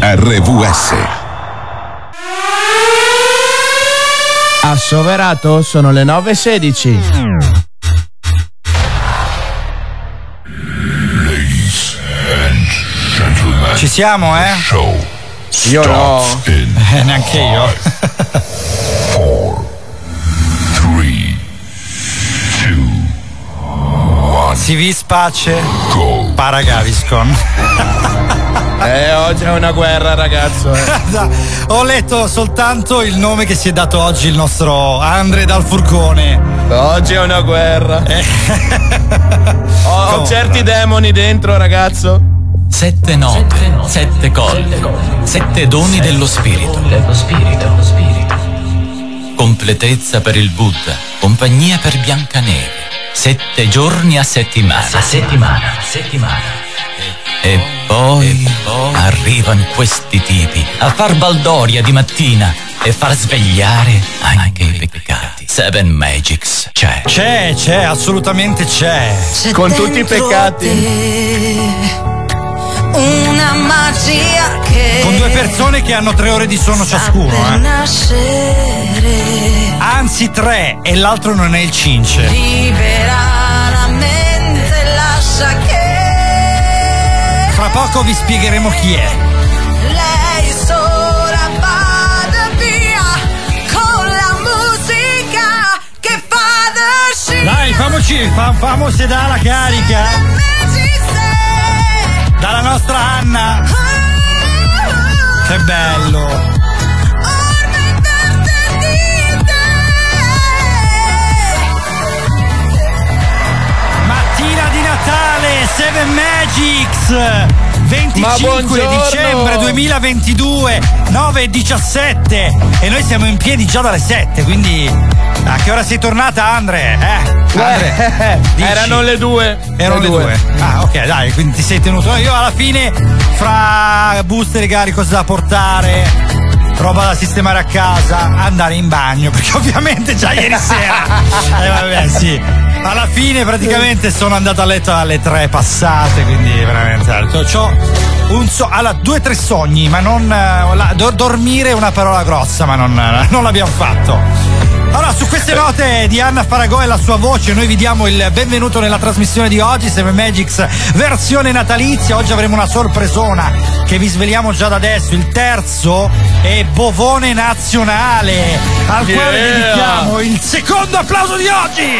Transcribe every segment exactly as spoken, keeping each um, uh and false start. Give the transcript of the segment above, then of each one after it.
R V S. Assoverato, sono le nove e sedici. Ci siamo, eh? Io no. Eh, neanche io. Si vis pace, Paragaviscon. Eh, oggi è una guerra, ragazzo. Eh. Ho letto soltanto il nome che si è dato oggi il nostro Andre dal Furcone. Oggi è una guerra. Eh. Ho, ho certi demoni dentro, ragazzo. Sette note, sette, sette colli, sette doni sette dello spirito. Dello spirito, dello spirito. Completezza per il Buddha, compagnia per Biancaneve. Sette giorni a settimana. A settimana, a settimana. E poi, e poi arrivano questi tipi a far baldoria di mattina e far svegliare anche i peccati. Seven Magics c'è. C'è, c'è, assolutamente c'è. c'è con tutti i peccati. Una magia che con due persone che hanno tre ore di sonno ciascuno, eh. Nascere. Anzi tre, e l'altro non è il cince. Libera la mente, lascia che fra poco vi spiegheremo chi è. Lei sola vada via con la musica che fa da scia. Dai, famoci, fam, famoci da la carica. Dalla nostra Anna. Che bello. Mattina di Natale, Seven Magics. venticinque dicembre duemilaventidue, nove e diciassette. E noi siamo in piedi già dalle sette, quindi a che ora sei tornata, Andre? Eh? Andre, eh, erano le due. Erano le, le due. due. Ah, ok, dai, quindi ti sei tenuto. Io alla fine, fra buste, regali, cose da portare, roba da sistemare a casa, andare in bagno, perché ovviamente già ieri sera. eh, vabbè, sì. Alla fine praticamente sono andato a letto alle tre passate, quindi veramente. C'ho un so, allora, due o tre sogni, ma non. La, do, dormire è una parola grossa, ma non, non l'abbiamo fatto. Allora, su queste note di Anna Faragò e la sua voce, noi vi diamo il benvenuto nella trasmissione di oggi, Seven Magics versione natalizia. Oggi avremo una sorpresona che vi sveliamo già da adesso. Il terzo è Bovone Nazionale, al yeah. quale dedichiamo il secondo applauso di oggi.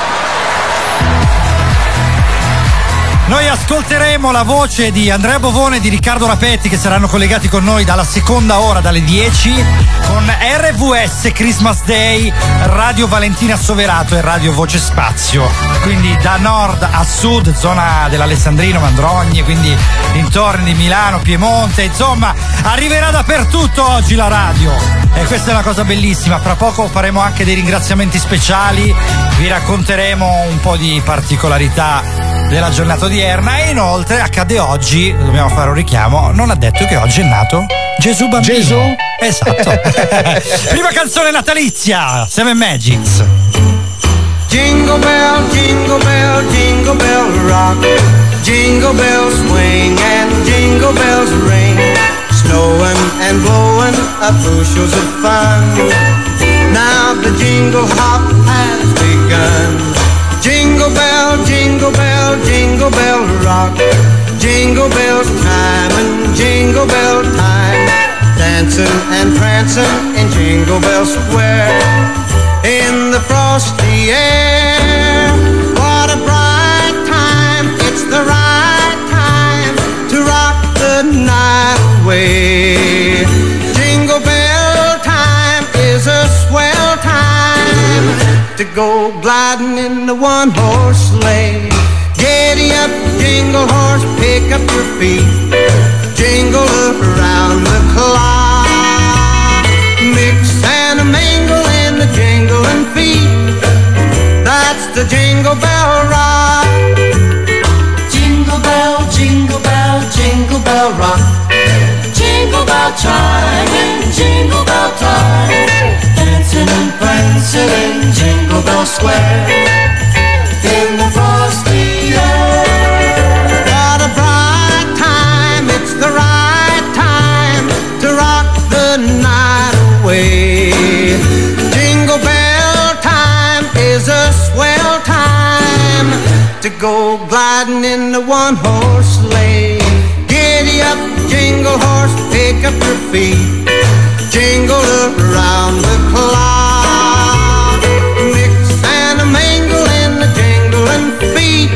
Noi ascolteremo la voce di Andrea Bovone e di Riccardo Rapetti, che saranno collegati con noi dalla seconda ora, dalle dieci, con R V S Christmas Day, Radio Valentina Soverato e Radio Voce Spazio. Quindi da nord a sud, zona dell'Alessandrino, Mandrogne, quindi dintorni di Milano, Piemonte, insomma, arriverà dappertutto oggi la radio. E questa è una cosa bellissima. Fra poco faremo anche dei ringraziamenti speciali, vi racconteremo un po' di particolarità della giornata odierna e inoltre accade oggi, dobbiamo fare un richiamo, non ha detto che oggi è nato Gesù bambino. Gesù? Esatto. Prima canzone natalizia, Seven Magics. Jingle bell, jingle bell, jingle bell rock. Jingle bells swing and jingle bells ring. Snowing and blowing up bushels of fun. Now the jingle hop has begun. Jingle bell, jingle bell, jingle bell rock. Jingle bells time and jingle bell time. Dancing and prancing in Jingle Bell Square. In the frosty air. What a bright time. It's the right time to rock the night away. Jingle bell time is a swell time to go gliding in the one-horse sleigh. Giddy up, jingle horse, pick up your feet. Jingle around the clock. Mix and a mingle in the jingling feet. That's the Jingle Bell Rock. Jingle bell, jingle bell, jingle bell rock. Jingle bell chime in Jingle Bell time. Dancing and prancing in Jingle Bell Square. In the frosty air. What a bright time, it's the right time one-horse sleigh. Giddy up, jingle horse, pick up your feet. Jingle around the clock. Mix and a mingle in the jingling feet.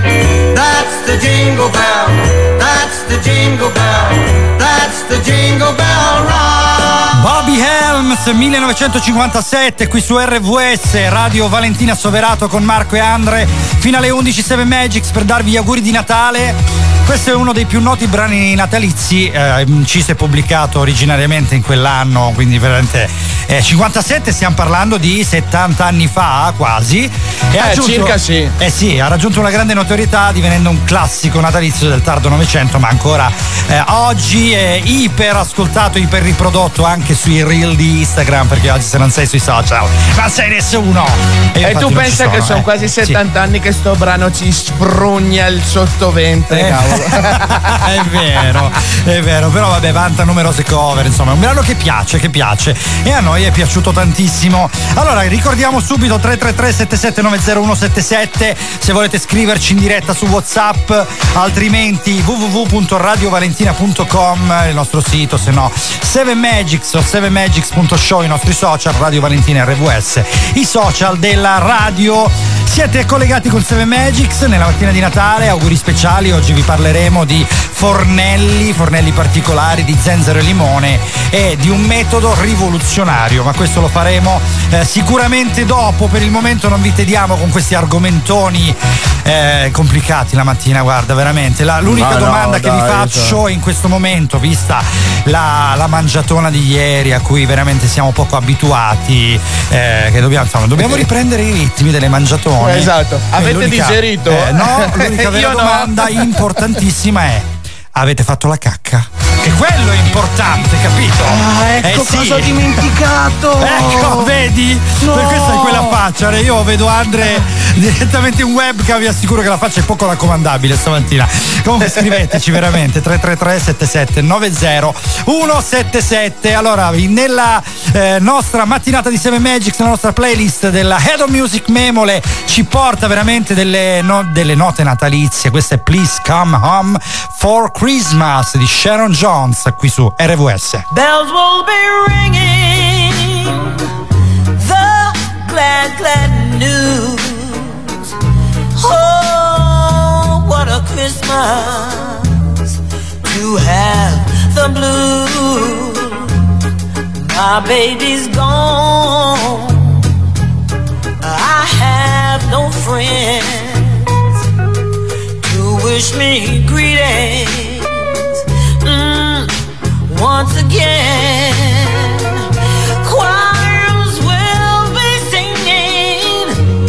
That's the jingle bell, that's the jingle bell, that's the jingle bell rock. Bobby Helms, millenovecentocinquantasette, qui su R V S, Radio Valentina Soverato con Marco e Andre, fino alle undici Seven Magics per darvi gli auguri di Natale. Questo è uno dei più noti brani natalizi, eh, inciso e pubblicato originariamente in quell'anno, quindi veramente eh, cinquantasette, stiamo parlando di settanta anni fa quasi. E eh, ha raggiunto, circa sì. Eh sì, ha raggiunto una grande notorietà divenendo un classico natalizio del tardo Novecento, ma ancora eh, oggi è iper ascoltato, iper riprodotto anche sui reel di Instagram, perché oggi se non sei sui social non sei nessuno. E, e tu pensa che sono eh. quasi settanta sì. anni che sto brano ci sprugna il sottoventre, eh. cavolo. È vero, è vero, però vabbè, vanta numerose cover, insomma, è un brano che piace, che piace e a noi è piaciuto tantissimo. Allora, ricordiamo subito tre tre tre sette sette nove zero uno sette sette se volete scriverci in diretta su WhatsApp, altrimenti w w w punto radio valentina punto com, il nostro sito, se no Seven Magics o seven magics punto show, i nostri social, Radio Valentina R V S, i social della radio. Siete collegati con Seven Magics nella mattina di Natale, auguri speciali. Oggi vi parleremo di fornelli, fornelli particolari di zenzero e limone e di un metodo rivoluzionario, ma questo lo faremo eh, sicuramente dopo. Per il momento non vi tediamo con questi argomentoni eh, complicati la mattina, guarda, veramente. La, l'unica ma domanda no, che dai, vi faccio so. in questo momento, vista la, la mangiatona di ieri a cui veramente siamo poco abituati, eh, che dobbiamo, insomma, dobbiamo riprendere i ritmi delle mangiatone. Esatto, avete digerito? Eh, no, l'unica vera Io domanda no. importantissima è: avete fatto la cacca? Che quello è importante, capito? Ah, ecco eh, sì. cosa ho dimenticato. Ecco, vedi? No. Per questa è quella faccia. Io vedo Andre direttamente in webcam, vi assicuro che la faccia è poco raccomandabile stamattina. Comunque scriveteci veramente tre tre tre sette sette nove zero uno sette sette. Allora, nella eh, nostra mattinata di Seven Magics, la nostra playlist della Head of Music Memole ci porta veramente delle, no, delle note natalizie. Questa è Please Come Home for Christmas di Sharon Jones, qui su R V S. Bells will be ringing, the glad, glad news. Oh, what a Christmas to have the blues. My baby's gone, I have no friends to wish me greetings. Mm, once again, choirs will be singing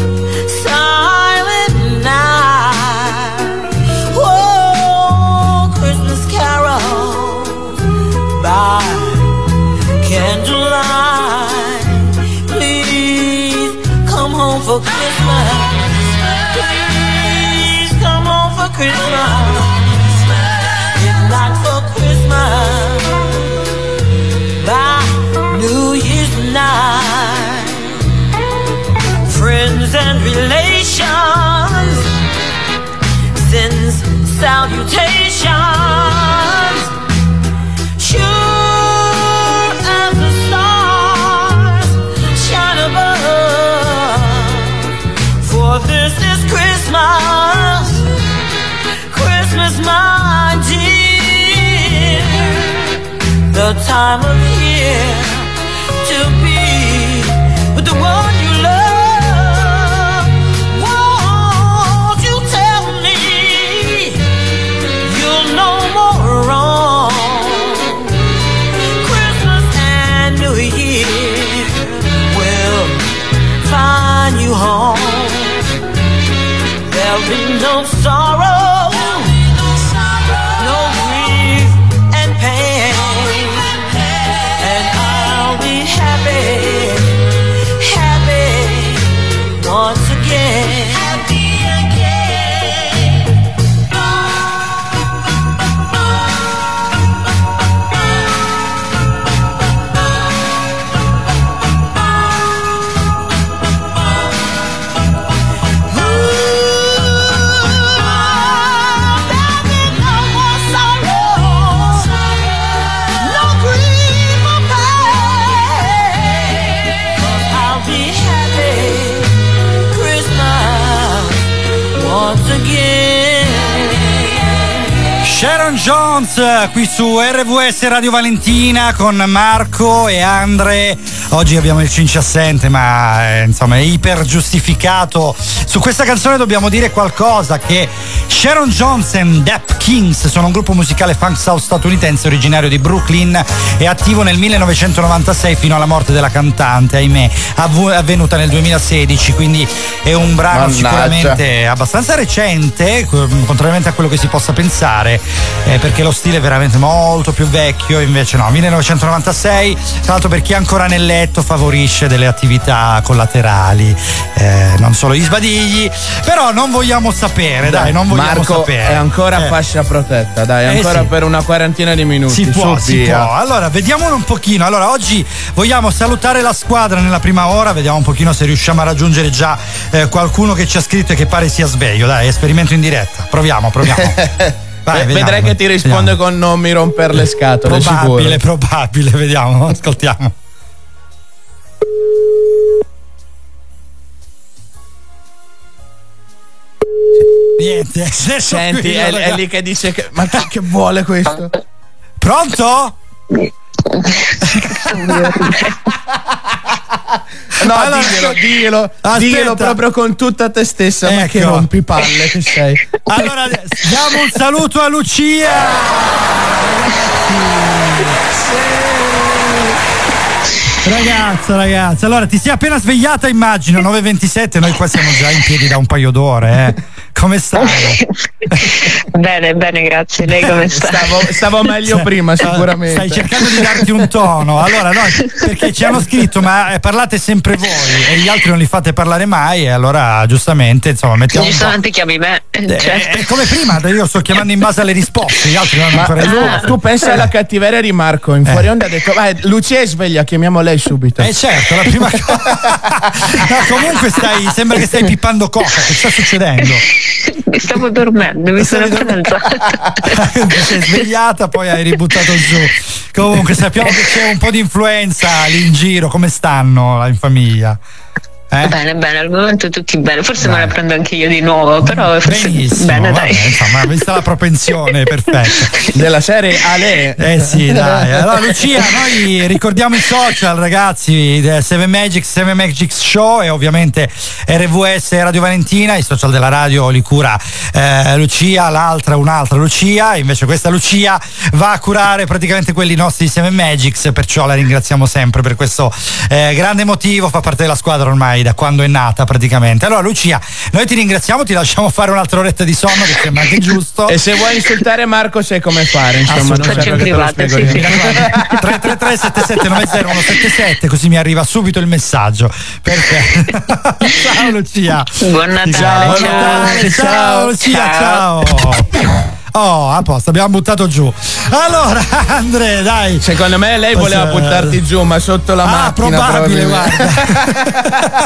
Silent Night. Oh, Christmas carols by candlelight. Please come home for Christmas. Please come home for Christmas. Not for Christmas, by New Year's night. Friends and relations sends salutations, sure as the stars shine above. For this is Christmas, Christmas, my dear. The time of year to be with the one you love. Won't you tell me you'll know more wrong? Christmas and New Year will find you home. There'll be no sorrow, no grief and pain. And I Sharon Jones qui su R V S Radio Valentina con Marco e Andre. Oggi abbiamo il Cinci assente, ma eh, insomma è iper giustificato. Su questa canzone dobbiamo dire qualcosa, che Sharon Jones e Dap Kings sono un gruppo musicale funk soul statunitense originario di Brooklyn e attivo nel millenovecentonovantasei fino alla morte della cantante, ahimè, avv- avvenuta nel duemilasedici, quindi è un brano Mannaggia. sicuramente abbastanza recente, contrariamente a quello che si possa pensare, eh, perché lo stile è veramente molto più vecchio, invece no, millenovecentonovantasei, tra l'altro per chi è ancora nel letto favorisce delle attività collaterali, eh, non solo gli sbadigli, però non vogliamo sapere, dai, non vogliamo Marco sapere. è ancora Eh. fascia protetta, dai, Eh, ancora sì. per una quarantina di minuti. Si può, su, si via. può. Allora, vediamolo un pochino. Allora, oggi vogliamo salutare la squadra nella prima ora, vediamo un pochino se riusciamo a raggiungere già eh, qualcuno che ci ha scritto e che pare sia sveglio. Dai, esperimento in diretta. Proviamo, proviamo. Vai, Eh, vediamo, Vedrai che ti risponde vediamo. con non mi romper le scatole, Probabile, sicuro. probabile, vediamo, ascoltiamo. Niente, adesso Senti, qui, è, raga. è lì che dice che, ma chi che vuole questo? Pronto? No, Allora, diglielo, diglielo, aspetta. diglielo proprio con tutta te stessa, ma che Ecco. rompipalle che sei. Allora, diamo un saluto a Lucia. Ragazza, ragazza, allora ti sei appena svegliata, immagino, nove e ventisette, noi qua siamo già in piedi da un paio d'ore, eh. Come stai? Bene, bene, grazie. Lei come sta? Stavo, stavo meglio Cioè, prima, Stai sicuramente. cercando di darti un tono. Allora, no, perché ci hanno scritto, ma eh, parlate sempre voi e gli altri non li fate parlare mai, e allora giustamente, insomma, mettiamo un po'. Giustamente chiami me. Eh, Certo. eh, come prima, io sto chiamando in base alle risposte, gli altri non hanno Ma ancora tu, risposto. tu pensa alla cattiveria di Marco, in fuori onda ha detto, vai, Lucia è sveglia, chiamiamo lei subito. Eh certo, la prima cosa. No, comunque stai, sembra che stai pippando coca, che sta succedendo? Mi stavo dormendo, mi sono appena alzata. Ti sei svegliata, poi hai ributtato giù. Comunque sappiamo che c'è un po' di influenza lì in giro, come stanno in famiglia? Eh? Bene, bene, al momento tutti bene. Forse Dai. me la prendo anche io di nuovo, però forse Benissimo, bene, vabbè, dai. insomma, vista la propensione, perfetto. Della serie Ale. Eh sì, dai. Allora Lucia, noi ricordiamo i social, ragazzi, Seven Magic, Seven Magic Show e ovviamente R V S Radio Valentina, i social della radio li cura eh, Lucia, l'altra un'altra Lucia, invece questa Lucia va a curare praticamente quelli nostri Seven Magics, perciò la ringraziamo sempre per questo eh, grande motivo, fa parte della squadra ormai da quando è nata praticamente. Allora Lucia, noi ti ringraziamo, ti lasciamo fare un'altra oretta di sonno, che sembra anche giusto. E se vuoi insultare Marco sai come fare, insomma, non Faccio serve in che te lo privata, spiego sì, io. sì. tre tre tre sette sette nove zero uno sette sette, così mi arriva subito il messaggio. Perfetto. Ciao Lucia. Buon Natale, Ciao, ciao. Natale, ciao Lucia, ciao. Oh, a posto, abbiamo buttato giù. Allora, Andre, dai. Secondo me lei voleva Cosa- buttarti giù, ma sotto la Ah, macchina. probabile, probabilmente.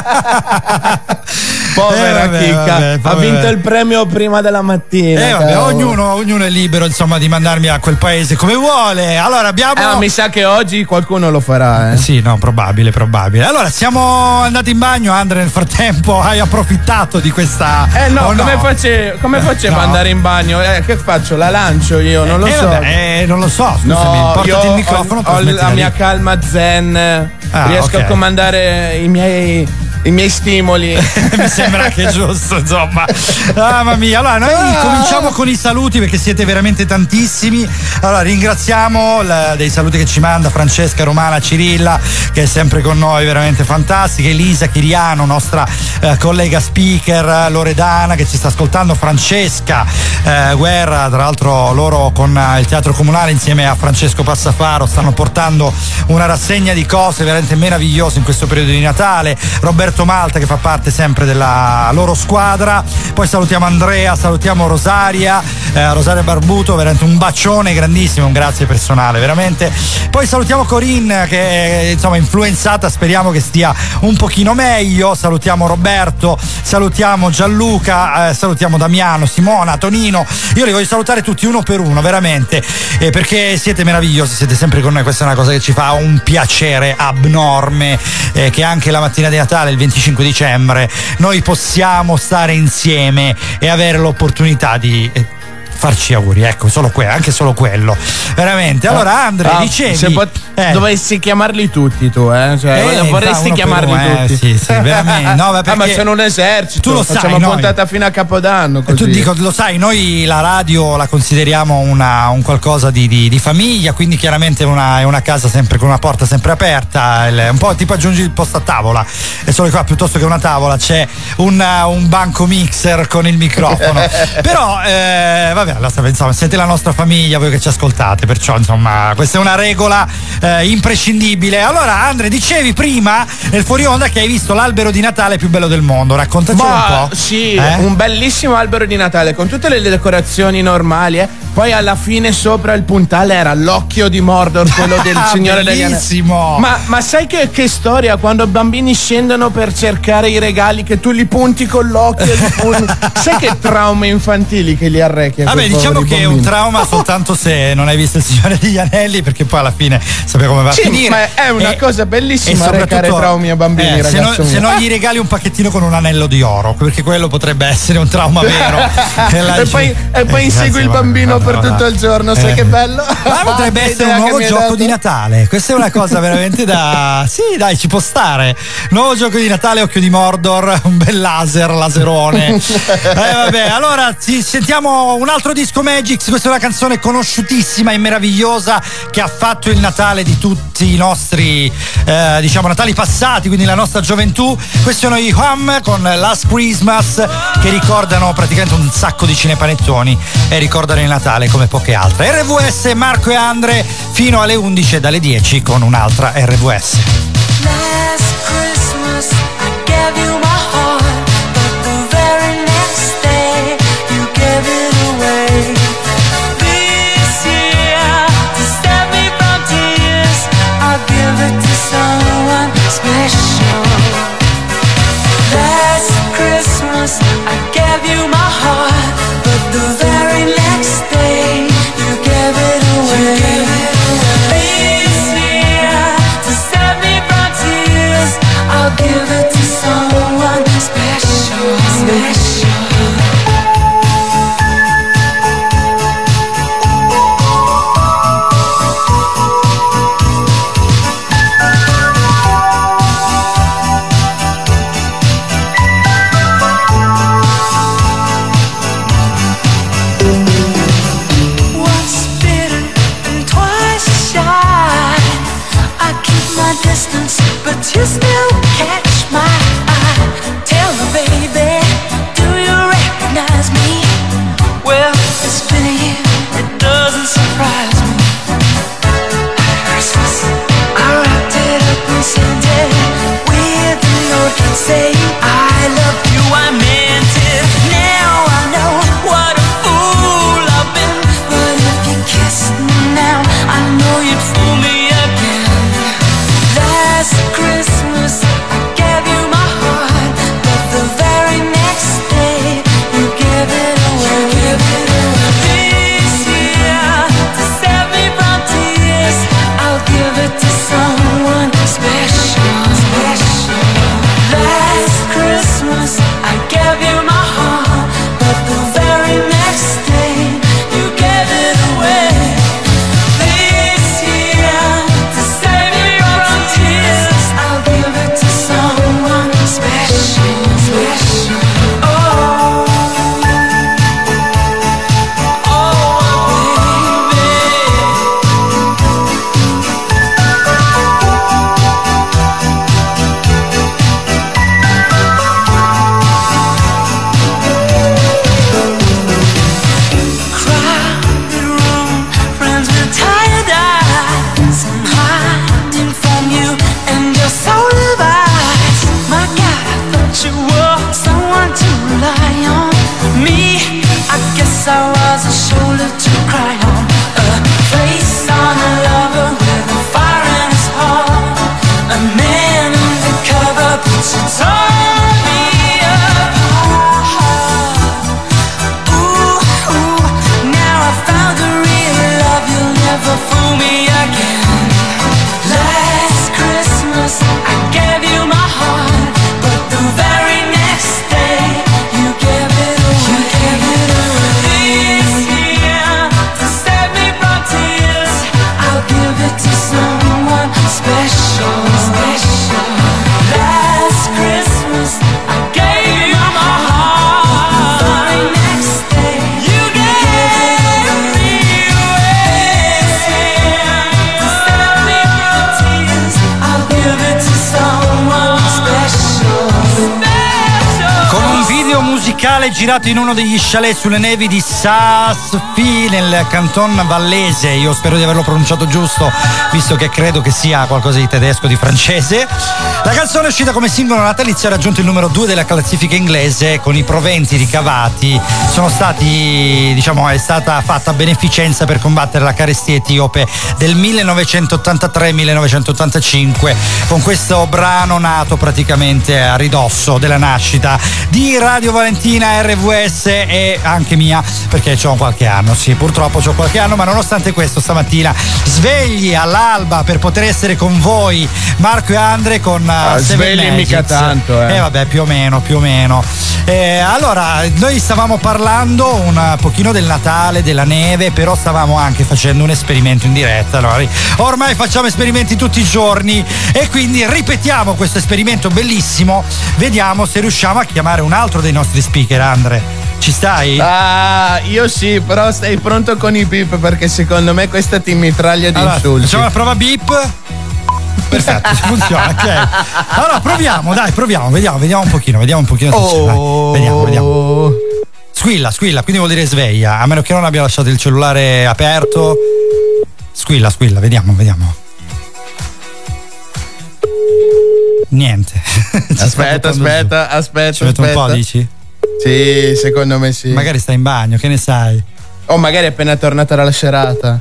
guarda. Povera Eh, vabbè, chicca, vabbè, ha vabbè. vinto il premio prima della mattina. Eh, vabbè, cavolo. ognuno, ognuno è libero, insomma, di mandarmi a quel paese come vuole. Allora, abbiamo. Eh, ma mi sa che oggi qualcuno lo farà, eh. Sì, no, probabile, probabile. Allora, siamo andati in bagno, Andre, nel frattempo hai approfittato di questa. Eh no, o come, face- come facevo No. ad andare in bagno? Eh, che faccio? La lancio io, non lo Eh, so. vabbè, eh, non lo so, scusami, No, portati io il microfono, ho, ho la trasmettila mia lì. calma zen, Ah, riesco ok. a comandare i miei, i miei stimoli. Mi sembra che è giusto, insomma. Ah, mamma mia. Allora, noi Ah. cominciamo con i saluti perché siete veramente tantissimi. Allora, ringraziamo la- dei saluti che ci manda Francesca Romana Cirilla, che è sempre con noi, veramente fantastica. Elisa Chiriano, nostra eh, collega speaker, Loredana, che ci sta ascoltando, Francesca eh, Guerra, tra l'altro loro con eh, il Teatro Comunale insieme a Francesco Passafaro stanno portando una rassegna di cose veramente meravigliose in questo periodo di Natale. Roberto Malta, che fa parte sempre della loro squadra. Poi salutiamo Andrea, salutiamo Rosaria, eh, Rosaria Barbuto, veramente un bacione grandissimo, un grazie personale, veramente. Poi salutiamo Corinne, che è insomma influenzata, speriamo che stia un pochino meglio. Salutiamo Roberto, salutiamo Gianluca, eh, salutiamo Damiano, Simona, Tonino. Io li voglio salutare tutti uno per uno, veramente, eh, perché siete meravigliosi, siete sempre con noi. Questa è una cosa che ci fa un piacere abnorme, eh, che anche la mattina di Natale, il venticinque dicembre, noi possiamo stare insieme e avere l'opportunità di eh, farci auguri, ecco, solo que- anche solo quello, veramente. Allora Andre, ah, dicevi se pot- eh. dovessi chiamarli tutti tu, eh? Cioè, Eh, vorresti uno chiamarli per uno, tutti. eh, sì, sì, veramente. No, beh, ah, ma perché sono un esercito. tu lo sai, facciamo noi- puntata fino a Capodanno. Così. Tu dico, lo sai, noi la radio la consideriamo una, un qualcosa di, di, di famiglia, quindi chiaramente una, è una casa sempre con una porta sempre aperta, il, un po' tipo aggiungi il posto a tavola, e solo che qua piuttosto che una tavola c'è un, un banco mixer con il microfono. Però eh, vabbè, allora, insomma, siete la nostra famiglia, voi che ci ascoltate, perciò insomma questa è una regola eh, imprescindibile. Allora Andre, dicevi prima nel fuori onda che hai visto l'albero di Natale più bello del mondo, raccontaci un Ma po'. sì, Eh? un bellissimo albero di Natale con tutte le decorazioni normali, eh. Poi alla fine sopra il puntale era l'occhio di Mordor, quello del Ah, Signore degli Anelli. bellissimo. Ma, ma sai che, che storia? Quando bambini scendono per cercare i regali, che tu li punti con l'occhio, li punti. Sai che traumi infantili che li arrechi? a Vabbè, quei diciamo poveri che è un bambini. trauma soltanto se non hai visto il Signore degli Anelli, perché poi alla fine sappiamo come va Sì, a finire. ma è una E- cosa bellissima e soprattutto, arrecare traumi a bambini, eh, se, no, ragazzo mio. se no gli regali un pacchettino con un anello di oro, perché quello potrebbe essere un trauma vero. E, là e dici- poi, e poi eh, insegui grazie, il ma- bambino ma- per ma- tutto il giorno, sai eh. che bello? Ma potrebbe Che essere idea un che nuovo mi hai gioco dato. di Natale. Questa è una cosa veramente da. Sì, dai, ci può stare. Nuovo gioco di Natale, occhio di Mordor, un bel laser, laserone. eh, vabbè, allora ci sentiamo un altro disco Magix. Questa è una canzone conosciutissima e meravigliosa che ha fatto il Natale di tutti i nostri, eh, diciamo, Natali passati, quindi la nostra gioventù. Questi sono i Wham con Last Christmas, che ricordano praticamente un sacco di cinepanettoni e ricordano il Natale come poche altre. R V S, Marco e Andre fino alle undici e dalle dieci con un'altra R V S. Last Christmas I gave you my heart, but the very next day you gave it away. This year, to save me from tears, I'll give it to someone special. Last Christmas I gave you my heart, but the very next day you gave it away. This year, to save me from tears, I'll give it to someone musicale girato in uno degli chalet sulle nevi di Saas-Fee nel canton vallese. Io spero di averlo pronunciato giusto, visto che credo che sia qualcosa di tedesco, di francese. La canzone è uscita come singolo natalizio, ha raggiunto il numero due della classifica inglese. Con i proventi ricavati sono stati, diciamo, è stata fatta beneficenza per combattere la carestia etiope del millenovecentottantatré millenovecentottantacinque, con questo brano nato praticamente a ridosso della nascita di Radio Valentina R V S e anche mia, perché c'ho qualche anno, sì, purtroppo c'ho qualche anno, ma nonostante questo stamattina svegli all'alba per poter essere con voi, Marco e Andre, con uh, ah, svegli mica tanto, eh. eh vabbè, più o meno, più o meno. Eh, allora, noi stavamo parlando un pochino del Natale, della neve, però stavamo anche facendo un esperimento in diretta. Allora, ormai facciamo esperimenti tutti i giorni e quindi ripetiamo questo esperimento bellissimo. Vediamo se riusciamo a chiamare un altro dei nostri speaker, Andre. Ci stai? Ah, io sì, però stai pronto con i beep, perché secondo me questa ti mitraglia di allora, insulti. Facciamo la prova beep. Perfetto, funziona, ok. Allora proviamo, dai, proviamo, vediamo, vediamo un pochino, vediamo un pochino. Oh. Dai, vediamo, vediamo. Squilla, squilla, quindi vuol dire sveglia, a meno che non abbia lasciato il cellulare aperto. Squilla, squilla, vediamo, vediamo. Niente. Aspetta, aspetta, aspetta. Ci metto un po', dici? Sì, secondo me sì. Magari sta in bagno, che ne sai? O magari è appena tornata dalla serata.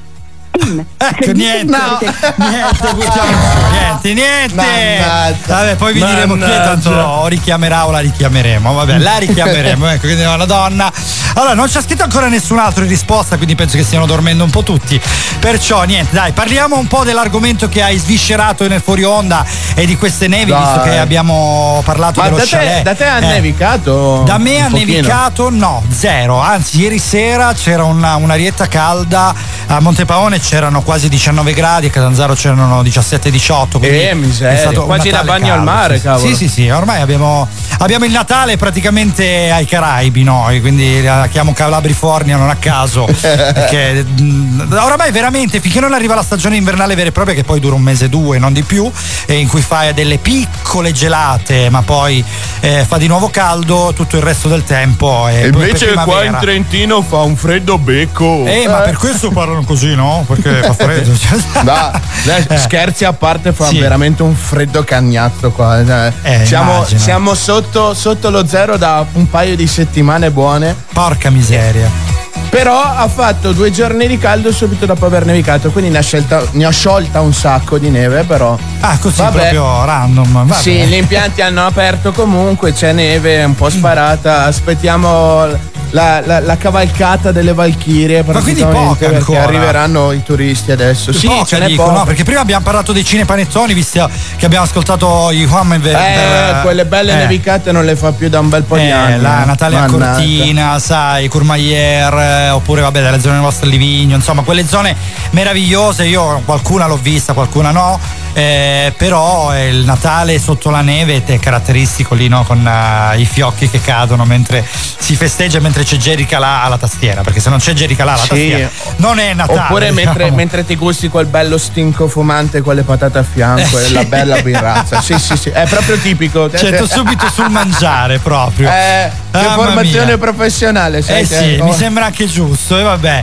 Ecco, niente, no. niente, buttiamo niente, niente. Mannaggia. Vabbè, poi vi diremo chi è, tanto o richiamerà o la richiameremo. Vabbè, la richiameremo, ecco, quindi è una donna. Allora, non c'è scritto ancora nessun altro in risposta, quindi penso che stiano dormendo un po' tutti. Perciò, niente, dai, parliamo un po' dell'argomento che hai sviscerato nel fuori onda e di queste nevi, dai, visto che abbiamo parlato Ma dello da chalet. Te, da te ha eh, nevicato? Da me ha pochino. nevicato, no, zero. Anzi, ieri sera c'era una, un'arietta calda a Montepaone, c'erano quasi diciannove gradi, a Catanzaro c'erano diciassette diciotto. Eh, miseria, è stato quasi da bagno caldo, al mare, sì, cavolo. Sì, sì, sì, ormai abbiamo, abbiamo il Natale praticamente ai Caraibi noi, quindi la chiamo Calabrifornia non a caso, perché mh, oramai veramente finché non arriva la stagione invernale vera e propria, che poi dura un mese due, non di più, e in cui fa delle piccole gelate, ma poi eh, fa di nuovo caldo tutto il resto del tempo. E invece qua in Trentino fa un freddo becco. Eh, eh. ma per questo parlano così, no? Perché fa freddo. No, eh. Scherzi a parte, fa sì. veramente un freddo cagnazzo qua. Eh, siamo, siamo sotto, sotto lo zero da un paio di settimane buone. Porca miseria. Però ha fatto due giorni di caldo subito dopo aver nevicato, quindi ne ha, scelta, ne ha sciolta un sacco di neve, però. Ah, così vabbè. Proprio random. Vabbè. Sì, gli impianti hanno aperto comunque, c'è neve un po' sparata, aspettiamo la, la, la cavalcata delle Valchirie, ma quindi poca perché ancora. Arriveranno i turisti adesso. Sì, poca, ce n'è dico, poca. no, perché prima abbiamo parlato dei cinepanettoni, visto che abbiamo ascoltato i Juan Eh, per, quelle belle eh. nevicate non le fa più da un bel po' di eh, anni. La Natale a Mannata. Cortina, sai, Courmayeur, eh, oppure vabbè dalle zone nostre Livigno, insomma quelle zone meravigliose. Io qualcuna l'ho vista, qualcuna no, eh, però eh, il Natale sotto la neve è caratteristico lì, no? Con uh, i fiocchi che cadono mentre si festeggia, mentre c'è Jerry Calà alla tastiera, perché se non c'è Jerry Calà alla Sì. tastiera non è Natale. Oppure diciamo. mentre, mentre ti gusti quel bello stinco fumante con le patate a fianco Eh, e sì. la bella birrazza. Sì, sì, sì, è proprio tipico. Certo, subito sul mangiare proprio. Eh, che Mamma formazione mia. professionale, sai Eh che- sì, oh. mi sembra anche giusto, e vabbè.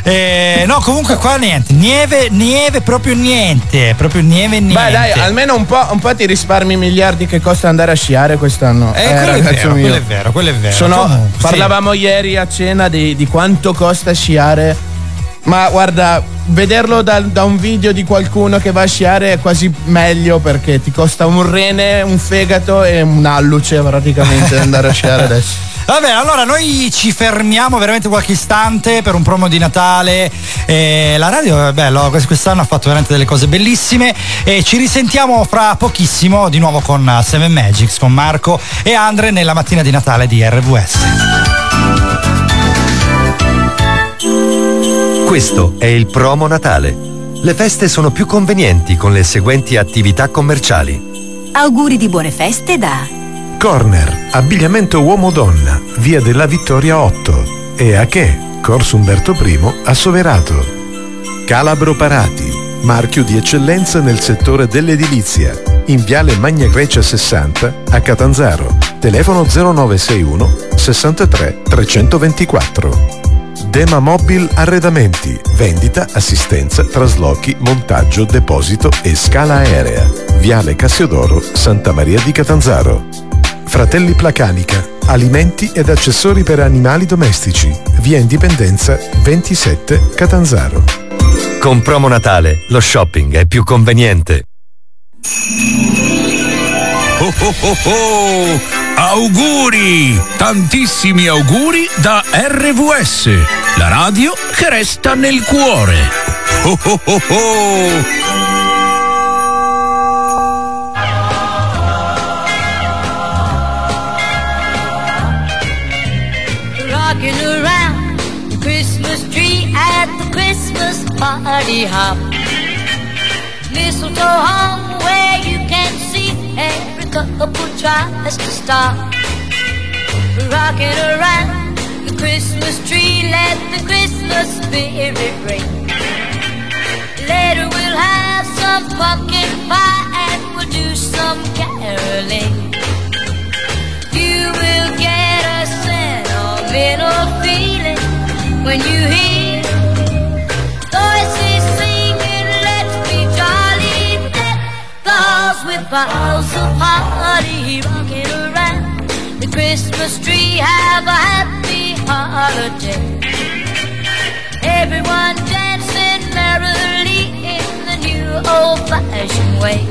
Eh, no, comunque qua niente, nieve, nieve, proprio niente, proprio nieve, niente. Beh dai, almeno un po', un po' ti risparmi i miliardi che costa andare a sciare quest'anno. Eh, quello è ragazzo vero, mio. quello è vero, quello è vero. Sono- Comunque, sì. parlavamo ieri a cena di, di quanto costa sciare, ma guarda, vederlo da, da un video di qualcuno che va a sciare è quasi meglio, perché ti costa un rene, un fegato e un alluce praticamente andare a sciare adesso. Vabbè, allora noi ci fermiamo veramente qualche istante per un promo di Natale. Eh, la radio è bello, quest'anno ha fatto veramente delle cose bellissime e ci risentiamo fra pochissimo di nuovo con Seven Magics, con Marco e Andre nella mattina di Natale di R V S. Questo è il promo Natale. Le feste sono più convenienti con le seguenti attività commerciali. Auguri di buone feste da Corner, abbigliamento uomo-donna, via della Vittoria otto e a che? Corso Umberto I a Soverato. Calabro Parati, marchio di eccellenza nel settore dell'edilizia. in Viale Magna Grecia sessanta a Catanzaro. Telefono zero nove sei uno sessantatré trecentoventiquattro. Dema Mobil Arredamenti, vendita, assistenza, traslochi, montaggio, deposito e scala aerea. Viale Cassiodoro, Santa Maria di Catanzaro. Fratelli Placanica, alimenti ed accessori per animali domestici. Via Indipendenza ventisette, Catanzaro. Con Promo Natale lo shopping è più conveniente. Oh oh oh oh! Auguri! Tantissimi auguri da R V S, la radio che resta nel cuore. Oh oh oh oh! Rocking around the Christmas tree at the Christmas party hop. Mistletoe hung where you can see every couple tries to stop. Rocking around the Christmas tree, let the Christmas spirit ring. Later we'll have some pumpkin pie and we'll do some caroling. You will get a sentimental feeling when you hear voices singing, let's be jolly, deck the halls with boughs of holly. Rocking around the Christmas tree, have a happy holiday. Everyone dancing merrily in the new old-fashioned way.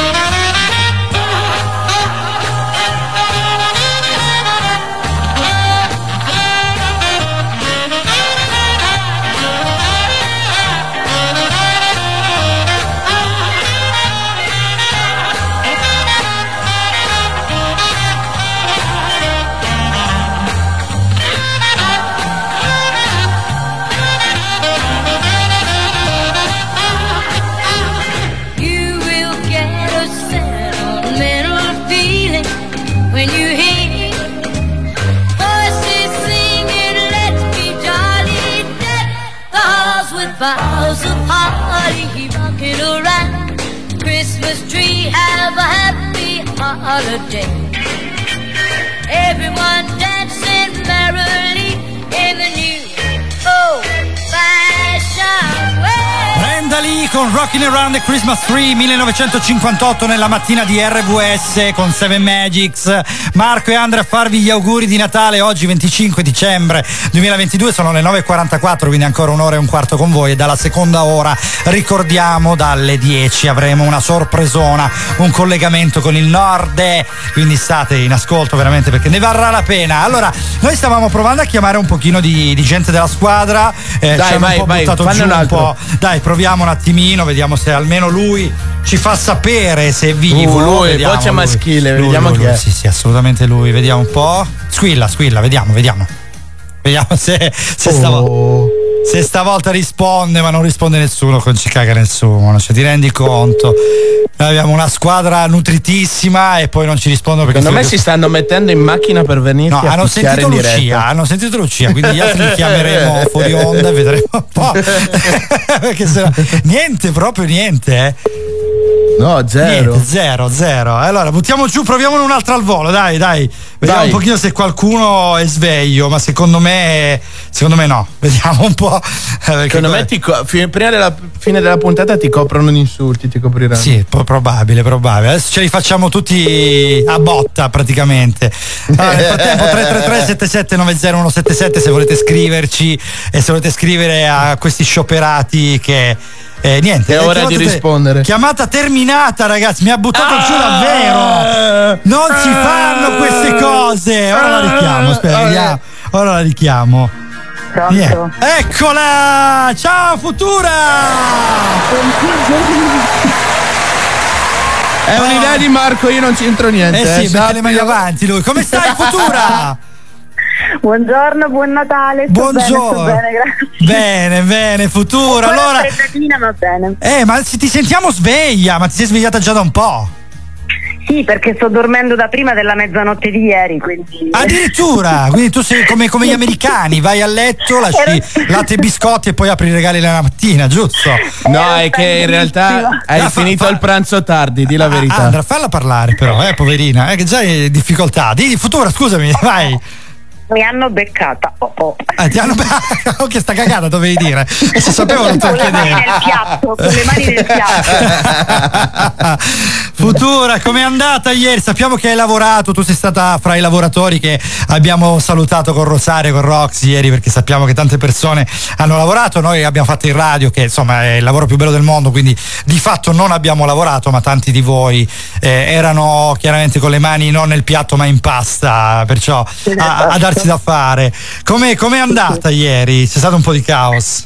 Boughs of holly, rocking around the Christmas tree, have a happy holiday. Everyone dancing merrily in the new old-fashioned way. Brenda Lee con Rockin' Around the Christmas Tree, millenovecentocinquantotto, nella mattina di R V S con Seven Magics. Marco e Andrea a farvi gli auguri di Natale oggi venticinque dicembre duemilaventidue, sono le nove e quarantaquattro, quindi ancora un'ora e un quarto con voi, e dalla seconda ora ricordiamo dalle dieci avremo una sorpresona, un collegamento con il Nord, quindi state in ascolto veramente perché ne varrà la pena. Allora, noi stavamo provando a chiamare un pochino di, di gente della squadra, eh, dai, ci hanno vai, un po' vai, buttato fanne giù un un altro. po'. Dai, proviamo un attimino, vediamo se almeno lui ci fa sapere se è vivo. Uh, lui, vediamo, voce lui. maschile, Lui, vediamo lui, chi lui, è. Sì, sì, assolutamente lui. Vediamo un po'. Squilla, squilla, vediamo, vediamo. Vediamo se, se, Oh. stavo, se stavolta risponde, ma non risponde nessuno, non ci caga nessuno, cioè ti rendi conto? Noi abbiamo una squadra nutritissima e poi non ci rispondono perché Secondo me si si stanno mettendo in macchina per venirti No, a hanno picchiare sentito in diretta. Lucia, hanno sentito Lucia, quindi gli altri li chiameremo fuori onda e vedremo un po'. Perché se no, niente, proprio niente, eh. No, zero. Niente, zero, zero. Allora, buttiamo giù, proviamone un'altra al volo, dai, dai. Vediamo Dai. un pochino se qualcuno è sveglio, ma secondo me secondo me no. Vediamo un po'. Perché Secondo me ti co- fi- prima della fine della puntata ti coprono di insulti, ti copriranno. Sì, po- probabile, probabile. Adesso ce li facciamo tutti a botta praticamente. Allora, nel frattempo tre tre tre sette sette nove zero uno sette sette se volete scriverci e se volete scrivere a questi scioperati che eh, niente, È ora chiamata di te- rispondere. Chiamata terminata, ragazzi, mi ha buttato Ah! giù davvero. Non si fanno queste cose. Ora la richiamo, aspetta, Ah! vediamo. Ora la richiamo. Pronto? Yeah. Eccola! Ciao Futura! È un'idea di Marco, io non c'entro niente. Eh sì, mette sappilo. le mani avanti lui. Come stai, Futura? Buongiorno, buon Natale. Sto Buongiorno. bene, sto bene, grazie. Bene, bene, Futura. Un po' Allora, raffreddatina, va bene. eh, ma se ti sentiamo sveglia, ma ti sei svegliata già da un po'. Sì, perché sto dormendo da prima della mezzanotte di ieri, quindi... Addirittura, quindi tu sei come, come gli americani, vai a letto, lasci latte e biscotti e poi apri i regali la mattina, giusto? No, è che in realtà hai Ah, fa- finito fa- il pranzo tardi, di la verità. Ah, Andra, falla parlare però, eh, poverina, eh, che già hai difficoltà. Di Futura, scusami, vai. Mi hanno beccata. Oh, oh. Ah, ti hanno oh, che sta cagata dovevi dire. E se sapevo non te lo Con le mani chiedevo. nel piatto, con le mani nel piatto. Futura, com'è andata ieri? Sappiamo che hai lavorato, tu sei stata fra i lavoratori che abbiamo salutato con Rosario, con Roxy ieri, perché sappiamo che tante persone hanno lavorato. Noi abbiamo fatto il radio, che insomma è il lavoro più bello del mondo, quindi di fatto non abbiamo lavorato, ma tanti di voi eh, erano chiaramente con le mani non nel piatto ma in pasta, perciò a, a darsi da fare. Com'è, com'è andata ieri? C'è stato un po' di caos?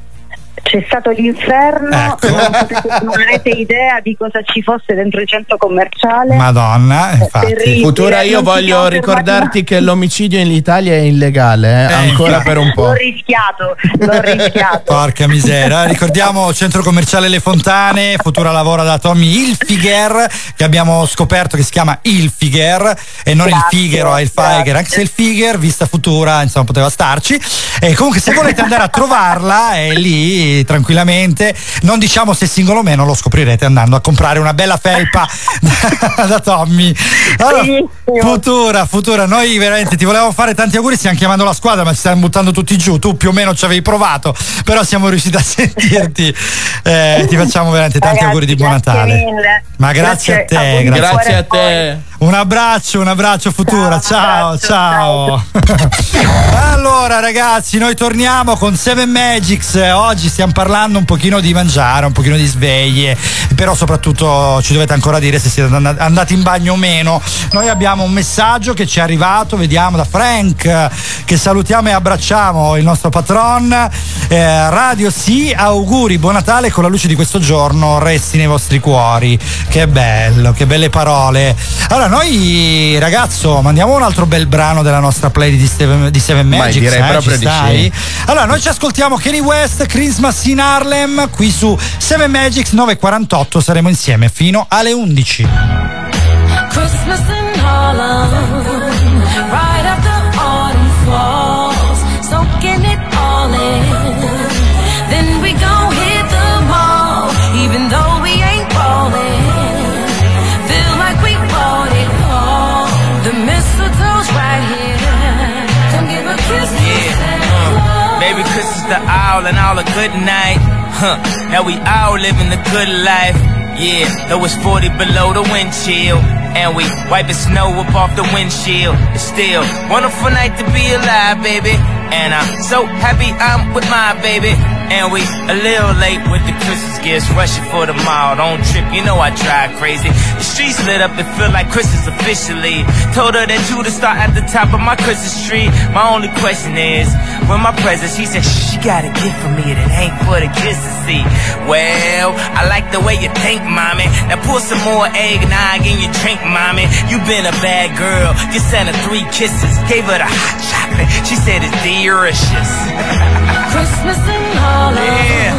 C'è stato l'inferno, Ecco. non avete idea di cosa ci fosse dentro il centro commerciale. Madonna, infatti. terribile. Futura, io Non ci voglio siamo ricordarti che l'omicidio in Italia è illegale, eh, Eh, ancora infatti. per un po'. L'ho rischiato, l'ho rischiato. Porca misera, ricordiamo centro commerciale Le Fontane. Futura lavora da Tommy Hilfiger, che abbiamo scoperto che si chiama Hilfiger e non Grazie, il Figaro, è il grazie. Figer, anche se il Figer vista Futura insomma poteva starci. E comunque se volete andare a trovarla è lì tranquillamente, non diciamo se è singolo o meno, lo scoprirete andando a comprare una bella felpa da, da Tommy. Allora, Futura, Futura, noi veramente ti volevamo fare tanti auguri, stiamo chiamando la squadra ma ci stiamo buttando tutti giù, tu più o meno ci avevi provato, però siamo riusciti a sentirti. Eh, ti facciamo veramente tanti Ragazzi, auguri di buon grazie Natale. mille. Ma grazie, Grazie a a te, voi, grazie, Grazie a Cuore te. un abbraccio, un abbraccio Futura, ciao, Ciao, un ciao. Allora ragazzi, noi torniamo con Seven Magics. Oggi stiamo parlando un pochino di mangiare, un pochino di sveglie, però soprattutto ci dovete ancora dire se siete and- andati in bagno o meno. Noi abbiamo un messaggio che ci è arrivato, vediamo, da Frank, che salutiamo e abbracciamo, il nostro patron. Eh, radio sì, auguri, buon Natale, con la luce di questo giorno resti nei vostri cuori. Che bello, che belle parole. Allora noi ragazzo mandiamo un altro bel brano della nostra playlist di Seven, di Seven Ma Magics, direi eh, proprio ci di stai? sì. Allora noi ci ascoltiamo Kanye West, Christmas in Harlem, qui su Seven Magics nove e quarantotto, saremo insieme fino alle undici. Christmas in Harlem, right after autumn falls, soaking it all in. Then we gon' hit the mall, even though we ain't ballin'. Feel like we bought it all. The mistletoe's right here. Come give a kiss to Santa Claus. Baby, Christmas the owl and all a good night. Huh, now we all living the good life. Yeah, though it's forty below the wind chill, and we wiping snow up off the windshield. It's still wonderful night to be alive, baby. And I'm so happy I'm with my baby. And we a little late with the Christmas gifts, rushing for the mall. Don't trip, you know I drive crazy. The streets lit up, it feel like Christmas officially. Told her that you to start at the top of my Christmas tree. My only question is, when my present, she said, shh, you got a gift for me that ain't for the kids to see. Well, I like the way you think, mommy. Now pour some more eggnog in your drink, mommy. You been a bad girl, just sent her three kisses. Gave her the hot chocolate, she said it's delicious. Christmas in Harlem, Yeah.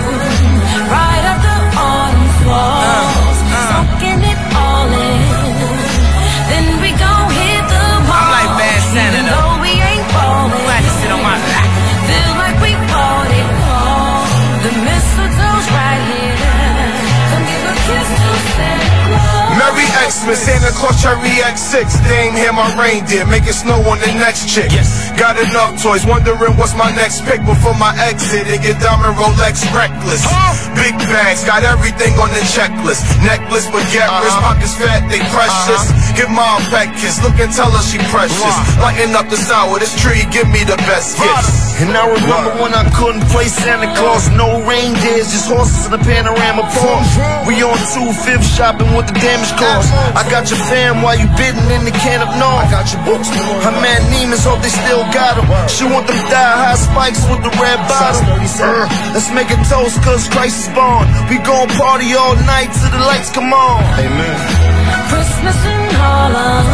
right after autumn falls, Uh, uh. soaking it all in. Then we gon' hit the mall. I'm like Bad Santa, even though. though we ain't ballin'. Glad to sit on my lap. Feel like we bought it all. The mistletoe's right here. Come give a kiss to Santa Claus. Merry Xmas, Santa Claus Cherry X six. They ain't hear my reindeer, make it snow on the next chick. Yes. Got enough toys, wondering what's my next pick before my exit. And get diamond Rolex reckless. Big bags, got everything on the checklist. Necklace, baguette, wrist pockets fat, they precious. Give mom a pet kiss, look and tell her she precious. Lighten up the sour, this tree, give me the best gifts. And I remember when I couldn't play Santa Claus, no reindeers, just horses in a panorama park. We on two fifth shopping with the damage cars. I got your fam while you bidding in the can of North. I got your books. Her man Neiman's hope they still got them. She want them thigh-high spikes with the red bottom. Uh, let's make a toast cause Christ is born. We gon' party all night till the lights come on. Amen. Christmas in Harlem,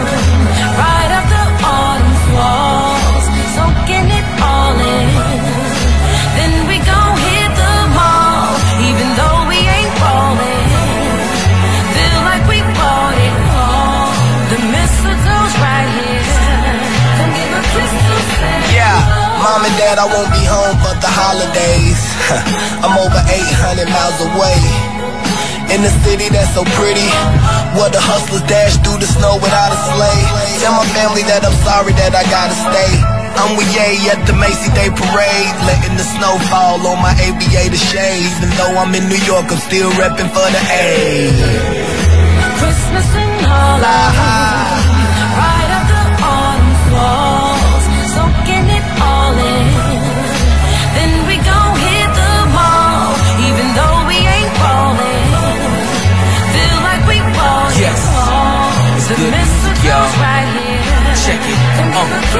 right after autumn falls, soaking it all in. Then we gon' hit the mall, even though we ain't ballin'. Feel like we bought it all. that I won't be home for the holidays. I'm over eight hundred miles away, in a city that's so pretty, where the hustlers dash through the snow without a sleigh. Tell my family that I'm sorry that I gotta stay. I'm with Ye at the Macy Day Parade, letting the snow fall on my aviator shades. Even though I'm in New York, I'm still repping for the A. Christmas in Harlem, right after autumn falls, soaking it all in. Then we gon' hit the mall, even though we ain't ballin'. Feel like we ballin'. Yes. The mistletoe's right here. Check it. Uh,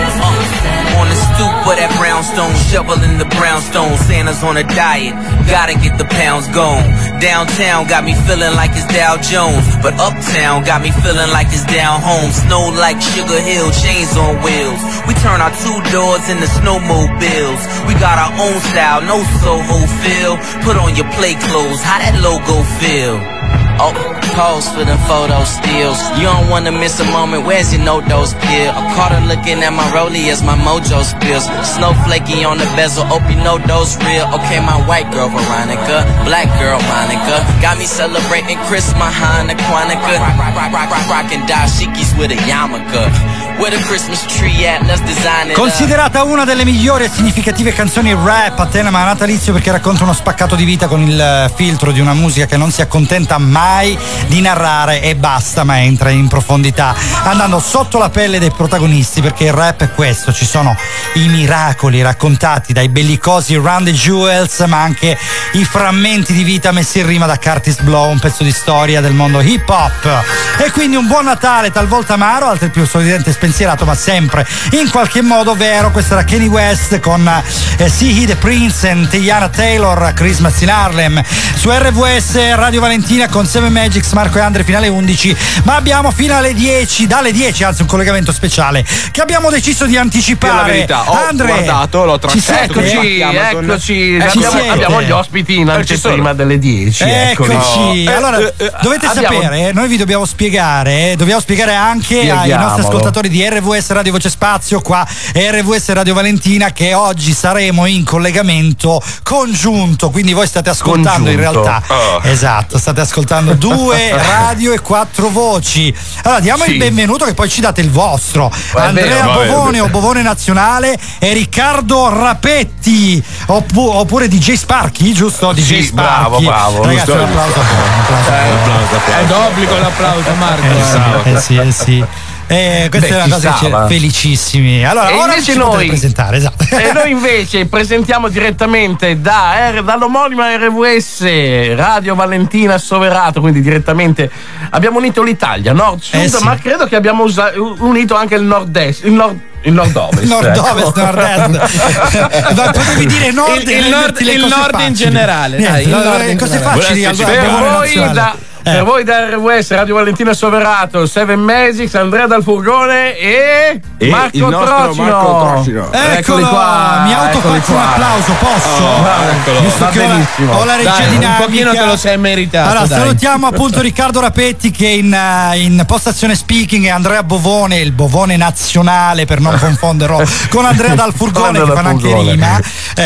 uh. On the stoop of that brownstone, shoveling the brownstone. Santa's on a diet, gotta get the pounds gone. Downtown got me feeling like it's Dow Jones, but uptown got me feeling like it's down home. Snow like Sugar Hill, chains on wheels. We turn our two doors into snowmobiles. We got our own style, no Soho feel. Put on your play clothes, how that logo feel? Oh, pose for them photo stills. You don't wanna miss a moment, where's your no-dose pill? I caught her looking at my rollie as my mojo spills. Snowflakey on the bezel, hope you know those real. Okay, my white girl Veronica, black girl Monica, got me celebrating Christmas, Hanukkah. Rock, rock, rock, rock, rock, rockin' dashikis with a yarmulke. Where the Christmas tree at, let's design it up. Considerata una delle migliori e significative canzoni rap a tema natalizio, perché racconta uno spaccato di vita con il filtro di una musica che non si accontenta mai di narrare e basta, ma entra in profondità andando sotto la pelle dei protagonisti, perché il rap è questo: ci sono i miracoli raccontati dai bellicosi Run the Jewels, ma anche i frammenti di vita messi in rima da Curtis Blow, un pezzo di storia del mondo hip hop. E quindi un buon Natale, talvolta amaro, altri più sorridente e spensierato, ma sempre in qualche modo vero. Questo era Kanye West con eh, See the Prince e Teyana Taylor, Christmas in Harlem, su R V S Radio Valentina con Seven Magics, Marco e Andre fino alle undici, ma abbiamo fino alle dieci, dalle dieci anzi un collegamento speciale che abbiamo deciso di anticipare. È la verità, ho Andre, guardato, l'ho trasferito. Eccoci, eccoci, eh, abbiamo, siete? abbiamo gli ospiti in anteprima delle dieci. Eccoci, Ecco. allora Eh, eh, dovete abbiamo- sapere, noi vi dobbiamo spiegare, dobbiamo spiegare anche ai nostri Spieghiamolo. ascoltatori di R V S Radio Voce Spazio, qua R V S Radio Valentina, che oggi saremo in collegamento congiunto, quindi voi state ascoltando in Congiunto. realtà, Oh. esatto, state ascoltando due radio e quattro voci. Allora diamo Sì. il benvenuto, che poi ci date il vostro. Va Andrea bene, va bene. Bovone o Bovone Nazionale e Riccardo Rapetti, oppu- oppure D J Sparky, giusto? D J Sì, Sparky. bravo, bravo, Ragazzi, giusto. un applauso a voi, un applauso a voi. È d'obbligo l'applauso, Marco. Eh sì, eh sì, eh sì. Eh, questa Beh, è una cosa che chissà, va. ci- felicissimi. Allora, E ora invece ci potete noi- presentare, esatto. E noi invece presentiamo direttamente da R, dall'omonima R V S Radio Valentina Soverato, quindi direttamente abbiamo unito l'Italia, nord-sud, Eh sì. ma credo che abbiamo usa- unito anche il nord-est, il nord il nord-ovest. Nord-ovest, ecco. nord-est. Ma potevi dire nord Il- e il nord- renderti le il cose nord in facili. generale, Niente, dai, il allora, nord in cose generale. facili Per allora, Bovone voi, Nazionale. da, Eh. per voi da R V S Radio Valentina Soverato, Seven Magics, Andrea Dal Furgone e, E Marco il nostro Trocino. Marco Trocino. Eccoli Eccolo, qua, mi eccoli autofaccio un qua. applauso, posso? Oh, eccolo, Visto va che ho la, benissimo. ho la regia Dai, un dinamica. pochino te lo sei meritato, Allora, dai. salutiamo appunto Riccardo Rapetti, che è in, eh, in postazione speaking, e Andrea Bovone, il Bovone Nazionale, per non confonderlo con Andrea Dal Furgone, Andrea che Dal fanno anche Furgone. rima,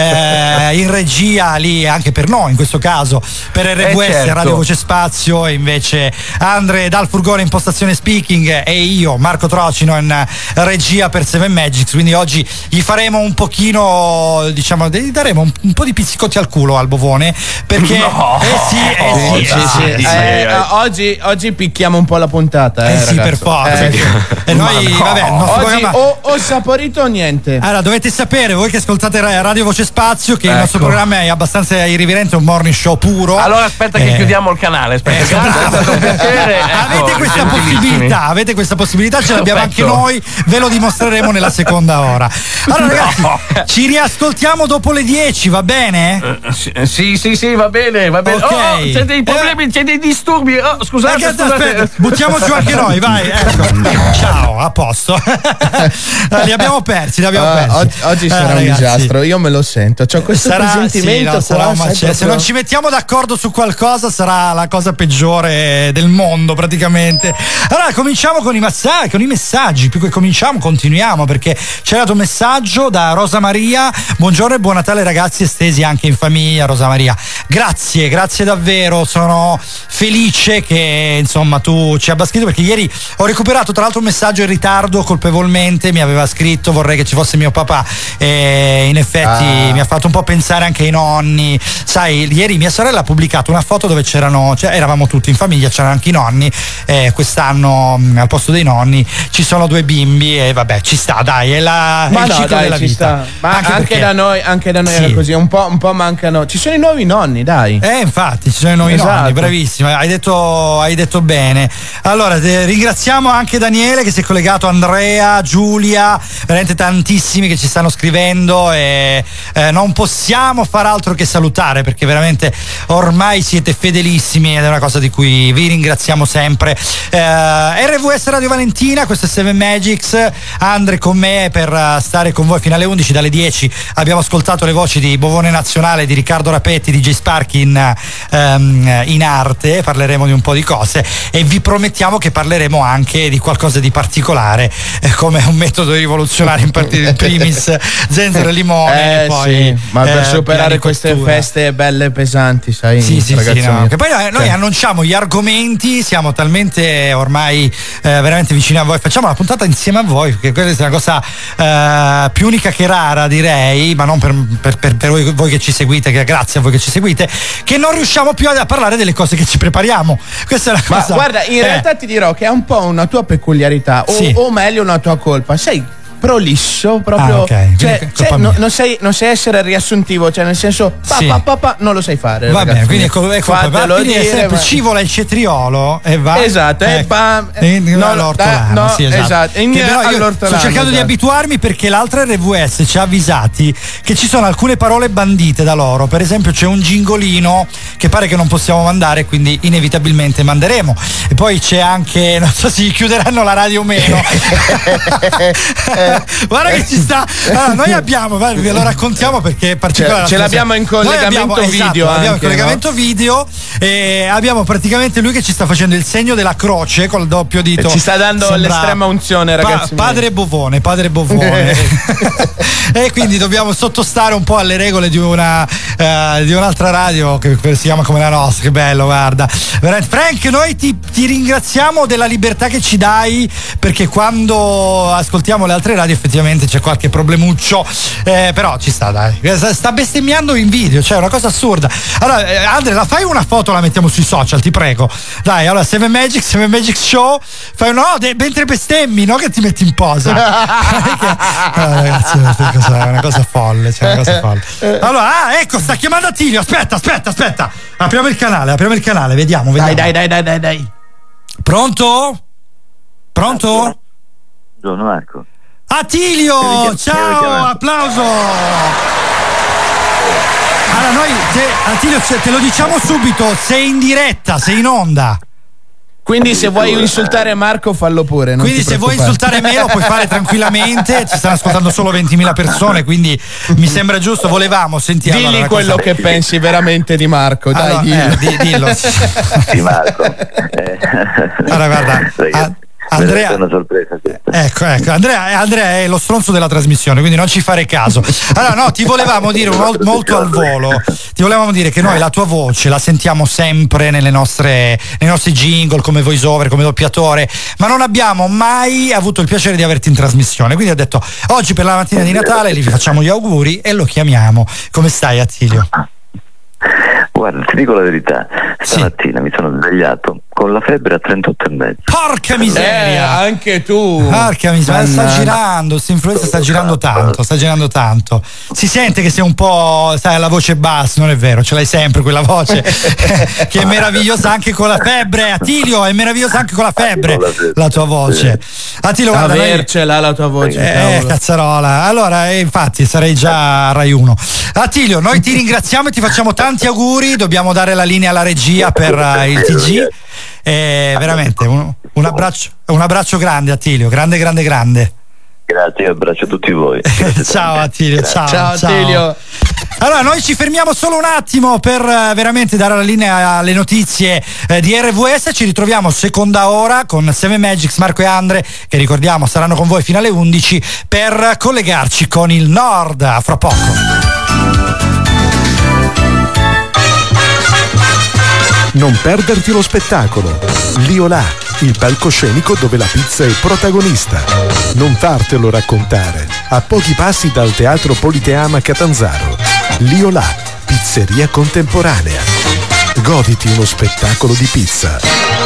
eh, in regia lì anche per noi, in questo caso per R V S Eh, certo. Radio Voce Spazio, e invece Andre Dal Furgone in postazione speaking e io, Marco Trocino, in regia per Seven Magics. Quindi oggi gli faremo un pochino, diciamo, gli daremo un, un po' di pizzicotti al culo al Bovone, perché No. eh sì, eh sì, Sì, eh sì, sì, sì. sì. Eh, eh, oggi, oggi picchiamo un po' la puntata. Eh, Eh sì, ragazzo. per forza. Eh, sì. E noi, Ma no. vabbè, il nostro Oggi programma- o, o saporito o niente. Allora, dovete sapere, voi che ascoltate Ra- Radio Voce Spazio, che il Ecco. nostro programma è abbastanza irriverente, un morning show puro. Allora aspetta che Eh. chiudiamo il canale, aspetta. Eh, Grazie, è stato un piacere. Ecco, avete questa gentilissimi. possibilità, avete questa possibilità, ce l'abbiamo anche Perfetto. noi, ve lo dimostreremo nella seconda ora. Allora ragazzi, No. ci riascoltiamo dopo le dieci, va bene? Eh, Sì, sì, sì, sì, va bene, va bene. Ok. Oh, c'è dei problemi, c'è dei disturbi. Oh, scusate, Aspetta, scusate. aspetta, buttiamo giù anche noi, vai, ecco. Ciao, a posto. Eh, li abbiamo persi, li abbiamo Ah, persi. oggi, oggi Eh, sarà un ragazzi. disastro, io me lo sento. C'ho questo Sarà, presentimento sì, no, qua, sarà un sai, macello. Se proprio- non ci mettiamo d'accordo su qualcosa sarà la cosa peggiore. peggiore del mondo praticamente. Allora cominciamo con i massaggi, con i messaggi, più che cominciamo continuiamo, perché c'è arrivato un messaggio da Rosa Maria. Buongiorno e buon Natale ragazzi, estesi anche in famiglia. Rosa Maria, grazie, grazie davvero, sono felice che insomma tu ci abbia scritto, perché ieri ho recuperato tra l'altro un messaggio in ritardo colpevolmente, mi aveva scritto vorrei che ci fosse mio papà, e in effetti ah. mi ha fatto un po' pensare anche ai nonni. Sai, ieri mia sorella ha pubblicato una foto dove c'erano, cioè eravamo tutti in famiglia, c'erano anche i nonni, e quest'anno mh, al posto dei nonni ci sono due bimbi e vabbè, ci sta, dai, è, la, Ma è il no, ciclo dai, della ci vita. Sta. Ma anche, anche da noi, anche da noi sì. era così, un po', un po' mancano. Ci sono i nuovi nonni, dai. Eh, infatti, ci sono i nuovi esatto. nonni, bravissimo, hai detto, hai detto bene. Allora, te, ringraziamo anche Daniele che si è collegato, Andrea, Giulia, veramente tantissimi che ci stanno scrivendo, e eh, non possiamo far altro che salutare, perché veramente ormai siete fedelissimi ed è una cosa di cui vi ringraziamo sempre. Eh, R V S Radio Valentina, questo è Seven Magics, Andre con me per stare con voi fino alle undici. Dalle dieci abbiamo ascoltato le voci di Bovone Nazionale, di Riccardo Rapetti, di J Spark in, um, in arte, parleremo di un po' di cose e vi promettiamo che parleremo anche di qualcosa di particolare, eh, come un metodo rivoluzionario in, part- in primis zenzero e limone, eh, poi sì, ma per eh, superare queste cottura. feste belle pesanti, sai, sì sì sì, no. Che poi noi, noi cioè. annunciamo gli argomenti, siamo talmente ormai eh, veramente vicini a voi, facciamo la puntata insieme a voi, perché questa è una cosa eh, più unica che rara, direi, ma non per, per, per, per voi, voi che ci seguite, che grazie a voi che ci seguite, che non riusciamo più a parlare delle cose che ci prepariamo. Questa è una ma cosa, guarda, in eh. realtà ti dirò che è un po' una tua peculiarità, o, sì. o meglio una tua colpa. Sei prolisso proprio, ah, okay. cioè, sei, no, non, sei, non sei essere riassuntivo, cioè nel senso pa, sì. pa, pa, pa, non lo sai fare. Va ragazzi. bene, quindi è colpa, è colpa. Va, quindi dire, è sempre ma... scivola il cetriolo e va. Esatto, ecco. e bam, e, no, all'ortolano, no, sì, esatto. esatto. In, che però io sto cercando esatto. di abituarmi, perché l'altra R V S ci ha avvisati che ci sono alcune parole bandite da loro. Per esempio c'è un gingolino che pare che non possiamo mandare, quindi inevitabilmente manderemo. E poi c'è anche, non so se chiuderanno la radio o meno. Guarda che ci sta. Allora, noi abbiamo, ve lo raccontiamo perché è particolare. Ce, ce l'abbiamo in collegamento abbiamo, video. Esatto, abbiamo in anche, collegamento no? video e abbiamo praticamente lui che ci sta facendo il segno della croce col doppio dito. E ci sta dando Sembra l'estrema unzione, ragazzi. Pa- padre Bovone, padre Bovone. E quindi dobbiamo sottostare un po' alle regole di una uh, di un'altra radio che si chiama come la nostra. Che bello, guarda. Frank, noi ti, ti ringraziamo della libertà che ci dai, perché quando ascoltiamo le altre radio effettivamente c'è qualche problemuccio, eh, però ci sta, dai. Sta bestemmiando in video, cioè è una cosa assurda. Allora, eh, Andre, la fai una foto, la mettiamo sui social, ti prego. Dai, allora, Seven Magic, Seven Magic Show, fai no, de- mentre bestemmi, no che ti metti in posa. Perché, oh, ragazzi, è una cosa folle, cioè una cosa folle. Allora, ah, ecco, sta chiamando Attilio, aspetta, aspetta, aspetta. Apriamo il canale, apriamo il canale, vediamo, vediamo. Dai, dai, dai, dai, dai. Pronto? Pronto? Buongiorno Marco. Attilio, ciao, applauso. Allora noi te, Attilio, te lo diciamo subito, sei in diretta, sei in onda. Quindi se vuoi insultare Marco fallo pure. Non quindi se vuoi insultare me lo puoi fare tranquillamente, ci stanno ascoltando solo ventimila persone, quindi mi sembra giusto, volevamo sentire. Dilli allora, quello cosa... che pensi veramente di Marco, dai, allora, dillo. Eh, di, dillo. Sì, Marco. Eh. Allora guarda, a, Andrea, una sorpresa, sì. ecco, ecco, Andrea, Andrea è lo stronzo della trasmissione, quindi non ci fare caso. Allora no, ti volevamo dire un, molto al volo, ti volevamo dire che noi la tua voce la sentiamo sempre nelle nostre, nei nostri jingle, come voice over, come doppiatore, ma non abbiamo mai avuto il piacere di averti in trasmissione, quindi ho detto oggi per la mattina di Natale gli facciamo gli auguri e lo chiamiamo. Come stai, Attilio? Guarda, ti dico la verità, stamattina sì. mi sono svegliato con la febbre a trentotto e mezzo. Porca miseria! Eh, anche tu! Porca miseria, sta girando, questa influenza sta girando tanto, sta girando tanto. Si sente che sei un po', sai, la voce bassa, non è vero, ce l'hai sempre quella voce che è meravigliosa anche con la febbre. Attilio, è meravigliosa anche con la febbre la tua voce. Attilio, guarda, avercela noi... la tua voce. Eh, cazzarola. Allora, eh, infatti sarei già a Rai uno. Attilio, noi ti ringraziamo e ti facciamo tanti auguri, dobbiamo dare la linea alla regia per uh, il T G. Eh, veramente un, un abbraccio un abbraccio grande, Attilio, grande grande grande. Grazie, abbraccio a tutti voi. Ciao Attilio, ciao, ciao ciao Attilio. Allora, noi ci fermiamo solo un attimo per eh, veramente dare la linea alle notizie eh, di R V S. Ci ritroviamo seconda ora con Seven Magics, Marco e Andre, che ricordiamo saranno con voi fino alle undici per collegarci con il Nord. A fra poco. Non perderti lo spettacolo. Liolà, il palcoscenico dove la pizza è protagonista. Non fartelo raccontare. A pochi passi dal Teatro Politeama Catanzaro. Liolà, pizzeria contemporanea. Goditi uno spettacolo di pizza.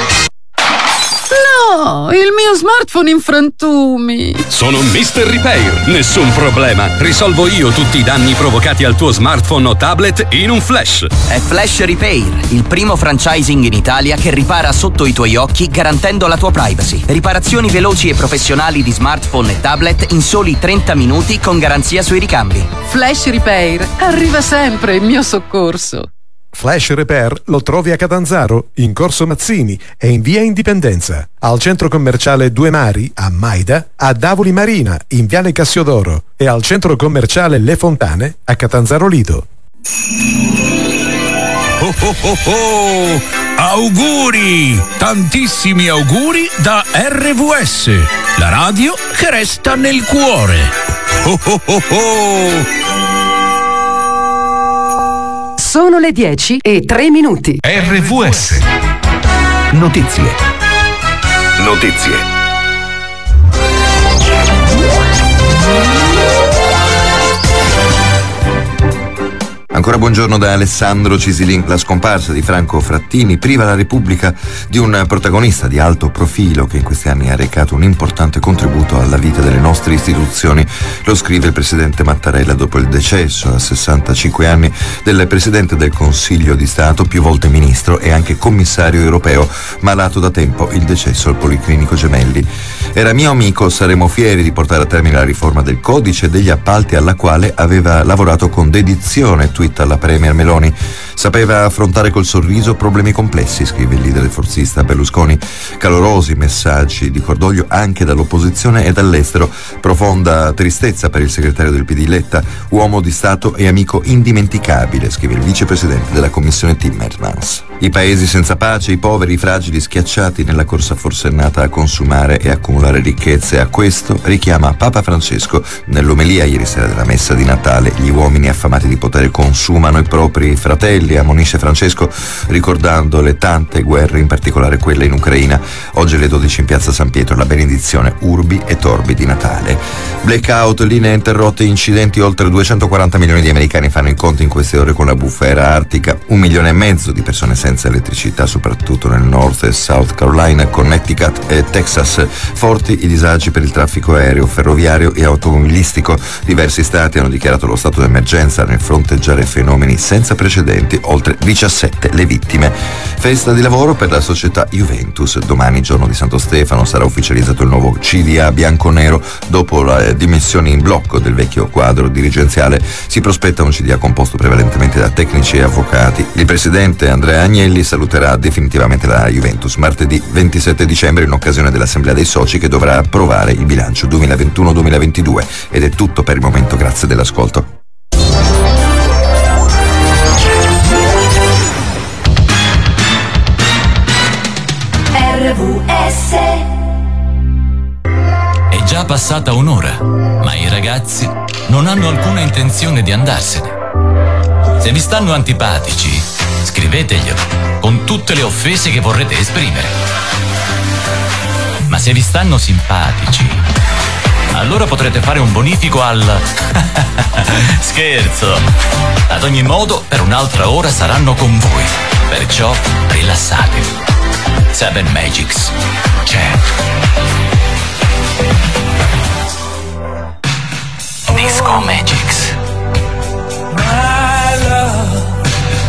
No, il mio smartphone in frantumi. Sono mister Repair, nessun problema. Risolvo io tutti i danni provocati al tuo smartphone o tablet in un flash. È Flash Repair, il primo franchising in Italia che ripara sotto i tuoi occhi garantendo la tua privacy. Riparazioni veloci e professionali di smartphone e tablet in soli trenta minuti con garanzia sui ricambi. Flash Repair, arriva sempre in mio soccorso. Flash Repair lo trovi a Catanzaro, in Corso Mazzini e in via Indipendenza, al centro commerciale Due Mari, a Maida, a Davoli Marina, in viale Cassiodoro e al centro commerciale Le Fontane, a Catanzaro Lido. Oh oh oh oh! Auguri! Tantissimi auguri da R V S, la radio che resta nel cuore. Oh oh oh oh! Sono le dieci e tre minuti. R V S. Notizie. Notizie. Ancora buongiorno da Alessandro Cisilin. La scomparsa di Franco Frattini priva la Repubblica di un protagonista di alto profilo che in questi anni ha recato un importante contributo alla vita delle nostre istituzioni. Lo scrive il presidente Mattarella dopo il decesso a sessantacinque anni del presidente del Consiglio di Stato, più volte ministro e anche commissario europeo, malato da tempo, il decesso al Policlinico Gemelli. Era mio amico, saremo fieri di portare a termine la riforma del codice degli appalti alla quale aveva lavorato con dedizione, tweet alla Premier Meloni. Sapeva affrontare col sorriso problemi complessi, scrive il leader forzista Berlusconi. Calorosi messaggi di cordoglio anche dall'opposizione e dall'estero. Profonda tristezza per il segretario del P D Letta, uomo di Stato e amico indimenticabile, scrive il vicepresidente della Commissione Timmermans. I paesi senza pace, i poveri, i fragili, schiacciati nella corsa forsennata a consumare e accumulare ricchezze. A questo richiama Papa Francesco nell'omelia ieri sera della messa di Natale. Gli uomini affamati di potere consumano i propri fratelli, ammonisce Francesco, ricordando le tante guerre, in particolare quella in Ucraina. Oggi alle dodici in piazza San Pietro la benedizione Urbi e Torbi di Natale. Blackout, linee interrotte, incidenti. Oltre duecentoquaranta milioni di americani fanno i conti in queste ore con la bufera artica. Un milione e mezzo di persone senza elettricità, soprattutto nel North e South Carolina, Connecticut e Texas. Forti i disagi per il traffico aereo, ferroviario e automobilistico. Diversi stati hanno dichiarato lo stato d'emergenza nel fronteggiare fenomeni senza precedenti. Oltre diciassette le vittime. Festa di lavoro per la società Juventus. Domani, giorno di Santo Stefano, sarà ufficializzato il nuovo C D A bianconero. Dopo le dimissioni in blocco del vecchio quadro dirigenziale si prospetta un C D A composto prevalentemente da tecnici e avvocati. Il presidente Andrea Agnelli saluterà definitivamente la Juventus martedì ventisette dicembre in occasione dell'assemblea dei soci che dovrà approvare il bilancio duemilaventuno duemilaventidue. Ed è tutto per il momento, grazie dell'ascolto. R V S. È già passata un'ora, ma i ragazzi non hanno alcuna intenzione di andarsene. Se vi stanno antipatici, scriveteglielo con tutte le offese che vorrete esprimere. Ma se vi stanno simpatici, allora potrete fare un bonifico al... Scherzo! Ad ogni modo, per un'altra ora saranno con voi, perciò rilassatevi. Seven Magics c'è. Disco Magics. My love,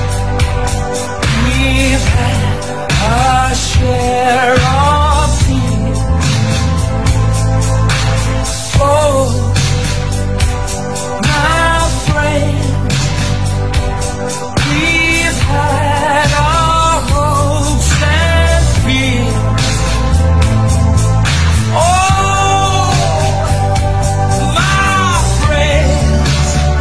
we've had our share of fear. Oh, my friend, we've had our hopes and fears. Oh, my friends,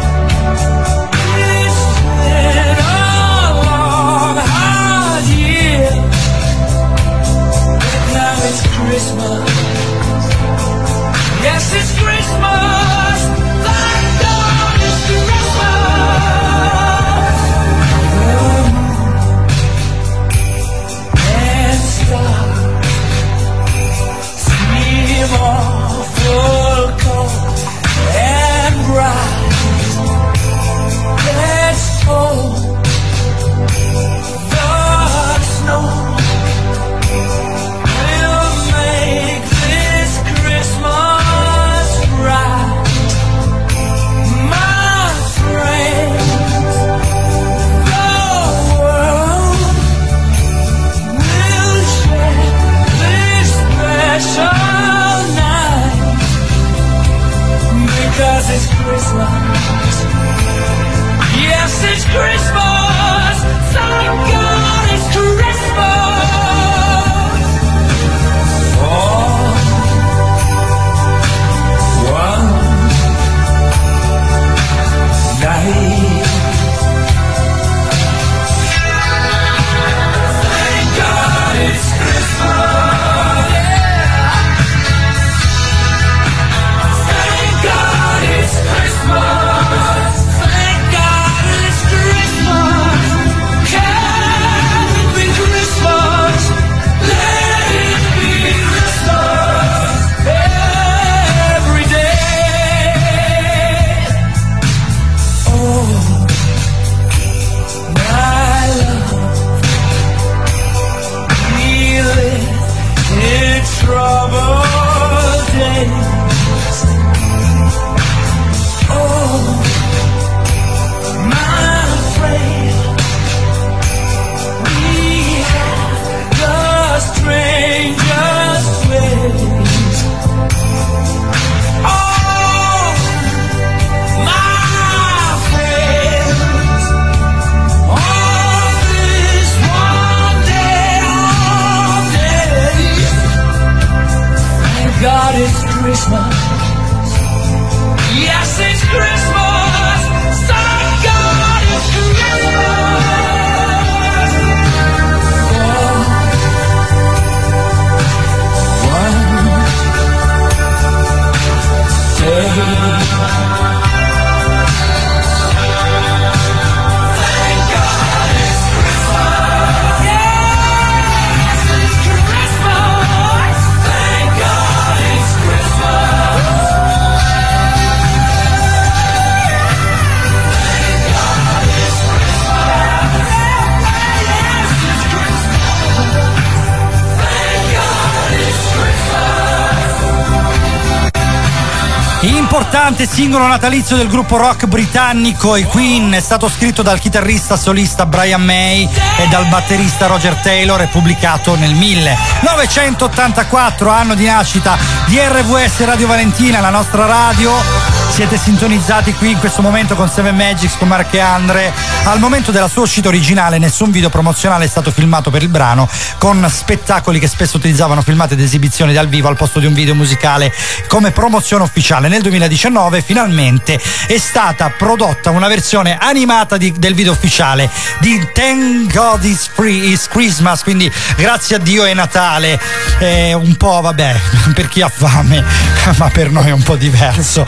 Importante singolo natalizio del gruppo rock britannico i Queen, è stato scritto dal chitarrista solista Brian May e dal batterista Roger Taylor e pubblicato nel millenovecentottantaquattro, anno di nascita di R V S Radio Valentina, la nostra radio. Siete sintonizzati qui in questo momento con Seven Magics, con Mark e Andre. Al momento della sua uscita originale nessun video promozionale è stato filmato per il brano, con spettacoli che spesso utilizzavano filmate ed esibizioni dal vivo al posto di un video musicale come promozione ufficiale. Nel duemiladiciannove finalmente è stata prodotta una versione animata di, del video ufficiale di Thank God It's Free It's Christmas, quindi grazie a Dio è Natale. Eh, un po' vabbè per chi ha fame, ma per noi è un po' diverso.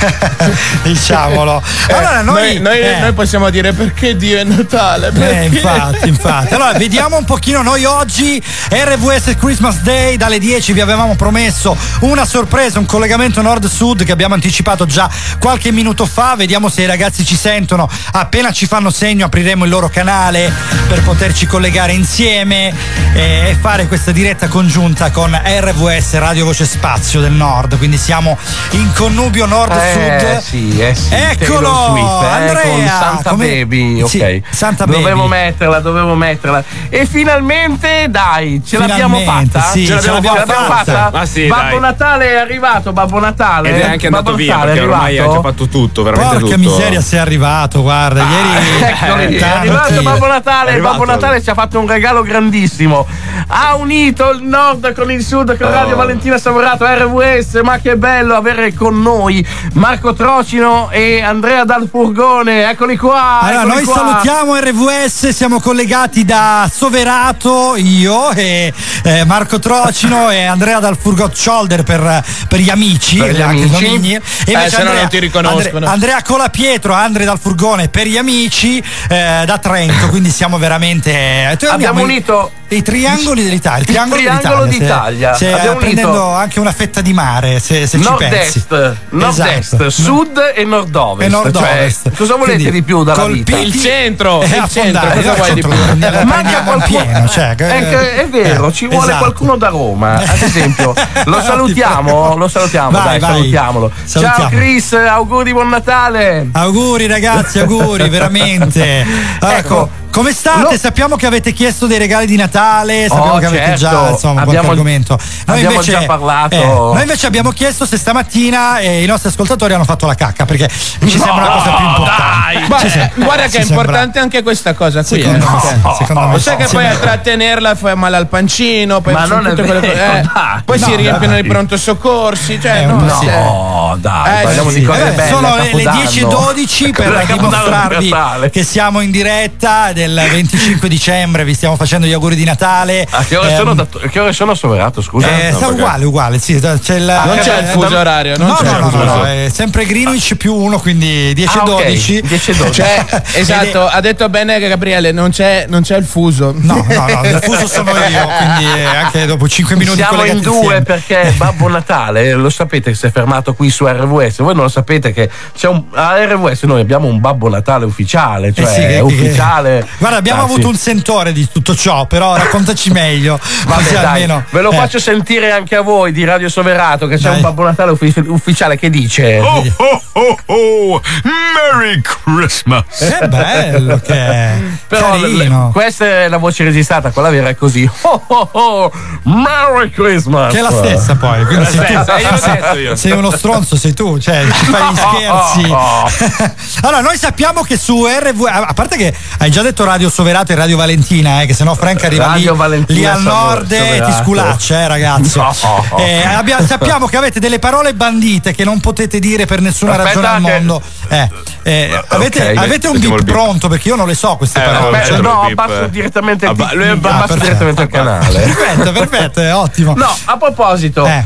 Diciamolo. Allora eh, noi, noi, noi, eh, noi possiamo dire perché Dio è Natale. Eh, infatti, infatti. Allora vediamo un pochino noi oggi R V S Christmas Day dalle dieci. Vi avevamo promesso una sorpresa, un collegamento nord-sud che abbiamo anticipato già qualche minuto fa. Vediamo se i ragazzi ci sentono. Appena ci fanno segno apriremo il loro canale per poterci collegare insieme eh, e fare questa diretta congiunta con R V S Radio Voce Spazio del Nord. Quindi siamo in connubio nord-sud. Eh sì, eh sì. Eccolo, Swift, eh, Andrea, con Santa come... Baby, ok. Sì, Santa dovevo Baby. metterla, dovevo metterla. E finalmente, dai, ce l'abbiamo Finalmente, fatta? sì, ce l'abbiamo, ce l'abbiamo fatta? fatta. Ma sì, Babbo dai. Natale è arrivato, Babbo Natale. Ed è anche andato Babbo via Natale perché è ormai ha arrivato? già fatto tutto, veramente Porca tutto. miseria, sei arrivato, guarda, ieri Eccoli, è tanti- arrivato Babbo Natale. È arrivato. Babbo Natale ci ha fatto un regalo grandissimo. Ha unito il nord con il sud con Oh. Radio Valentina Savorato, R V S. Ma che bello avere con noi Marco Trocino e Andrea Dal Furgone. Eccoli qua. Allora, eccoli noi qua. salutiamo R V S, siamo collegati da Soverato, io e eh, Marco Trocino e Andrea dal Furgot Shoulder per, per gli amici, Per gli anche amici. nomini. E Eh, invece se no non ti riconoscono. Andre- Andrea Colapietro, Andre dal Furgone per gli amici eh, da Trento, quindi siamo veramente eh, Abbiamo unito i triangoli dell'Italia, il triangolo, Il triangolo d'Italia. Se, se, Abbiamo prendendo unito anche una fetta di mare, se, se ci pensi. nord-est, nord-est, Esatto. sud e nord-ovest. E nord-ovest. Cioè, cosa volete Quindi, di più dalla vita? Il centro, Eh, il centro, affondare, cosa il vuoi di centro, più? la Manca prendiamo qualcuno, in pieno, cioè, è, che- è vero, eh, ci vuole esatto. qualcuno da Roma, ad esempio. Lo salutiamo, lo salutiamo, Vai, dai, vai. salutiamolo. Salutiamo. Ciao Chris, auguri di buon Natale. Auguri ragazzi, auguri, veramente. Ecco, Ecco, come state? no. Sappiamo che avete chiesto dei regali di Natale, sappiamo Oh, che avete certo. già insomma qualche Abbiamo- argomento. abbiamo già parlato. eh, noi invece abbiamo chiesto se stamattina eh, i nostri ascoltatori hanno fatto la cacca, perché ci sembra una cosa più importante. Ma, Ci eh, sembra- guarda ci che è sembra- importante anche questa cosa qui. Secondo eh, me perché- sì, secondo me Lo sì. sai che poi a trattenerla fai male al pancino, poi Ma ci non sono è tutte quelle vero, cose- eh, dai. poi si No, riempiono dai. i pronto soccorsi. Cioè, Eh, no, no, sì. No, dai, Eh, parliamo sì. di cose Eh, belle. sono a le, le Capodanno. dieci e dodici per A Capodanno dimostrarvi di Natale. che siamo in diretta del venticinque dicembre, vi stiamo facendo gli auguri di Natale. A che ore Ehm, sono, da- a che ore sono Soverato, scusa? Eh, No, sta perché- uguale, uguale, sì, c'è il, Non eh, c'è il eh, fuso da- orario, non no, c'è no, il no, fuso no, no, orario. è sempre Greenwich più uno, quindi dieci e Ah, ok, dodici. dieci e dodici. Cioè, Ed esatto, è- ha detto bene che Gabriele, non c'è, non c'è il fuso. No, no, no, il fuso sono io, quindi eh, anche dopo cinque minuti Siamo collegati in due insieme. perché Babbo Natale, lo sapete che si è fermato qui su R V S, voi non lo sapete che c'è un, a R V S noi abbiamo un Babbo Natale ufficiale, cioè Eh sì, che- ufficiale. che- Guarda, abbiamo Ah, avuto sì. un sentore di tutto ciò, però raccontaci meglio. Vabbè, così dai, almeno. ve lo eh. faccio sentire anche a voi di Radio Soverato che c'è Dai. un Babbo Natale uffi- ufficiale che dice Oh oh oh oh! Merry Christmas! Che bello che è. Però Carino. le- questa è la voce registrata, quella vera è così. Oh oh oh! Merry Christmas! Che è la stessa poi, quindi La sei, tu. stessa, io l'ho detto io. Sei uno stronzo, sei tu, cioè ci fai gli scherzi. Oh, oh. Allora, noi sappiamo che su R V, a parte che hai già detto Radio Soverato e Radio Valentina, eh, che sennò Frank arriva Radio lì, Valentina lì al nord e Soverato. ti sculaccia, eh, ragazzo. No. Eh, abbia- sappiamo che avete delle parole bandite che non potete dire per nessuna Aspetta ragione al che- mondo. Eh, eh, avete, ok, avete un mettiamo beep il beep. pronto? Perché io non le so queste Eh, parole. vabbè, Cioè, allora- No, beep. abbasso direttamente il Ah, ba- tic- lui è abbasso perfetto. direttamente il canale. Perfetto, perfetto, è ottimo. No, a proposito, Eh.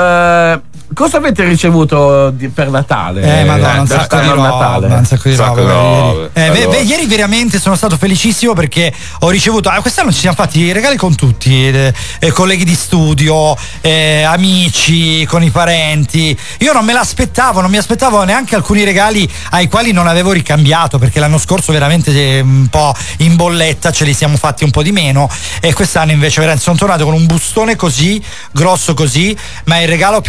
eh, cosa avete ricevuto di- per Natale? Eh, madonna, un per sacco di quest'anno roba, Natale? un sacco di Sacco roba. di roba. Ieri, eh, ve- Allora. ve- ieri veramente sono stato felicissimo perché ho ricevuto, ah, quest'anno ci siamo fatti i regali con tutti, eh, eh, colleghi di studio, eh, amici, con i parenti. Io non me l'aspettavo, non mi aspettavo neanche alcuni regali ai quali non avevo ricambiato, perché l'anno scorso veramente eh, un po' in bolletta ce li siamo fatti un po' di meno, e quest'anno invece veramente sono tornato con un bustone così grosso così, ma è il regalo più bello di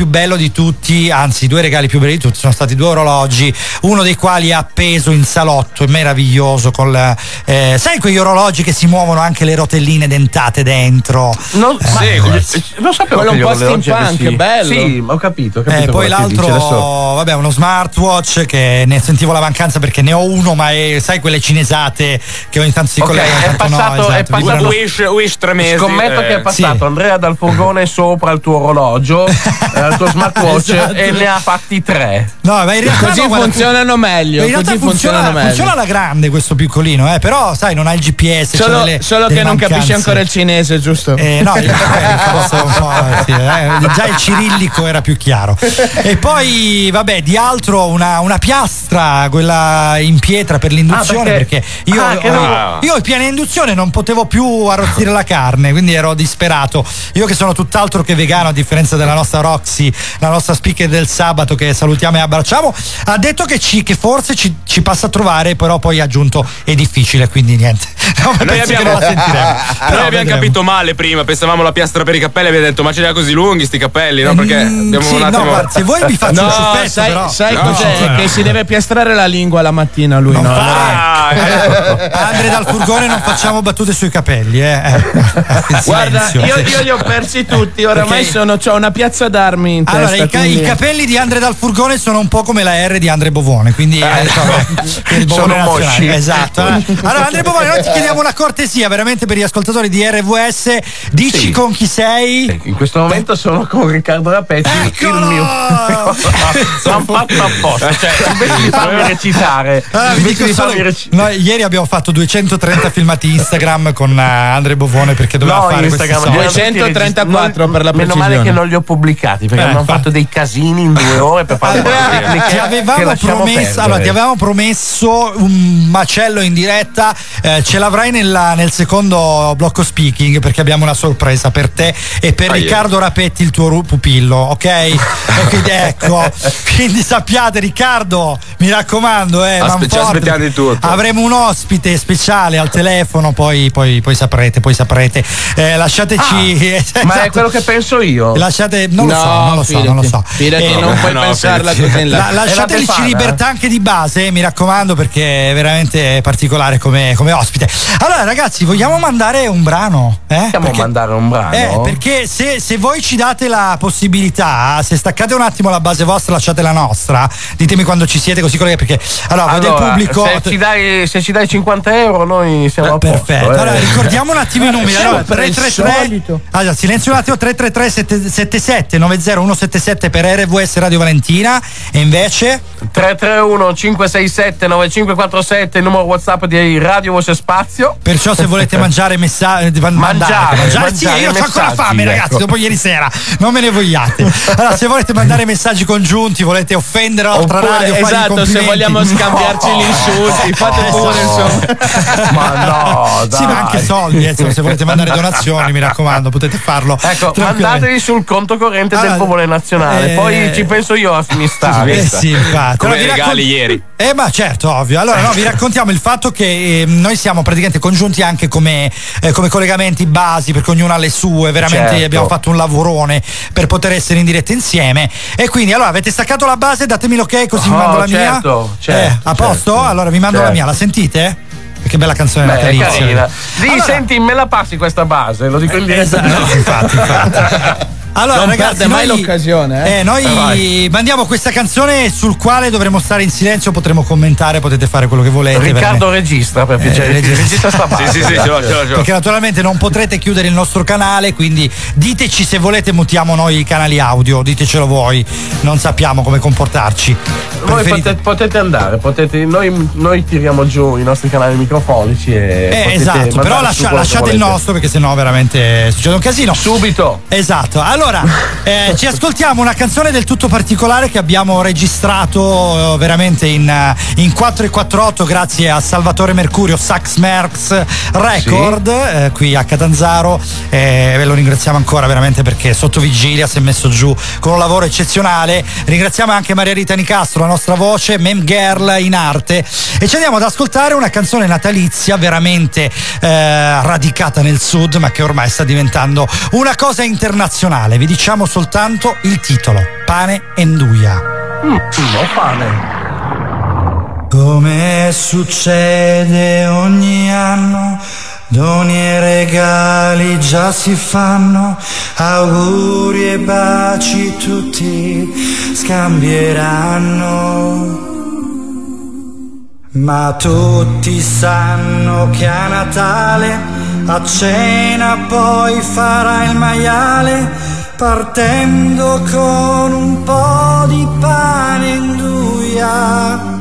di tutti, anzi i due regali più belli di tutti sono stati due orologi, uno dei quali è appeso in salotto, è meraviglioso, con la, eh, sai quegli orologi che si muovono anche le rotelline dentate dentro? Non, eh, ma, eh, non sapevo quello che un po' orologi steampunk, avessi- bello. Sì, ho capito, ho capito Eh, poi quello che l'altro, dici, adesso- vabbè, uno smartwatch che ne sentivo la mancanza perché ne ho uno, ma è, sai quelle cinesate che ogni tanto si Ok, collegano. è ogni tanto no, passato, è esatto, passato Wish, Wish tre mesi. Scommetto eh, che è passato sì. Andrea dal furgone sopra il tuo orologio, eh, il tuo smartwatch, Esatto. e ne ha fatti tre. No, ma in realtà Così no, guarda, funzionano meglio. in realtà Così funziona, funzionano meglio. funziona alla grande questo piccolino, eh, però sai, non ha il G P S. c'ha Solo, delle- solo delle che non mancanze. capisci ancora il cinese, giusto? Eh, no, io- eh, forse un po', eh, sì, eh, già il cirillico era più chiaro. E poi, vabbè, di altro una, una piastra, quella in pietra per l'induzione, Ah, perché- perché, io, ah, che ho- no. io in piena induzione non potevo più arrostire la carne, quindi ero disperato. Io che sono tutt'altro che vegano, a differenza della nostra Roxy, la nostra speaker del sabato, che salutiamo e abbracciamo, ha detto che, ci, che forse ci, ci passa a trovare, però poi ha aggiunto è difficile, quindi niente. No, Noi penso che abbiamo, non la sentiremo. noi Però abbiamo vedremo. capito male prima, pensavamo la piastra per i capelli, abbiamo detto ma ce li ha così lunghi sti capelli, no? Perché Mm, abbiamo sì, un attimo... no, guarda, se vuoi vi faccio No, un ciuffetto, sai, però. sai No, cos'è? no. Che si deve piastrare la lingua la mattina lui, no? Ah, ecco. Andre dal furgone non facciamo battute sui capelli, eh. eh. In Guarda, silenzio. io, io li ho persi tutti, oramai Perché- sono, c'ho una piazza d'armi in Allora, testa. i, ca- quindi- i capelli di Andre dal furgone sono un po' come la R di Andre Bovone, quindi eh, insomma, il Bovone Sono nazionale. mosci. Esatto. eh. Allora, Andre Bovone, noi ti chiediamo una cortesia veramente per gli ascoltatori di R V S, dici Sì. con chi sei? In questo momento sono con Riccardo Rapetti, Eccolo! il mio. L'hanno fatto apposta, cioè invece di farmi recitare, Allora, vi invece dico di solo- farmi recitare. noi ieri abbiamo fatto duecentotrenta filmati Instagram con eh, Andre Bovone perché doveva No, fare Instagram questi soldi. duecentotrentaquattro per la Meno male precisione. che non li ho pubblicati perché Eh, abbiamo infatti. fatto dei casini in due ore per fare delle tecniche ti che avevamo lasciamo promesso, perdere. allora, ti avevamo promesso un macello in diretta, eh, ce l'avrai nella- nel secondo blocco speaking perché abbiamo una sorpresa per te e per Ah, Riccardo Rapetti, il tuo ru- pupillo, ok? E quindi, ecco, quindi sappiate, Riccardo, mi raccomando, eh, Aspe- ci Manforte, aspettiamo di tutto. avremo un ospite speciale al telefono, poi, poi, poi saprete, poi saprete. Eh, lasciateci. Ah, ma è quello che penso io. Lasciate, non lo No, so, non lo so, non lo so. Fidati, Eh, non puoi no, pensarla fidati. così in là. la- lasciateci Befana, libertà anche di base, eh, mi raccomando, perché è veramente particolare come, come ospite. Allora, ragazzi, vogliamo mandare un brano? Eh? Possiamo Perché- mandare un brano? Eh, perché se, se voi ci date la possibilità, se staccate un attimo la base vostra, lasciate la nostra, ditemi quando ci siete, così colleghi, perché allora, voi del Allora, pubblico. se ci, dai, se ci dai cinquanta euro noi siamo a posto. Perfetto, eh. allora ricordiamo un attimo i numeri. Allora, Sempre il tre tre tre solito. allora, silenzio un attimo, tre tre tre sette sette sette nove zero uno sette sette per R V S Radio Valentina. E invece tre tre uno cinque sei sette nove cinque quattro sette il numero WhatsApp di Radio Voce Spazio. perciò se volete mangiare messaggi, Mangiare, mangiare, sì, mangiare io ho ancora messaggi, fame, ecco. ragazzi, dopo ieri sera, non me ne vogliate. Allora, se volete mandare messaggi congiunti, volete offendere l'altra Oppure, radio, fargli esatto, se complimenti. vogliamo scambiarci No. gli insulti, fate pure, insomma. Ma no, dai. Sì, ma anche soldi, eh, insomma, se volete mandare donazioni, mi raccomando, potete farlo. Ecco, tranquillamente. mandateli sul conto corrente Allora, del Popolo Nazionale, eh, poi ci penso io a smistare. Eh sì, infatti. Come Allora, vi regali raccon- ieri. Eh ma certo, ovvio. Allora no, vi raccontiamo il fatto che eh, noi siamo praticamente congiunti anche come, eh, come collegamenti basi, perché ognuno ha le sue, veramente Certo. abbiamo fatto un lavorone per poter essere in diretta insieme. E quindi allora avete staccato la base, datemi l'ok così vi Oh, mando la certo, mia. certo, eh, a posto? certo. Allora vi mando Certo. la mia, la sentite? Che bella canzone Beh, è natalizia. carina. Sì, Allora- senti, me la passi questa base, lo dico in diretta. Esatto, infatti, infatti. Allora, Non ragazzi, perde mai noi, l'occasione, eh? eh, noi Vai. mandiamo questa canzone sul quale dovremo stare in silenzio, potremo commentare, potete fare quello che volete. Riccardo veramente. registra per piacere, Eh, registra. registra sta base. Sì, sì, sì, ce l'ho, ce l'ho, ce l'ho. Perché naturalmente non potrete chiudere il nostro canale, quindi diteci se volete mutiamo noi i canali audio, ditecelo voi, non sappiamo come comportarci. Voi Preferite- potete, potete andare, potete, noi, noi tiriamo giù i nostri canali microfonici e Eh, potete esatto, mandare però su lascia- quello che lasciate il volete. nostro perché sennò veramente succede un casino. Subito. Esatto, allora eh, ci ascoltiamo una canzone del tutto particolare che abbiamo registrato eh, veramente in, eh, in quattro e quarantotto grazie a Salvatore Mercurio, Sax Merx Record, eh, qui a Catanzaro, eh, ve lo ringraziamo ancora veramente perché sotto vigilia si è messo giù con un lavoro eccezionale. Ringraziamo anche Maria Rita Nicastro, la nostra voce, Mem Girl in arte, e ci andiamo ad ascoltare una canzone natalizia veramente eh, radicata nel sud ma che ormai sta diventando una cosa internazionale. Natale. Vi diciamo soltanto il titolo: Pane e Nduja. Mm, ho fame. Come succede ogni anno, doni e regali già si fanno, auguri e baci tutti scambieranno. Ma tutti sanno che a Natale, a cena poi farà il maiale, partendo con un po' di pane e nduja.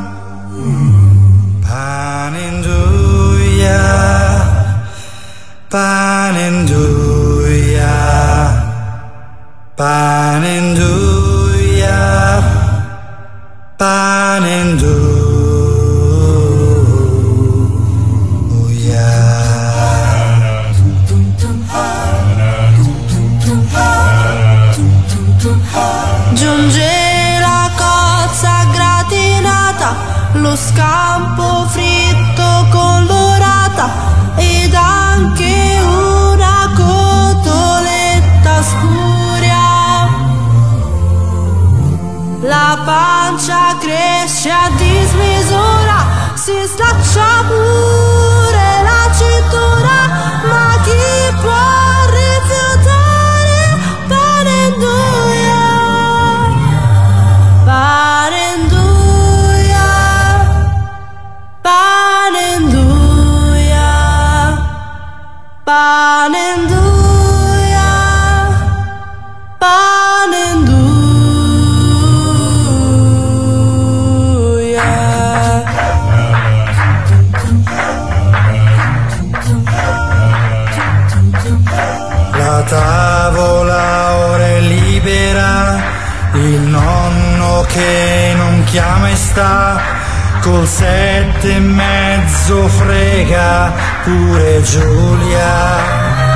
Pane e nduja, pane e nduja, pane e nduja, pane e nduja. Giunge la cozza gratinata, lo scampo fritto colorata ed anche una cotoletta spuria. La pancia cresce a dismisura, si slaccia pure la cintura, ma chi può rifiutare pane e nduja? Pane e nduja, pane e nduja, pane e nduja, pane e nduja. La tavola ora è libera, il nonno che non chiama e sta, col sette e mezzo frega pure Giulia.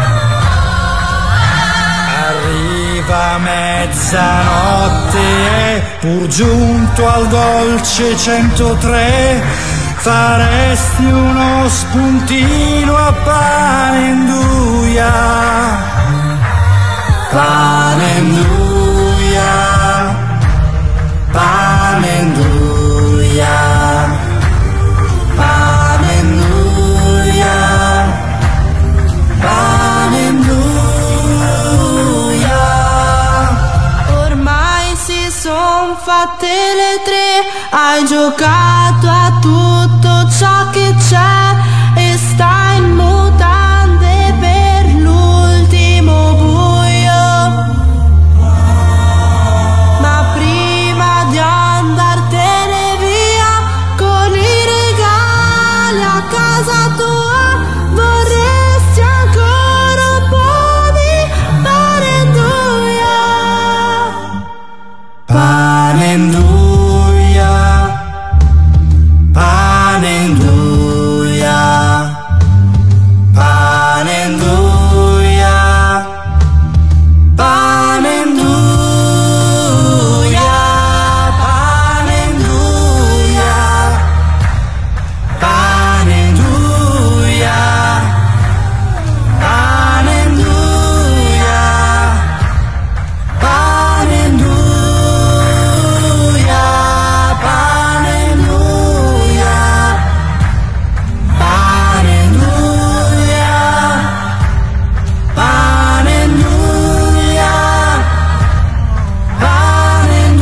Arriva mezzanotte e pur giunto al dolce centotré, faresti uno spuntino a pane e nduja. Pane e nduja, pane e nduja, pane e nduja, pane e nduja. Ormai si son fatte le tre, hai giocato a tutto ciò che c'è e stai in mutande per l'ultimo buio. Ma prima di andartene via con i regali a casa tua, vorresti ancora un po' di pane e nduja. Pane e nduja, pane e nduja, pane e nduja, pane e nduja, pane e nduja, pane e nduja, pane e nduja, pane e nduja, pane e nduja, pane e nduja, pane e nduja, pane e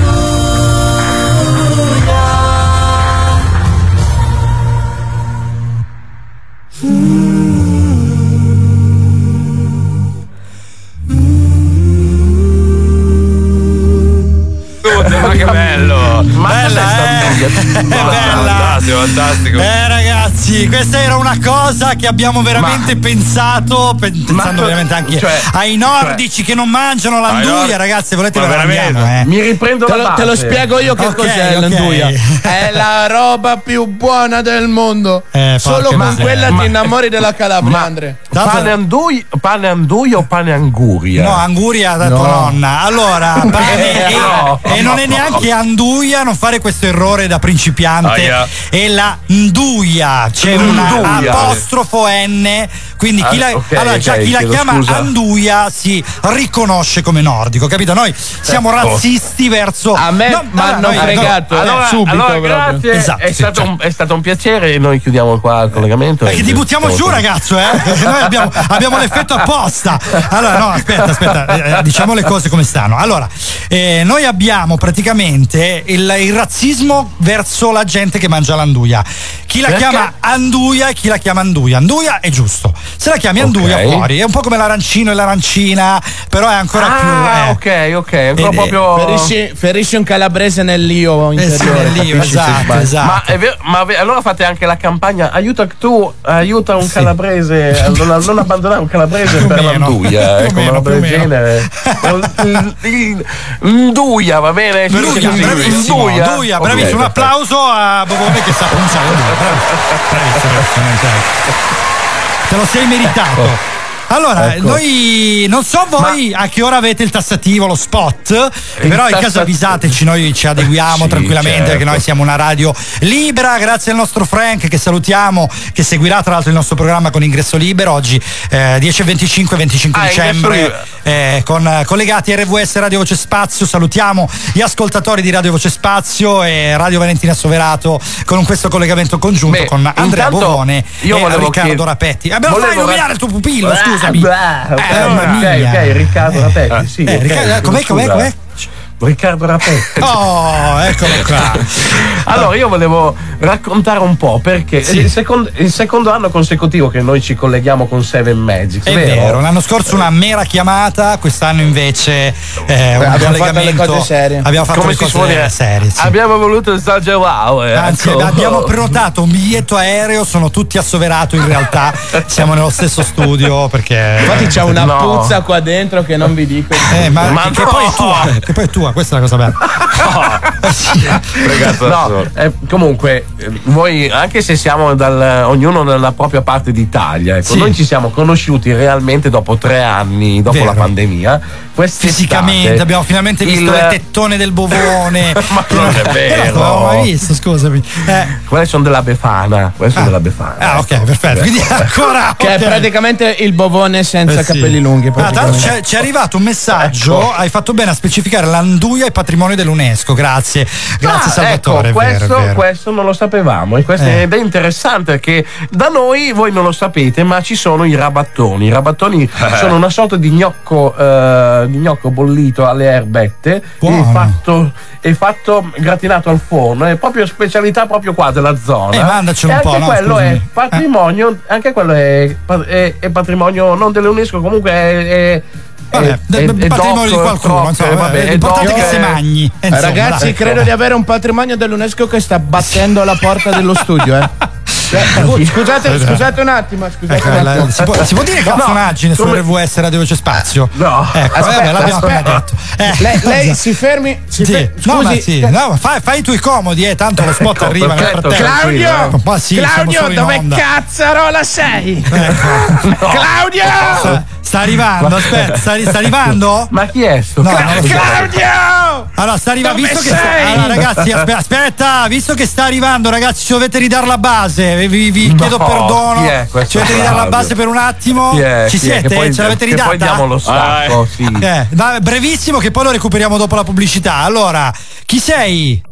Ma che bello! Ma Bella, cos'è sta eh? nduja? È bella. Fantastico, fantastico. Eh ragazzi, questa era una cosa che abbiamo veramente pensato, pen- pensando Ma- veramente anche cioè- ai nordici che non mangiano Ai l'anduja, nord- ragazzi, volete Ma ve la veramente? mandiamo, eh? Mi riprendo Te la lo, te lo base. spiego io che Ok, cos'è ok. l'anduja. È la roba più buona del mondo. Eh, Solo porca con miseria. quella Ma- ti innamori della Calabria, Andre. Tanto- Pane anduja, pane anduja o pane anguria? No, anguria da tua No. nonna. Allora, pane e, No. e non è neanche anduja, non fare questo errore da principiante. Aia. È la nduja. c'è un Anduia. apostrofo N, quindi chi Ah, la, ok, allora, già ok, chi la chiedo chiama scusa. Anduia si riconosce come nordico, capito? Noi siamo Certo. razzisti verso. A me no, m'hanno no, noi- fregato, no, Allora, subito allora, proprio. grazie, Esatto, è, sì, stato cioè. un, è stato un piacere e noi chiudiamo qua il collegamento. Perché ti buttiamo giù, ragazzo, eh? Perché noi abbiamo, abbiamo l'effetto apposta. Allora, no, aspetta, aspetta, eh, diciamo le cose come stanno. Allora, eh, noi abbiamo praticamente il, il razzismo verso la gente che mangia l'anduia. Chi la Perché? chiama anduia e chi la chiama anduia. Anduia è giusto. Se la chiami anduia Ok. fuori, è un po' come l'arancino e l'arancina, però è ancora Ah, più. eh. ok, ok, ancora Ed è- proprio. Ferisci, ferisci un calabrese nell'io Eh sì, interiore. nell'io, capisci se esatto, sbagli. esatto. Ma, è vero, ma ve- allora fate anche la campagna aiuta tu, aiuta un Sì. calabrese a non, non abbandonare un calabrese Più o per meno. l'anduia, Più o ecco, meno, una roba più o del meno. genere. Il- il- Nduia, va bene? Nduia, bravissimo, Nduia, Nduia, Ok, bravissimo. Un perfetto. applauso a Bobone che sa pronunciare Nduia. Bravissimo, bravissimo, bravissimo. Te lo sei meritato. Allora, Ecco. noi non so voi a che ora avete il tassativo, lo spot, però in caso tassativo. avvisateci, noi ci adeguiamo Sì, tranquillamente certo. perché noi siamo una radio libera, grazie al nostro Frank che salutiamo, che seguirà tra l'altro il nostro programma con ingresso libero oggi eh, dieci e venticinque venticinque Ah, ingresso dicembre libero. eh, con eh, collegati R V S Radio Voce Spazio. Salutiamo gli ascoltatori di Radio Voce Spazio e Radio Valentina Soverato con questo collegamento congiunto Beh, con Andrea intanto Bovone io e volevo Riccardo chied- Rapetti. Abbiamo volevo fatto nominare ra- il tuo pupillo, Ah, scusami. blah, ok, Eh, mamma ok, mia. ok, Riccardo Rapetti, sì. Eh, ok, Riccardo- com'è, com'è, scusa. com'è? Riccardo Rapetti. Oh, eccolo qua. Allora, io volevo raccontare un po' perché Sì. il, secondo, il secondo anno consecutivo che noi ci colleghiamo con Seven Magics, È vero? vero, l'anno scorso una mera chiamata, quest'anno invece eh, un abbiamo fatto le collegamento. cose serie. Abbiamo fatto Come le si cose suol dire? serie. Sì. Abbiamo voluto esagerare. Anzi, ecco. abbiamo prenotato un biglietto aereo, sono tutti assoverato in realtà. Siamo nello stesso studio perché. Infatti c'è una No. puzza qua dentro che non vi dico. Eh, ma, Ma che, che no! poi è tua, che poi è tua, questa è la cosa bella. Eh sì. Fregato da No, solo. eh, comunque, eh, voi, anche se siamo dal, ognuno nella propria parte d'Italia, ecco, Sì. noi ci siamo conosciuti realmente dopo tre anni, dopo Vero. la pandemia. Quest'estate, Fisicamente abbiamo finalmente visto il- le tettone del bovone. Ma non è Eh, non vero. l'avevo mai visto, scusami. Eh. Quelle sono della Befana. Quelle sono Ah. della Befana. Ah, ok, ecco. perfetto. Quindi ancora. Che è ok. praticamente il bovone senza Eh sì. capelli lunghi. Ah, tra l'altro praticamente. c'è, c'è arrivato un messaggio, Ecco. hai fatto bene a specificare l'anduia è patrimonio dell'UNESCO, grazie, grazie Ah, Salvatore. ecco, è vero, questo, è vero. questo non lo sapevamo e questo Eh. ed è interessante perché da noi voi non lo sapete, ma ci sono i rabattoni. I rabattoni sono una sorta di gnocco, eh, di gnocco bollito alle erbette e Buono. fatto, e fatto gratinato al forno. È proprio specialità proprio qua della zona. Eh, mandacelo e un po', anche no, quello scusami. è patrimonio, anche quello è, è- è patrimonio non dell'UNESCO, comunque è. è Vabbè, è- del- è- è patrimonio di doc, qualcuno, troc, insomma, vabbè, è l'importante doc, è che si è- magni. Eh, insomma, Ragazzi, dai. credo di avere un patrimonio dell'UNESCO che sta battendo alla porta dello studio, eh. Eh, Scusate, scusate un attimo, scusate Ecco, un attimo. la- si, può, si può dire No, cazzonaggine su come- R V S Radio Voce Spazio? No. Ecco, Aspetta, vabbè, l'abbiamo aspetta. appena detto. Eh, Lei, lei cosa? si fermi. Si Sì. fer- No, ma scusi, sì, no, fai, fai i tuoi comodi, eh, tanto lo spot Ecco, arriva nel perfetto, frattempo. Claudio, Ma sì, siamo Claudio, solo in dove onda. cazzarola sei? Ecco. Claudio! Sta, sta arrivando, aspetta, sta, sta arrivando? Ma chi è sto? No, cazzo? non lo so. Claudio! Allora, sta arrivando, Dove visto che sta, sei? allora, ragazzi, aspe- aspetta, visto che sta arrivando, ragazzi, ci dovete ridare la base. Vi, vi No, chiedo perdono. chi è questo Ci dovete ridare la Claudio? base per un attimo. Chi è? Ci Chi è? siete? Che poi- Ce l'avete che ridata? poi diamo lo stacco, sì. Eh, va- brevissimo, che poi lo recuperiamo dopo la pubblicità. Allora, chi sei?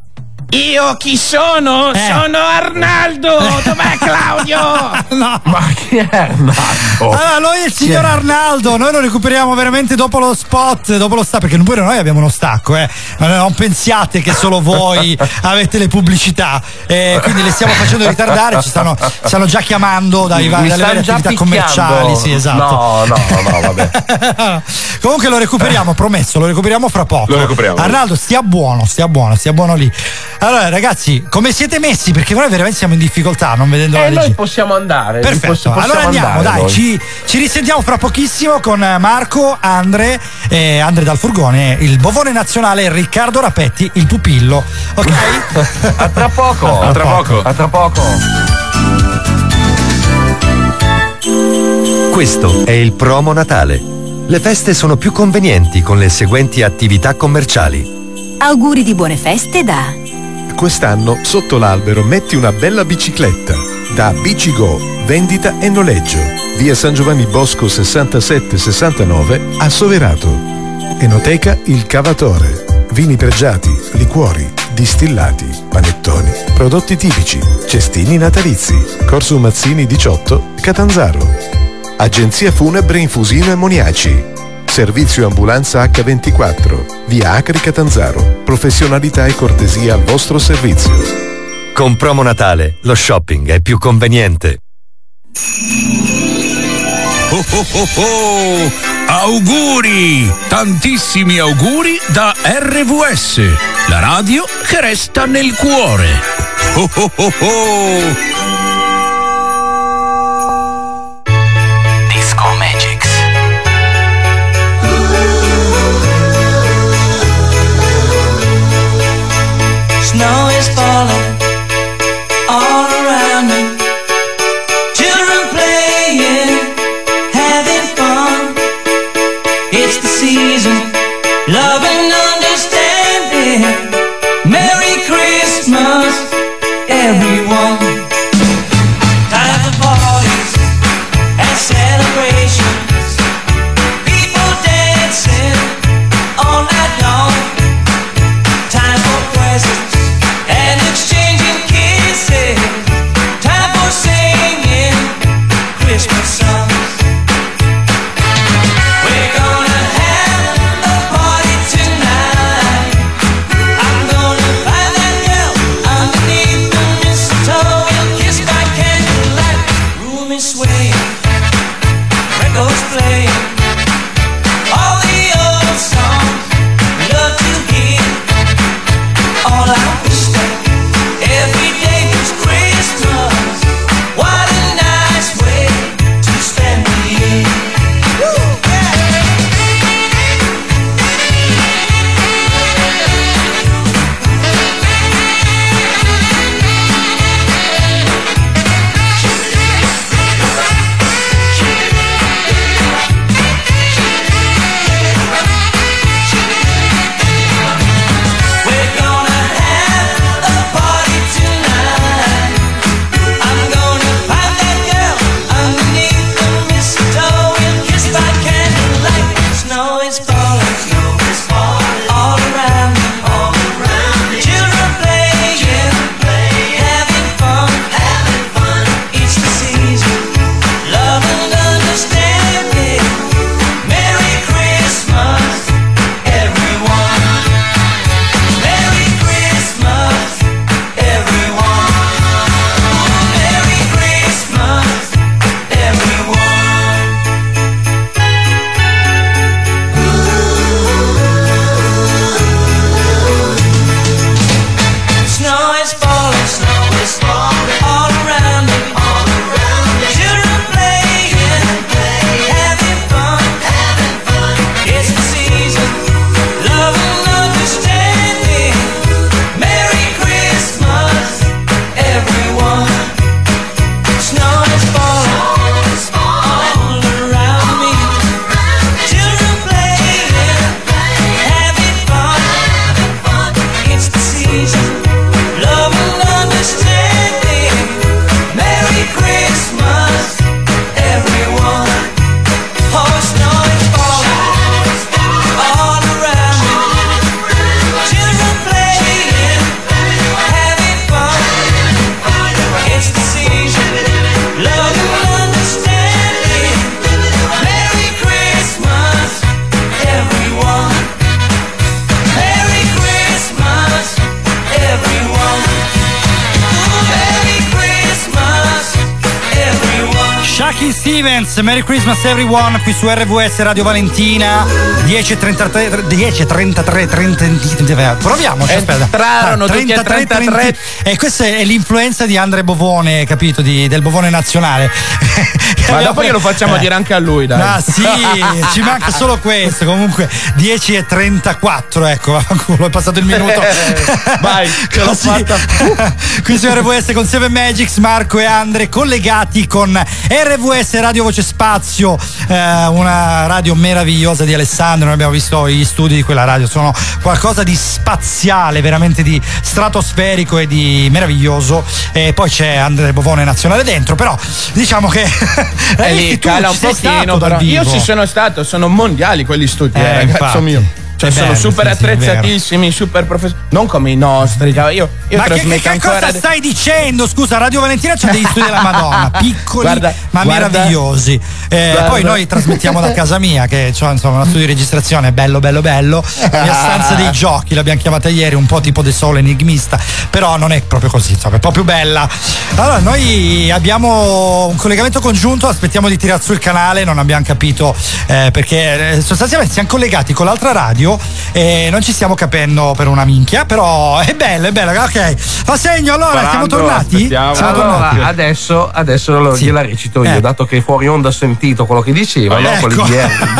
Io chi sono? Eh. Sono Arnaldo! Dov'è Claudio? No. Ma chi è Arnaldo? Allora, noi il signor Arnaldo, noi lo recuperiamo veramente dopo lo spot, dopo lo stacco, perché pure noi abbiamo uno stacco, eh. Non non pensiate che solo voi avete le pubblicità, eh, quindi le stiamo facendo ritardare, ci stanno, stanno già chiamando dai, Mi dalle stanno varie già attività picchiando. commerciali, sì, esatto. No, no, no, vabbè. Comunque lo recuperiamo, promesso, lo recuperiamo fra poco. Lo recuperiamo. Arnaldo, stia buono, stia buono, stia buono lì. Allora, ragazzi, come siete messi? Perché noi veramente siamo in difficoltà, non vedendo la E regia. noi possiamo andare. Perfetto, possiamo allora andiamo, andare dai, noi. ci, ci risentiamo fra pochissimo con Marco, Andre, eh, Andre dal Furgone, il Bovone Nazionale, Riccardo Rapetti, il pupillo. Ok? A tra poco. A tra poco. A tra poco. Questo è il promo Natale. Le feste sono più convenienti con le seguenti attività commerciali. Auguri di buone feste da Quest'anno sotto l'albero metti una bella bicicletta. Da B C Go, vendita e noleggio. Via San Giovanni Bosco sessantasette sessantanove a Soverato. Enoteca Il Cavatore. Vini pregiati, liquori, distillati, panettoni, prodotti tipici, cestini natalizi. Corso Mazzini diciotto, Catanzaro. Agenzia Funebre Infusino e Moniaci. Servizio ambulanza acca ventiquattro, via Acri Catanzaro. Professionalità e cortesia al vostro servizio. Con Promo Natale lo shopping è più conveniente. Oh oh oh oh! Auguri! Tantissimi auguri da R V S, la radio che resta nel cuore. Oh oh oh oh! Disco Magics. Snow is falling all around me. Children playing, having fun. It's the season, love and understanding. Merry Christmas, everyone. Time for parties and celebrations. People dancing all night long. Time for presents and exchanging kisses. Time for singing Christmas songs. We're gonna have a party tonight. I'm gonna find that girl underneath the mistletoe. We'll kiss by candlelight. Room is swaying, records playing. All the old songs we love to hear. All I wish that every day was Christmas. What a nice way to spend the year. We're gonna have a party tonight. I'm gonna find that girl underneath the mistletoe. We'll kiss by candlelight. Snow is falling, snow is falling all around me, all around me. Children playing, having fun, having fun. It's the season, love and understanding. Merry Christmas, everyone. Merry Christmas, everyone. Merry Christmas, everyone. Snow is falling, snow is falling all around me, all around me. Children playing, having fun, having fun. It's the season, love and understanding. Merry Christmas, everyone. Snow is falling, all around me. Children playing, having fun. It's the season, love and understanding. Merry Christmas, everyone. Oh, snow is falling all around me. Children playing, having fun. It's the season, love and understanding. Merry Christmas, everyone. Merry Christmas, everyone. Merry Christmas, everyone. Shaky Stevens, Merry Christmas Everyone, qui su R V S Radio Valentina, dieci e trentatré, dieci e trentatré, trenta, proviamoci, aspetta. Entrarono tutti a trentatré. E questa è l'influenza di Andre Bovone, capito, di, del Bovone nazionale. Ma dopo glielo facciamo eh. dire anche a lui, dai. Ah sì, ci manca solo questo. Comunque dieci e trentaquattro, ecco, è passato il minuto. Vai, ce l'ho fatta. Qui su R V S con Seven Magics, Marco e Andre collegati con R V S S Radio Voce Spazio, eh, una radio meravigliosa di Alessandro. Noi abbiamo visto gli studi di quella radio, sono qualcosa di spaziale, veramente di stratosferico e di meraviglioso. E poi c'è Andrea Bovone Nazionale dentro, però diciamo che E lì cala un pochino, però. Io ci sono stato, sono mondiali quelli studi, eh, ragazzo infatti. mio. Cioè, È sono bello, super sì, sì, è vero. attrezzatissimi, super professionali. Non come i nostri. Io, io Ma che, che, trasmetto che ancora. cosa stai dicendo? Scusa, Radio Valentina c'ha degli studi della Madonna, piccoli Guarda, ma guarda. meravigliosi. Eh, Guarda. poi noi trasmettiamo da casa mia, che c'ho insomma uno studio di registrazione bello bello bello. La mia stanza dei giochi, l'abbiamo chiamata ieri, un po' tipo The Soul enigmista, però non è proprio così, insomma, è proprio bella. Allora, noi abbiamo un collegamento congiunto, aspettiamo di tirare su il canale, non abbiamo capito eh, perché eh, sostanzialmente siamo collegati con l'altra radio e non ci stiamo capendo per una minchia, però è bello, è bello, ok. Fa segno, allora, Sparando, siamo tornati? aspettiamo. Siamo Allora, tornati. adesso, adesso lo- Sì. gliela recito io, Eh. dato che fuori onda ho sentito quello che diceva, no? Ecco. Quelli di,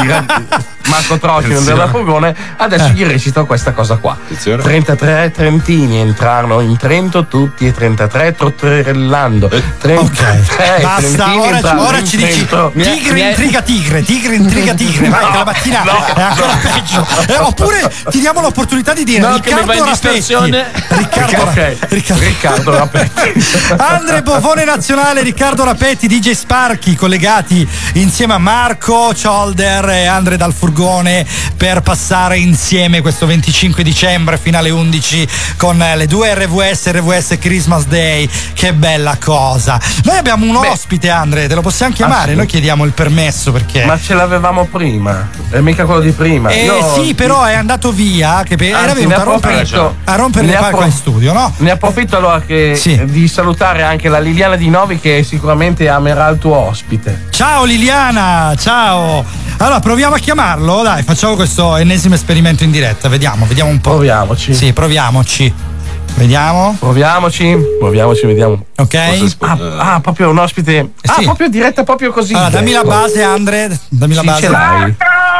di Marco Trocino della Furgone, adesso Eh. gli recito questa cosa qua. trentatré trentini entrarono in Trento, tutti e trentatré trotterellando. trentatré Basta, trentini ora, entrarono ora in ci dici Trento. tigre intriga tigre, tigre intriga tigre, vai, che la mattina è ancora peggio. Eh, oppure ti diamo l'opportunità di dire No, che mi Riccardo vai in Rapetti. distorsione. Riccardo, Ok, Riccardo, Riccardo Rapetti. Andre Bovone Nazionale, Riccardo Rapetti, D J Sparky collegati insieme a Marco Ciolder e Andre dal Furgone per passare insieme questo venticinque dicembre fino alle undici con le due R V S, R V S Christmas Day. Che bella cosa. Noi abbiamo un ospite, Andre, te lo possiamo chiamare? Ah, sì. Noi chiediamo il permesso perché Ma ce l'avevamo prima, è mica quello di prima. eh, Io- sì, però è andato via che per- era Anzi, venuto ne a rompere, approfitto. a rompere Ne le palle appro- qua in studio, no? Ne approfitto allora che, di salutare anche la Liliana Di Novi che sicuramente amerà il tuo ospite. Ciao Liliana, ciao. Allora proviamo a chiamarlo, dai, facciamo questo ennesimo esperimento in diretta, vediamo, vediamo un po'. Proviamoci. Sì, proviamoci. Vediamo. Proviamoci, proviamoci, vediamo. Ok. Ah, ah, proprio un ospite. Ah, sì. proprio diretta, proprio così. Allora, dammi la base, Andre. Dammi la Sì, base. ce l'hai.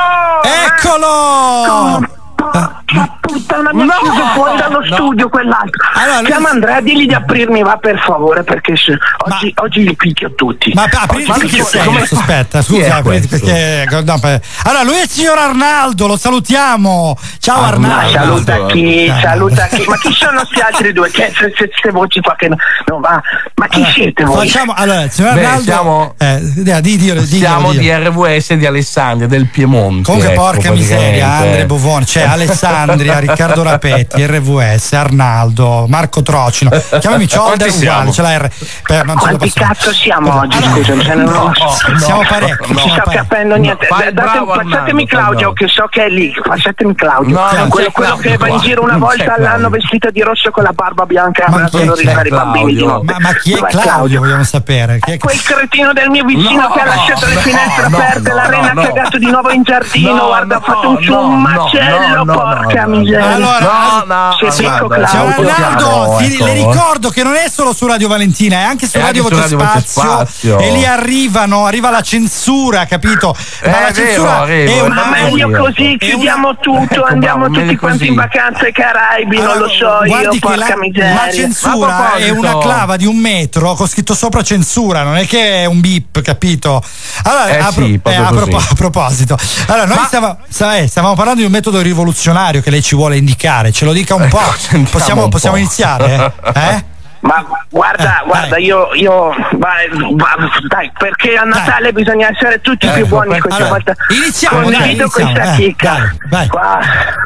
Eccolo! Puttana, mi ha chiuso fuori dallo studio quell'altro. Allora, lui- Chiama Andrea, digli di aprirmi, va, per favore, perché se- oggi, oggi li picchio tutti. Ma apri Oggi in che li- senso? come- Aspetta, Chi è scusa, apri- questo? perché no, per- allora lui è il signor Arnaldo, lo salutiamo. Ciao Ma Arnaldo. saluta chi, Eh. saluta chi, ma chi sono questi altri due? Che se, se, se voci qua che no, non va. Ma chi Allora, siete voi? Facciamo, allora, il signor Beh, Arnaldo. siamo- eh, di, di, di, di, Siamo di, di R V S di Alessandria, del Piemonte. Comunque, ecco, porca miseria, praticamente. Andre Bovone, c'è Alessandria, Riccardo Rapetti, R V S, Arnaldo, Marco Trocino. Chiamami Ciolder, Quanti uguale, siamo? ce l'ha R. Per, non ce lo Quanti possiamo- cazzo siamo oggi? Allora, Scusa, se non no, no, siamo parecchi. Non ci siamo sto parecchi. capendo niente. Fai Date- bravo, passatemi Arnaldo, Claudio, fai che so che è lì. Passatemi Claudio. No, non quello c'è quello Claudio che va in qua. giro una Non volta c'è all'anno Claudio. vestito di rosso con la barba bianca Ma a chi è terrorizzare i Claudio? bambini di notte. Ma, ma chi è Dov'è Claudio? Vogliamo sapere. Chi è Quel cretino del mio vicino No, che ha lasciato le no, finestre no, aperte, no, la rena no, ha no. cagato di nuovo in giardino, No, guarda, no, ha fatto un su no, un no, macello, no, no, porca no. miseria. Allora, No, no, Se dico guarda, Ciao Claudio. Arnaldo, ti- ecco. le ricordo che non è solo su Radio Valentina, è anche su È Radio anche su Voce Radio Voce Spazio, Spazio. e lì arrivano, arriva la censura, capito? Ma Eh, la è censura vero, arrivo, è è una Ma Mamma meglio mia. così, È chiudiamo tutto, Ecco, andiamo bravo, tutti meglio quanti così. in vacanza ai Caraibi, non lo so io, Guardi che porca la, miseria. la censura Ma a è proposito- una clava di un metro con scritto sopra censura, non è che è un bip, capito? Allora, Eh a, pro- sì, eh, proprio a, propo- così. a proposito, allora noi Ma- stiamo- sa- eh, stavamo parlando di un metodo rivoluzionario che lei ci vuole indicare, ce lo dica un po'. sentiamo Possiamo, un possiamo po'. iniziare? Eh? Ma guarda, Eh, guarda, dai. io, io vai, va- dai, perché a Natale bisogna essere tutti Ecco, più buoni per- questa allora, volta. iniziamo, dai, Condivido iniziamo, questa eh, chicca. dai, vai. Qua.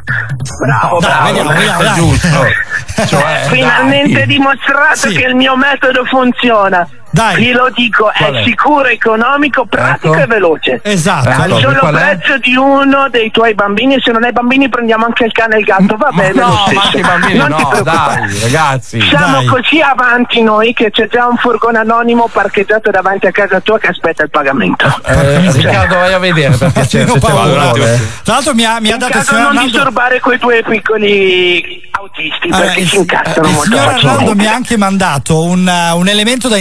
Bravo, Dai, bravo. vediamo, vediamo, dai. Giusto. Cioè, Finalmente dai. dimostrato Sì. che il mio metodo funziona. Dai. Glielo dico, Qual è è? sicuro, economico, pratico Ecco. e veloce. Esatto. Al Ecco, solo qual è? prezzo di uno dei tuoi bambini, e se non hai bambini prendiamo anche il cane e il gatto, va Ma bene lo no, stesso. ma anche i bambini Non ti no, preoccupare. dai, ragazzi. Siamo Dai. così avanti noi che c'è già un furgone anonimo parcheggiato davanti a casa tua che aspetta il pagamento. Eh, Riccardo, vai a vedere per piacere Io se c'è paura. qualcosa. Tra l'altro mi ha, mi ha In dato il caso signor non Arnaldo. disturbare quei due piccoli autisti Allora, perché il, si incazzano il molto signor Arnaldo facilmente. mi ha anche mandato un, uh, un elemento da inserire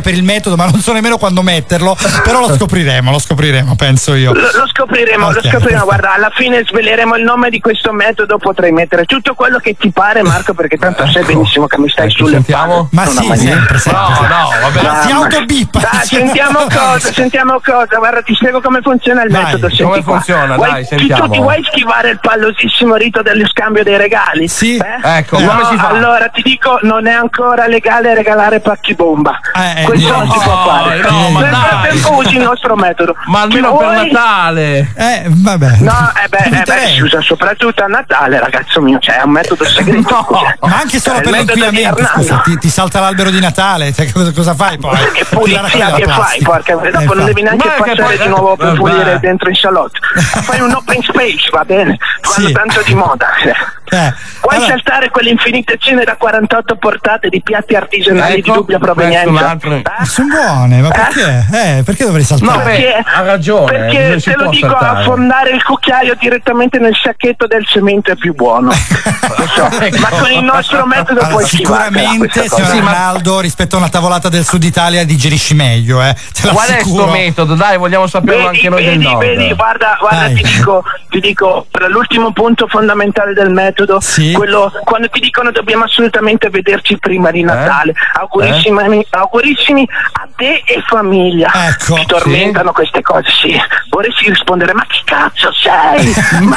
per il metodo, ma non so nemmeno quando metterlo. Però lo scopriremo, lo scopriremo, penso io. Lo, lo scopriremo, Okay. lo scopriremo. Guarda, alla fine sveleremo il nome di questo metodo. Potrai mettere tutto quello che ti pare, Marco, perché tanto sai benissimo che mi stai sulle palle. Ma Non sì, ho mai- sempre, sempre. No, no, vabbè. Ma si autobippa. Dai, sentiamo cosa, sentiamo cosa. Guarda, ti spiego come funziona il Vai, metodo. Senti come qua. funziona, Vuoi- dai, tu- sentiamo. Tu ti vuoi schivare il pallosissimo rito dello scambio dei regali? Sì. Eh? Ecco, No, come si fa? Allora ti dico, non è ancora legale regalare pacchi bomba. Eh, Questo eh, non si no, può fare. no, ma Nel dai. frattempo usi il nostro metodo. Ma almeno Che per vuoi- Natale. Eh, vabbè. No, eh beh, eh beh, Eviterei. si usa soprattutto a Natale, ragazzo mio, cioè è un metodo segreto. cos'è? Ma anche solo È per il metodo di l'inquinamento, Arnaldo. scusa, ti, ti salta l'albero di Natale, cioè, cosa, cosa fai poi? Che Ti la raccogli pulizia la che fai, plastica. porca miseria, dopo Eh, non devi neanche Ma che passare poi- di nuovo per vabbè. pulire dentro in salotto. Fai un open space, va bene, vanno Sì. tanto di moda. Eh, Puoi allora- saltare quelle infinite cene da quarantotto portate di piatti artigianali di Ecco, dubbia questo provenienza. un altro- Eh? Sono buone, ma perché? Eh, perché dovrei saltare? No, beh, Perché- ha ragione. Perché non si te lo può dico, saltare. affondare il cucchiaio direttamente nel sacchetto del cemento è più buono. Lo so, ma con il nostro metodo Allora, puoi schivartela sicuramente, questa signor cosa. Sì, ma- Arnaldo, rispetto a una tavolata del Sud Italia digerisci meglio, eh. Te Qual è l'assicuro. sto metodo? Dai, vogliamo saperlo Vedi, anche noi del vedi, nord. vedi, guarda, guarda Dai. ti dico, ti dico, per l'ultimo punto fondamentale del metodo, Sì. quello quando ti dicono dobbiamo assolutamente vederci prima di Natale. Augurissimi, augurissimi a te e famiglia. Ecco. Ti tormentano queste cose, sì. Vorresti rispondere, ma chi cazzo sei? Ma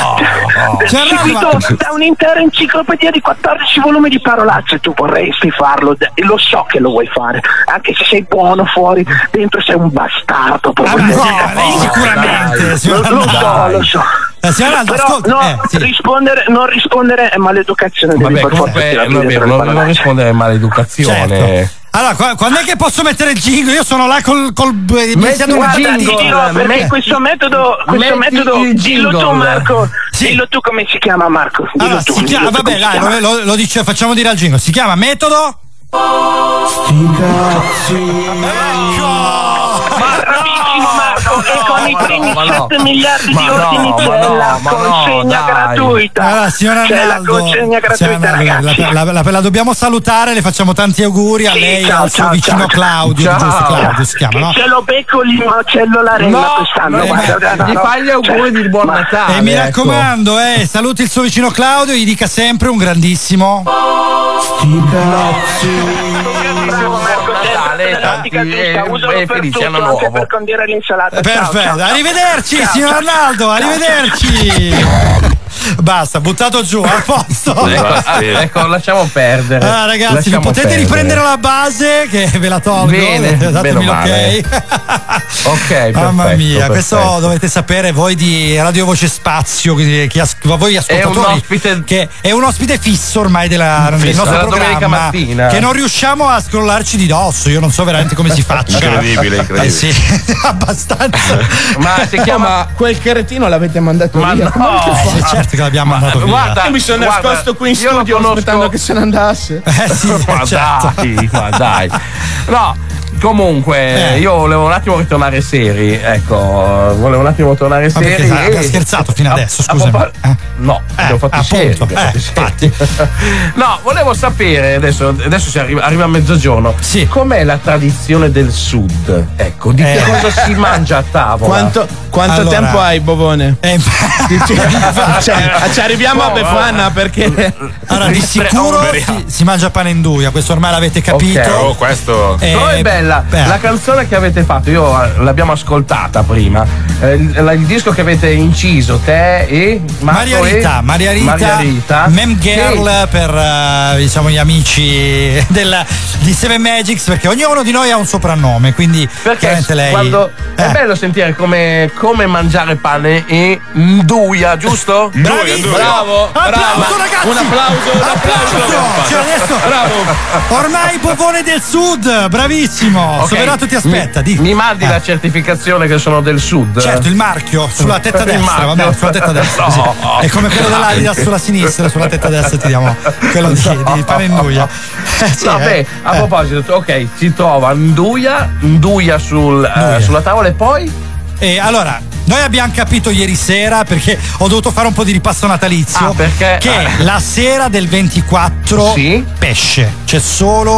Cioè, seguito ma- da un'intera enciclopedia di quattordici volumi di parolacce, tu vorresti farlo, d- e lo so che lo vuoi fare, anche se sei buono fuori, dentro sei un bastardo. Ah, proprio. ma sì, No, lei no, sicuramente, dai. signor lo, lo so, Arnaldo. lo so. Eh, signor Arnaldo, Però ascolti, no, eh, sì. rispondere, non rispondere è maleducazione. devi Vabbè, per forza comunque, tirare non, è dietro vero, le non, non parolacce. rispondere a maleducazione. Certo. Allora, qua- quando è che posso mettere il jingle? Io sono là col. col Metti iniziando un una Guarda, ti jingle, dirò perché metti- questo metodo, questo metti metodo, il dillo tu jingle. Marco, Sì. dillo tu come si chiama Marco, dillo Allora, tu, si dillo chiama, tu vabbè, come si dai, chiama. lo, lo- lo dice, facciamo dire al jingle. Si chiama metodo? Ma bravissimo Marco, e con i primi ma no. sette miliardi Ma di no, ordini ma c'è no, la ma no, consegna dai. gratuita. Allora, signor C'è la Arnaldo, consegna gratuita, signor Arnaldo, ragazzi. la, la- la- la dobbiamo salutare, le facciamo tanti auguri a Sì, lei e ciao, al suo ciao, vicino ciao. Claudio, Ciao. giusto? Claudio si chiama, Che no? ce lo becco l'inocello Larella No, quest'anno. eh, guarda, ma no, gli no. fai gli auguri Cioè, di buon ma- Natale. E mi ecco. raccomando, eh, saluti il suo vicino Claudio e gli dica sempre un grandissimo. Natale, Nell'ottica tanti, giusta, e- usalo e per felice tutto, anno anche nuovo. per condire l'insalata. Ciao, Perfetto, ciao, ciao. arrivederci Ciao, signor ciao. Arnaldo, arrivederci. Basta, buttato giù, a posto. Ecco, ecco, lasciamo perdere. Ah, ragazzi, Lasciamo potete perdere. riprendere la base che ve la tolgo. Bene, datemi bene o male. l'ok. Ok, perfetto, Mamma mia, questo perfetto. dovete sapere voi di Radio Voce Spazio, che, che as- voi ascoltatori, È un ospite- che è un ospite fisso ormai della, del Fisso, nostro della domenica programma, mattina. che non riusciamo a scrollarci di dosso. Io non so veramente come si faccia. Incredibile, incredibile. Eh sì, abbastanza. Ma si chiama. Ma quel cretino l'avete mandato Ma via. no. Come avete fatto? Eh, certo che l'abbiamo mandato via. Guarda, Io mi sono guarda, nascosto qui in io lo studio conosco- aspettando che se ne andasse. Eh sì, Ma certo. dai, ma dai. No, comunque, Eh. io volevo un attimo ritornare seri. Ecco, volevo un attimo tornare Ma perché seri. ha- ha scherzato fino adesso, a- a scusami. poppa- Eh. No, Eh, abbiamo fatto appunto, seri. abbiamo eh, fatto seri. No, volevo sapere, adesso, adesso si arriva, arriva a mezzogiorno. Sì. Com'è la tradizione del sud? Ecco, di che Eh. cosa si mangia a tavola? Quanto, quanto Allora- tempo hai, Bovone? Eh, Cioè, ci arriviamo a No, Befana perché allora, di sicuro si, si mangia pane in duia, questo ormai l'avete capito. Ok, Oh, questo. Eh, Però è bella beh, la canzone che avete fatto, io eh, l'abbiamo ascoltata prima. Eh, il, la- il disco che avete inciso, te e Marco Maria e- Rita, Maria Rita, Maria Rita. Mem Girl Che- per eh, diciamo gli amici del, di Seven Magics, perché ognuno di noi ha un soprannome, quindi Perché chiaramente lei quando eh, è bello sentire come, come mangiare pane e nduia, giusto? Bravissimo. Bravo, bravo. Applauso, ragazzi! un applauso, un applauso abbiamo fatto. Cioè, adesso, Bravo. ormai Bovone del Sud, bravissimo. Ok. Soverato ti aspetta, Mi, di. mi mandi Eh. la certificazione che sono del sud? Certo, il marchio sulla tetta Il destra, marchio. vabbè, sulla tetta destra. Così. No. È come quello dell'Adidas sulla sinistra, sulla tetta destra ti diamo quello di, di pane in duia. Eh, sì, No, eh. beh, a Eh. proposito, ok, si trova nduia, nduia sul, eh, Nduia. sulla tavola e poi? E allora, noi abbiamo capito ieri sera, perché ho dovuto fare un po' di ripasso natalizio, Ah, perché- che ah. la sera del ventiquattro Sì? pesce, c'è solo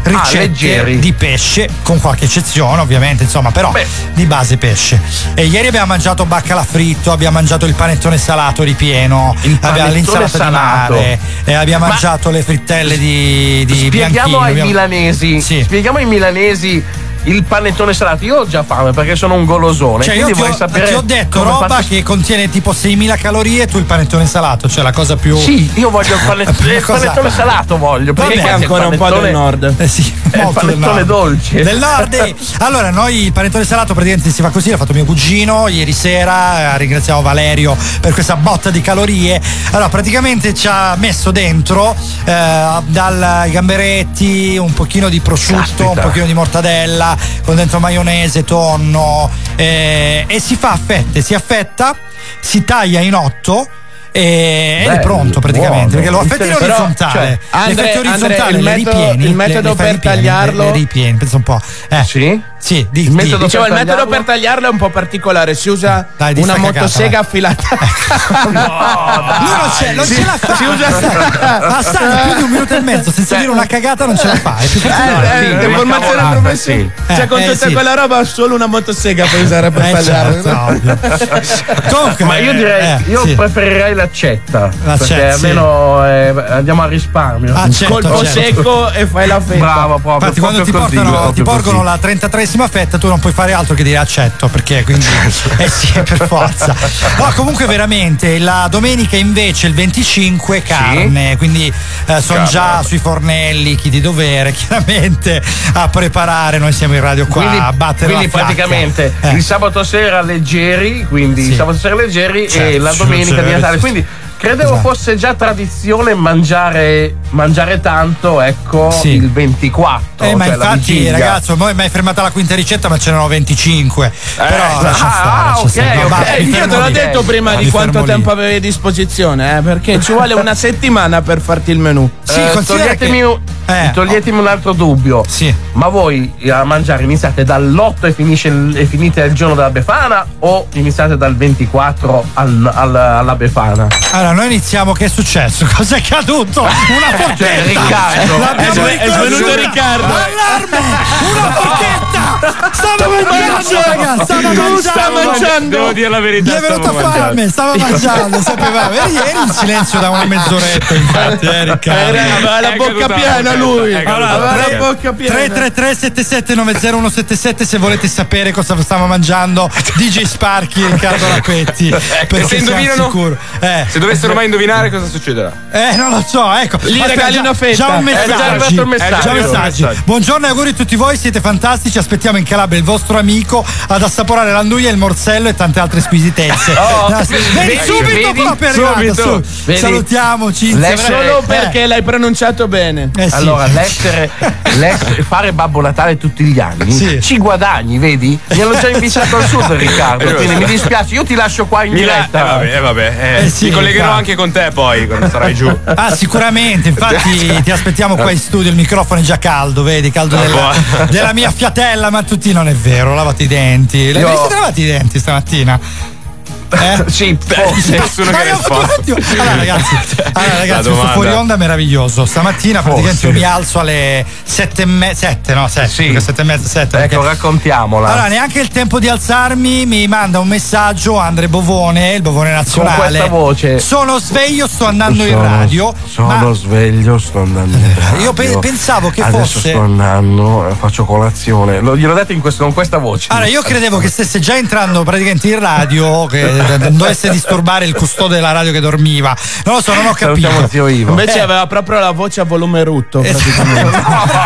ricette leggeri. di pesce, con qualche eccezione ovviamente, insomma, però Beh. di base pesce. E ieri abbiamo mangiato baccalà fritto, abbiamo mangiato il panettone salato ripieno, abbiamo panettone l'insalata salato. di mare, e abbiamo Ma- mangiato le frittelle di, di Spieghiamo Bianchino. ai abbiamo- milanesi, Sì. spieghiamo ai milanesi il panettone salato. Io ho già fame perché sono un golosone. Cioè, io quindi ti vorrei ho, sapere ti ho detto come roba faccio- che contiene tipo seimila calorie e tu il panettone salato, cioè la cosa più. Sì, io voglio il, pane- il Cosa- panettone salato, voglio. Vabbè, Perché Che è il ancora un po' del panettone- nord. Eh sì, È il molto del panettone nord. dolce. Del nord. eh. Allora, noi il panettone salato praticamente si fa così, l'ha fatto mio cugino ieri sera, eh, ringraziamo Valerio per questa botta di calorie. Allora, praticamente ci ha messo dentro eh, dal gamberetti, un pochino di prosciutto, Caspita. un pochino di mortadella, con dentro maionese, tonno, eh, e si fa a fette, si affetta, si taglia in otto. E ed è Bello, pronto praticamente, buono. perché lo affetti in Però, orizzontale, cioè, le Andre- fette orizzontali, Andre, il le metodo- ripieni, il metodo le, le fai per ripieni, tagliarlo- le, le ripieni, pensa un po'. Eh. Sì? Sì, di, Il di- metodo Dicevo, il per metodo tagliarlo? per tagliarlo è un po' particolare. Si usa Dai, di una sta cagata, motosega vai. affilata. No, dai. Lui non, c'è, non Si- ce la fa. si usa- Ma sta più di un minuto e mezzo senza dire una cagata, non ce la fa. È più Eh, fortunato. eh, sì, informazione una cavolata, professionale. sì. Cioè, Eh, con eh, tutta sì. quella roba, solo una motosega puoi usare per Eh, tagliarlo. certo, ovvio. Comunque, Ma io direi, eh, io sì. preferirei l'accetta. L'accetta, perché sì. almeno eh, andiamo al risparmio. Ah, certo, Colpo certo. secco e fai la fetta. Bravo, proprio. Infatti, quando ti, proprio così, portano, ti proprio porgono così. la trentatreesima fetta, tu non puoi fare altro che dire accetto, perché quindi eh sì, per forza. No, comunque veramente la domenica invece il venticinque carne, quindi eh, sono già sui fornelli, chi di dovere, chiaramente a preparare. Noi siamo in radio qua Quindi, a battere quindi la fiacca. praticamente Eh. il sabato sera leggeri, quindi Sì. il sabato sera leggeri e Certo, la sì, domenica sì, di Natale. sì. Quindi credevo Esatto. fosse già tradizione mangiare, mangiare tanto, ecco, Sì. il ventiquattro. Eh, ma cioè la infatti, vigilia. ragazzo, mo- mi hai fermata la quinta ricetta, ma ce n'erano venticinque. Però lascia ah, stare. ah, lascia ok, stare. ok. Basta, mi Eh, io fermo te l'ho lì. detto prima Mi di quanto fermo lì. tempo avevi a disposizione, eh, perché ci vuole una settimana per farti il menù. Sì, Eh, considera toglietemi, che- un- eh, toglietemi un altro dubbio. Sì. Ma voi a mangiare iniziate dall'otto e, finisce il- e finite il giorno della Befana o iniziate dal ventiquattro al- al- alla Befana? Allora, noi iniziamo. Che è successo? Cos'è caduto? Una forchetta! Cioè, Riccardo. L'abbiamo È sve- è svenuto riconosciuta. Riccardo. Allarme! Una forchetta! Stavo mangiando, ragazzi! Stavo Tu mangiando! stai mangiando. Devo dire la verità. Gli è venuta stavo mangiando. fame, stava mangiando, sapeva. Eri, eri in silenzio da una mezz'oretta, infatti, eh, Riccardo. Era- aveva la È bocca caduta piena la lui. forchetta, è caduta Aveva la la forchetta. bocca piena. tre tre tre sette sette nove zero uno sette sette se volete sapere cosa stava mangiando D J Sparky e Riccardo Rapetti. Perché se siamo indovinano- sicuri. Eh. Se dovessero mai indovinare cosa succederà? Eh, non lo so, ecco. Gli Aspetta, regali già- una fetta. Già un È già messaggio. arrivato il messaggio. Già È già messaggi. messaggio. Buongiorno e auguri a tutti voi, siete fantastici. Aspettiamo in Calabria il vostro amico ad assaporare l'anduia, il morsello e tante altre squisitezze. Oh, No, sì, vedi, vedi, subito vedi, proprio è arrivato, subito. su. Vedi? Salutiamo Cinzia. Lei Solo Eh. perché l'hai pronunciato bene. Eh sì. Allora, l'essere, l'essere- fare Babbo Natale tutti gli anni Sì. ci guadagni, vedi? Mi hanno già invitato al sud, Riccardo. Quindi mi dispiace, io ti lascio qua in Mi la- diretta. eh, vabbè, eh, vabbè. Eh, Eh sì, mi collegherò infatti. anche con te poi quando sarai giù. Ah, sicuramente, infatti ti aspettiamo qua in studio, il microfono è già caldo, vedi, caldo della, della mia fiatella, ma tutti non è vero, lavati i denti. Le Io- vi siete lavati i denti stamattina? Eh? Sì, forse. Nessuno Ma che io ho fatto un risponde. attimo- Allora ragazzi, allora, ragazzi questo domanda. fuori onda è meraviglioso. Stamattina praticamente Forse. io mi alzo alle sette e mezza, sette, no, sette, Sì. perché sette e mezza, sette. Ecco, perché- raccontiamola. Allora, neanche il tempo di alzarmi mi manda un messaggio Andre Bovone, il Bovone nazionale. Con questa voce. Sono sveglio, sto andando in radio. Sono ma sveglio, sto andando in radio. io pe- pensavo che Adesso fosse. sto andando, eh, faccio colazione. Lo, gliel'ho detto in questo, con questa voce. Allora, io credevo che stesse già entrando praticamente in radio, che non dovesse disturbare il custode della radio che dormiva. Non lo so, non ho Salutiamo capito. zio Ivo. Invece Eh. aveva proprio la voce a volume rutto. praticamente. No,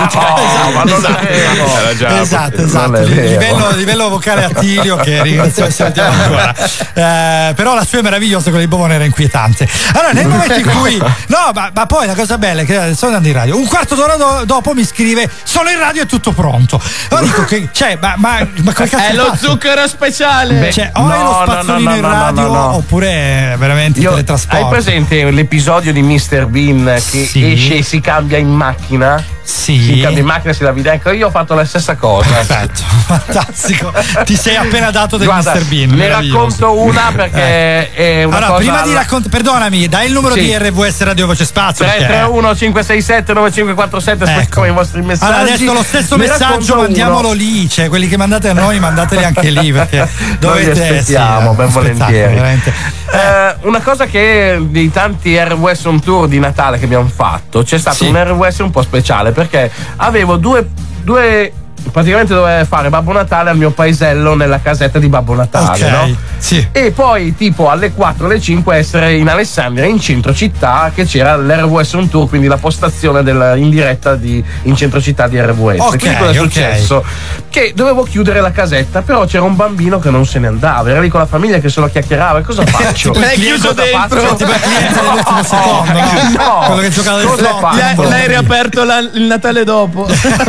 ma non è vero. Era già- Esatto, non esatto. è vero. Livello, livello vocale Attilio, che ringraziamo e salutiamo ancora. Eh, però la sua è meravigliosa, quella di Bovone era inquietante. Allora, nel momento in cui. No, ma, ma poi la cosa bella è che sto andando in radio. Un quarto d'ora do- dopo mi scrive: sono in radio, è tutto pronto. Allora dico che. Cioè, ma, ma, ma come cazzo È hai lo fatto? zucchero speciale. Beh, Cioè, o no, hai lo no, spazzolino no, no, in no, no, radio, no, no. oppure veramente Io- teletrasporto. hai presente l'episodio di mister Bean che Sì. esce e si cambia in macchina? Sì. Si cambia in macchina, si lava i denti. Ecco, io ho fatto la stessa cosa. Perfetto, fantastico. Ti sei appena dato del Guarda, mister Bean. ne meraviglioso. racconto una perché è una allora, cosa. prima di alla- raccontare, perdonami, dai il numero Sì. di R V S Radio Voce Spazio. tre perché- tre uno cinque sei sette nove cinque quattro sette Ecco. i vostri messaggi. Allora, adesso lo stesso Ne messaggio racconto mandiamolo uno. lì, cioè quelli che mandate a noi mandateli anche lì perché dovete Noi vi aspettiamo, sì, ben spettacolo, volentieri. veramente. Eh, una cosa che dei tanti R V S on tour di Natale che abbiamo fatto, c'è stato Sì. un R V S un po' speciale perché avevo due, due praticamente dovevo fare Babbo Natale al mio paesello nella casetta di Babbo Natale, Ok, no? sì. E poi tipo alle quattro alle cinque essere in Alessandria, in centro città, che c'era l'R V S on tour, quindi la postazione del, in diretta di, in centro città di R V S. Ok, Quindi cosa è ok. successo? Che dovevo chiudere la casetta, però c'era un bambino che non se ne andava, era lì con la famiglia che se lo chiacchierava. E cosa faccio? L'hai chiuso Cosa dentro? faccio? Tipo il cliente dell'ultimo secondo, no? No. Quello che giocava del Cosa ho slot. fatto? L'hai, l'hai riaperto la- il Natale dopo.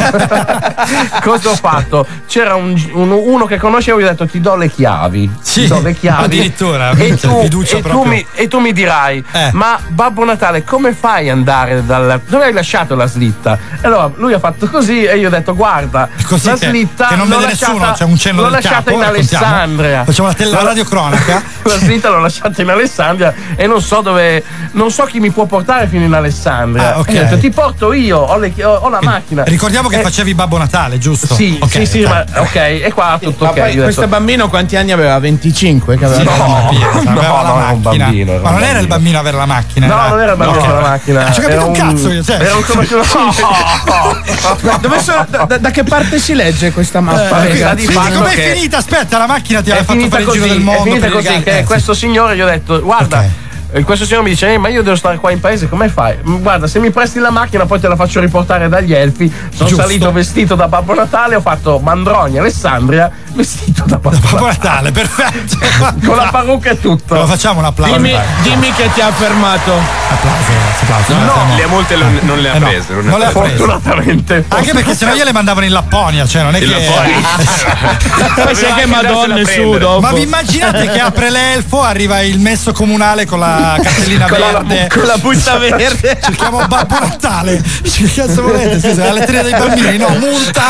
Cosa ho fatto? C'era un, un- uno che conoscevo, gli ho detto ti do le chiavi. Sì, ti do le chiavi. addirittura, E quindi c'è tu, fiducia e, tu proprio. mi, e tu mi dirai, Eh. ma Babbo Natale, come fai ad andare dal. Dove hai lasciato la slitta? E allora lui ha fatto così e io ho detto guarda, Così la che- slitta che non l'ho vede lasciata, nessuno, c'è un cenno l'ho del lasciata capo, in raccontiamo. Alessandria. Facciamo la, tele- la La- radiocronaca. La slitta l'ho lasciata in Alessandria e non so dove, non so chi mi può portare fino in Alessandria. Ah, ok. E ho detto ti porto io, ho, le- ho- ho la macchina. Ricordiamo che Eh, facevi Babbo Natale, giusto? Sì, Ok, sì, sì, ok. ma ok, e qua tutto Ma ok. poi Io ho questo detto, bambino quanti anni aveva? venticinque che aveva No, la macchina. Aveva no, la no, era un macchina. bambino, era Ma un non era il bambino. bambino a avere la macchina? no, non era il bambino No. con la macchina. Non ci ho capito era un cazzo io, cioè. Era un conosciuto. Ma dove sono- da, da- da che parte si legge questa mappa? Eh, sta ragazzi? di fatto Com'è che- finita? Aspetta, la macchina ti È aveva fatto finita fare il giro così, del mondo. è finita per così legare- che eh, sì. questo signore gli ho detto guarda. Ok. E questo signore mi dice eh, ma io devo stare qua in paese, come fai? Guarda, se mi presti la macchina poi te la faccio riportare dagli elfi. Sono Giusto. salito vestito da Babbo Natale, ho fatto Mandroni Alessandria vestito da Babbo, Babbo Natale, perfetto. con la parrucca e tutto. Lo facciamo un applauso. Dimmi, dai. dimmi che ti ha fermato. Applauso, applauso. No, le molte non, non le ha Eh no, prese. Non, non le ha ha prese. prese. Fortunatamente. Anche perché sennò gliele mandavano in Lapponia, cioè non è Il che. Lapponia. Poi sai che madonne su prendere. dopo. Ma vi immaginate che apre l'elfo, arriva il messo comunale con la cartellina Con la- verde. con la busta verde. Cerchiamo Babbo Natale. Che cazzo volete? Scusa, la letteria dei bambini, no, multa.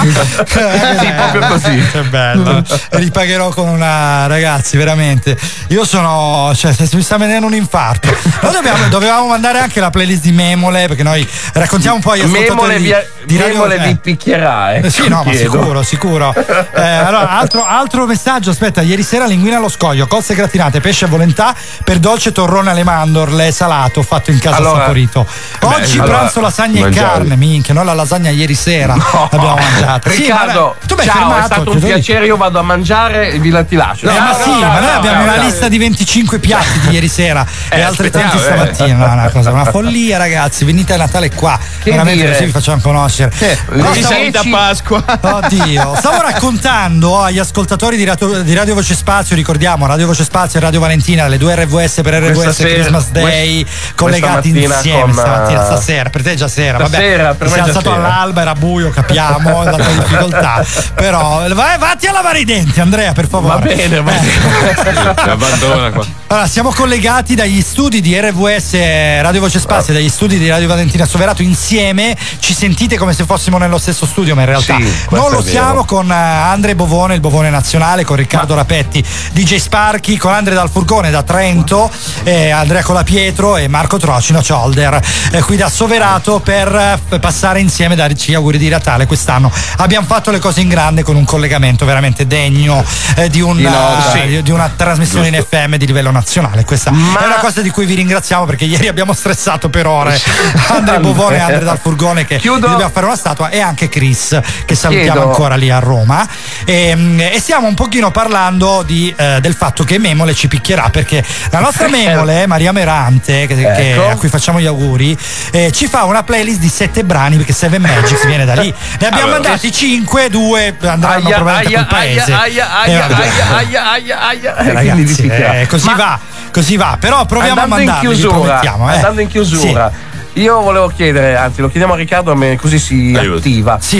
Sì, proprio così. Che bello. Ripagherò con una ragazzi, veramente. Io sono. Cioè, mi sta venendo un infarto. Noi dobbiamo, dovevamo mandare anche la playlist di Memole, perché noi raccontiamo un po' agli ascoltatori Memole, di, via, di radio- Memole eh. vi picchierà, eh. Eh sì, no, ma chiedo. sicuro, sicuro. Eh, allora, altro, altro messaggio, aspetta, ieri sera linguina allo scoglio, cozze gratinate, pesce a volontà, per dolce torrone alle mandorle, salato, fatto in casa Allora, saporito. Oggi allora, pranzo lasagna e mangiare. carne, minchia, noi la lasagna ieri sera l'abbiamo mangiata. Sì, Riccardo, ma- tu mi hai ciao, fermato, è stato ti un devo dire. piacere, io vado a mangiare e vi la ti lascio. Eh, Ciao, ma sì, ciao, ma noi ciao, abbiamo ciao, una ciao. lista di venticinque piatti di ieri sera Eh, e altrettanti aspettiamo, eh. stamattina. No, una cosa, una follia, ragazzi. Venite a Natale qua. Che Veramente dire? così vi facciamo conoscere. No, Di stavo- salita a Pasqua. Oddio, stavo raccontando agli ascoltatori di Radio, di Radio Voce Spazio, ricordiamo Radio Voce Spazio e Radio Valentina, le due R V S per R V S Questa sera- Christmas Day questa- collegati questa mattina insieme con, stamattina, uh, stasera, per te è già sera, vabbè. stasera, per ti me sei è già alzato sera. all'alba, era buio, capiamo, la tua difficoltà. Però vai, vatti a lavare i denti, Andrea, per favore. Va bene, va bene. Mi abbandona qua. Allora, siamo collegati dagli studi di R V S Radio Voce Spazio e dagli studi di Radio Valentina Soverato insieme. Ci sentite come se fossimo nello stesso studio, ma in realtà Sì, questo non lo è vero. siamo, con eh, Andre Bovone, il Bovone Nazionale, con Riccardo Rapetti, D J Sparky, con Andre Dal Furgone da Trento, eh, Andrea Colapietro e Marco Trocino Ciolder, eh, qui da Soverato per eh, passare insieme, darci gli auguri di Natale quest'anno. Abbiamo fatto le cose in grande con un collegamento veramente degno eh, di, un, Di nota. eh, di- di una trasmissione in F M di livello nazionale. Questa Ma- è una cosa di cui vi ringraziamo, perché ieri abbiamo stressato per ore Andre Bovone e Andre Dal Furgone, che Chiudo. gli dobbiamo fare una statua, e anche Chris, che salutiamo Chiedo. ancora lì a Roma. E, e stiamo un pochino parlando di, eh, del fatto che Memole ci picchierà, perché la nostra Memole, Maria Merante, che, che- Ecco. a cui facciamo gli auguri, eh, ci fa una playlist di sette brani, perché Seven Magics viene da lì. Ne abbiamo Allora, mandati cinque, due andranno Aia, probabilmente aia, col paese. aia, Eh, aia, vabbè. aia, aia, aia, aia. Eh, E quindi vi ragazzi, picchierà. eh, così Ma va, così va. Però proviamo a andando in mandarli, vi chiusura, promettiamo. Eh. andando in chiusura, io volevo chiedere, anzi lo chiediamo a Riccardo, a me così si Aiuto. attiva. Sì.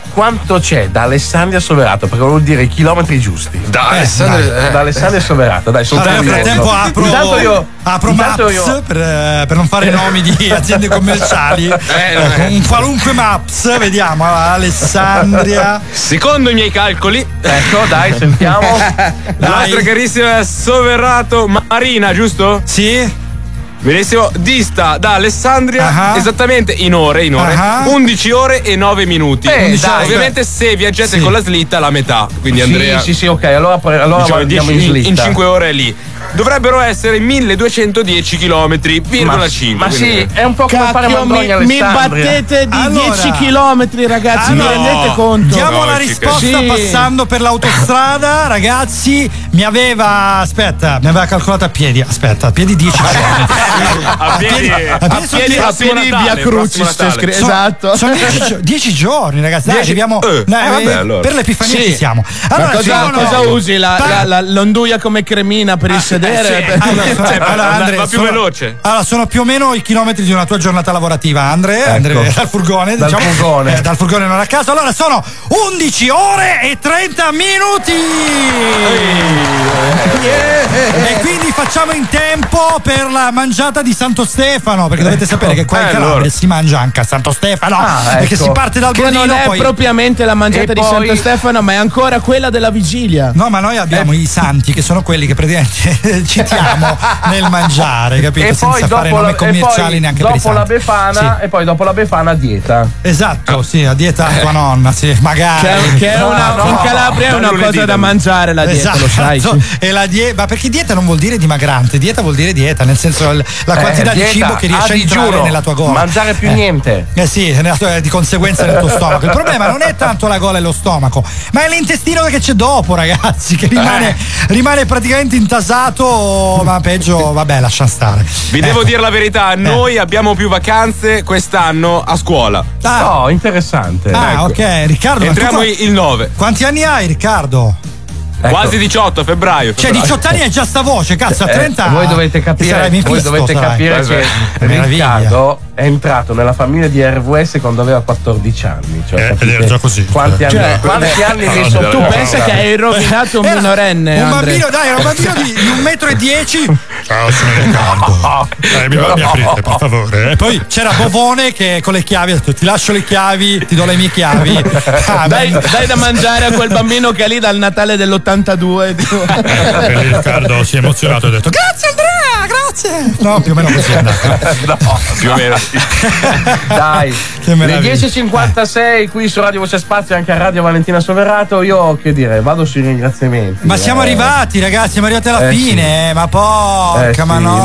quanto c'è da Alessandria a Soverato, perché vuol dire i chilometri giusti. Da eh, Alessandria, eh. da Alessandria a Soverato, dai, sono Allora, nel frattempo apro, intanto io, apro intanto Maps io... per, per non fare nomi di aziende commerciali. Eh, ecco, un qualunque Maps, vediamo. Alessandria. Secondo i miei calcoli, ecco, dai, sentiamo. La Dai. nostra carissima Soverato Marina, giusto? Sì. Benissimo, dista da Alessandria uh-huh. esattamente in ore, in ore uh-huh. undici ore e nove minuti. Eh, dai, ovviamente se viaggiate sì. con la slitta la metà, quindi sì, Andrea. Sì, sì, ok, allora, allora diciamo, andiamo dieci, in in, slitta. in cinque ore è lì. Dovrebbero essere milleduecentodieci chilometri, virgola cinque. Ma sì, è un po' come fare Cacchio, mi, Mandogna mi Alessandria. battete di Allora. dieci chilometri, ragazzi, Allora, vi rendete conto? Diamo No, la ci risposta sì. passando per l'autostrada, ragazzi. Mi aveva, aspetta, mi aveva calcolato a piedi. Aspetta, a piedi dieci chilometri. A piedi, a a piedi sono piedi, dieci- a Piedi piedi via Natale, Crucis, prossimo c'è Natale. scritto. Sono- Esatto. Sono dieci, gio- dieci giorni, ragazzi. Dai, Dieci- arriviamo. eh, dai, eh, vabbè, allora. Per l'Epifania Sì. ci siamo. Ma Allora, cosa, ci sono- cosa usi? La, Pa- la, la, l'onduia come cremina per il sedere? sì. Allora, sono- Cioè, allora, va- Andre, va più sono- veloce. Allora, sono più o meno i chilometri di una tua giornata lavorativa, Andre. Ecco. Andre dal furgone, Dal diciamo. furgone. Eh, dal furgone non a caso. Allora, sono undici ore e trenta minuti. E quindi facciamo in tempo per la mangiata di Santo Stefano, perché dovete sapere che qua in Eh, Calabria allora. si mangia anche a Santo Stefano, Ah, perché ecco. si parte dal Che Brodino, non è poi... propriamente la mangiata E di poi- Santo Stefano, ma è ancora quella della vigilia. No, ma noi abbiamo i santi che sono quelli che praticamente citiamo nel mangiare, capito? E poi Senza fare dopo, nomi la, e commerciali poi neanche per i dopo la santi. Befana Sì. e poi dopo la Befana dieta. Esatto, sì, a dieta tua nonna, sì, magari. Che, è- che è una, No, no, in Calabria è da una lunedì, cosa da da lunedì. mangiare la dieta, lo sai. Esatto. E la die- ma perché dieta non vuol dire dimagrante, dieta vuol dire dieta, nel senso l- la quantità Eh, di dieta, cibo che riesce a a entrare digiuno, nella tua gola. mangiare più Eh. niente. Eh sì, nella tua- di conseguenza nel tuo stomaco. Il problema non è tanto la gola e lo stomaco, ma è l'intestino che c'è dopo, ragazzi, che rimane, rimane praticamente intasato, ma peggio, vabbè, lascia stare. Vi devo Ecco. dire la verità, noi abbiamo più vacanze quest'anno a scuola. Ah, Oh, interessante. ah, ecco. ok, Riccardo. ma tu Entriamo qua- il nove. Quanti anni hai, Riccardo? Ecco. Quasi diciotto, febbraio. Cioè, febbraio. diciotto anni è già sta voce, cazzo, a Eh, trenta anni. voi dovete capire, sarai voi Mefisto, dovete sarai. capire Eh, che Che meraviglia. Riccardo è entrato nella famiglia di R V S quando aveva quattordici anni. Cioè, Eh, capite ed era già così. Quanti anni, Cioè, quanti anni no, mi no, sono no, Tu no, pensa no. che hai rovinato un Era minorenne, un Andre? bambino, dai, era un bambino di, di un metro e dieci. Ciao, sono Riccardo. Eh, mi, mi aprite, per favore. E poi c'era Bovone che con le chiavi ha detto: ti lascio le chiavi, ti do le mie chiavi. Ah, Dai, beh. dai da mangiare a quel bambino che è lì dal Natale dell'ottantadue. E Riccardo si è emozionato e ha detto: grazie Andrea, grazie. No, più o meno così è andata. No, Più o meno sì. dai, Che le meraviglia. dieci e cinquantasei qui su Radio Voce Spazio e anche a Radio Valentina Soverato. Io che dire, vado sui ringraziamenti. Ma siamo eh. arrivati, ragazzi, siamo arrivati alla Eh, fine. Ma porca, Eh, sì, ma no.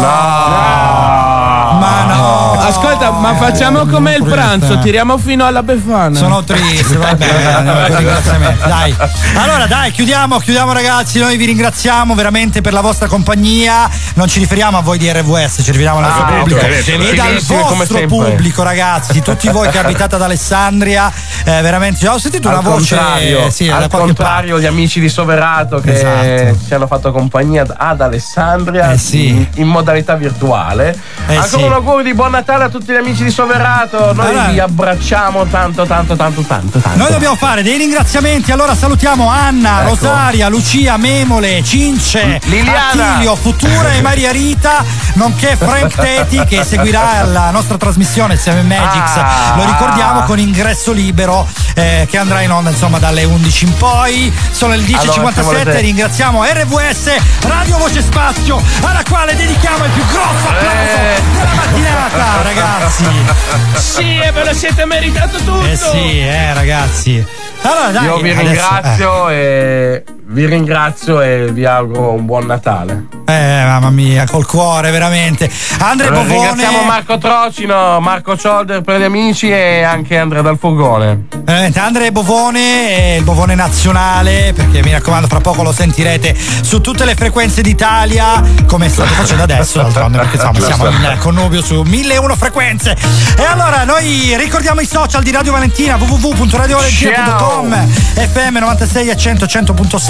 no. Ma no. Ascolta, ma facciamo come il triste. pranzo, tiriamo fino alla Befana. Sono triste, va bene, andiamo con i ringraziamenti. Dai. Allora, dai, chiudiamo, chiudiamo ragazzi. Noi vi ringraziamo veramente per la vostra compagnia. Non ci riferiamo a voi di R V S, ci riferiamo al nostro Ah, pubblico. ok, E dal gentilissimi come vostro sempre. pubblico, ragazzi, tutti voi che abitate ad Alessandria, eh, veramente. Ho sentito una Al voce. contrario, sì, da al qualche contrario, gli amici di Soverato che Esatto. ci hanno fatto compagnia ad Alessandria Eh, sì. in, in modalità virtuale. Eh, Ancora sì. un augurio di buon Natale a tutti gli amici di Soverato. Noi Allora- vi abbracciamo tanto, tanto, tanto, tanto. tanto. Noi dobbiamo fare dei ringraziamenti, allora salutiamo Anna, Ecco. Rosaria, Lucia, Memole, Cince, Liliana. Attilio, Futura e Maria Rita, nonché Frank Teti che seguirà la nostra trasmissione Seven Magics, Ah. lo ricordiamo, con ingresso libero eh, che andrà in onda insomma dalle undici in poi. Sono le dieci e cinquantasette, Allora, se volete- ringraziamo R V S Radio Voce Spazio, alla quale dedichiamo il più grosso applauso Eh. della mattinata, ragazzi. Sì, e ve lo siete meritato tutto. Eh sì, eh ragazzi. Allora dai, Io vi adesso- ringrazio e vi ringrazio e vi auguro un buon Natale. Eh, mamma mia, col cuore, veramente. Andre Allora, Bovone. ringraziamo Marco Trocino, Marco Ciolder per gli amici e anche Andrea dal Furgone. Veramente, Andre Bovone è il Bovone nazionale, perché mi raccomando, fra poco lo sentirete su tutte le frequenze d'Italia, come state facendo adesso, d'altronde, perché insomma siamo in connubio su mille e uno frequenze. E allora noi ricordiamo i social di Radio Valentina, w w w punto radio valentina punto com, F M novantasei a cento, cento punto sei,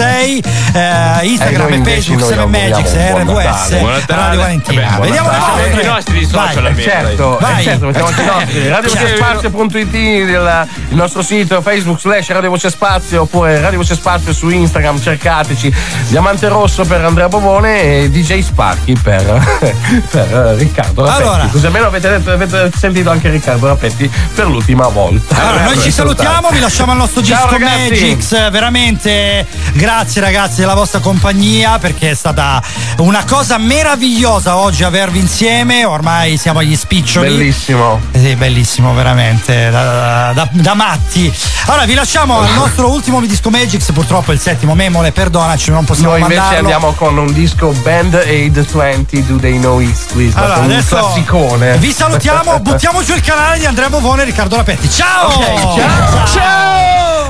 sei, eh, Instagram e, e Facebook seven Magics, R V S, Radio Valentina. Vediamo le vostre. I nostri social Vai, certo, Vai. eh, certo, mettiamo anche i nostri. radio voce spazio punto it, il, il nostro sito Facebook slash Radio Voce Spazio, oppure Radio Voce Spazio su Instagram, cercateci. Diamante Rosso per Andrea Bovone e D J Sparky per, per Riccardo Rapetti. Allora. Così almeno avete, detto, avete sentito anche Riccardo Rapetti per l'ultima volta. Allora, noi ci salutiamo, vi lasciamo al nostro Ciao, Disco ragazzi. Magics. Veramente grazie ragazzi della vostra compagnia, perché è stata una cosa meravigliosa oggi avervi insieme. Ormai siamo agli spiccioli. Bellissimo. Eh Sì, bellissimo, veramente. Da, da, da matti. Allora, vi lasciamo al nostro ultimo Disco Magics. Purtroppo il settimo memole, perdonaci, non possiamo Noi invece mandarlo. andiamo con un disco Band Aid venti, Do They Know It's Christmas? Allora, un adesso classicone. vi salutiamo, buttiamo giù il canale di Andrea Bovone e Riccardo Rapetti. Ciao! Ok, ciao! Ciao!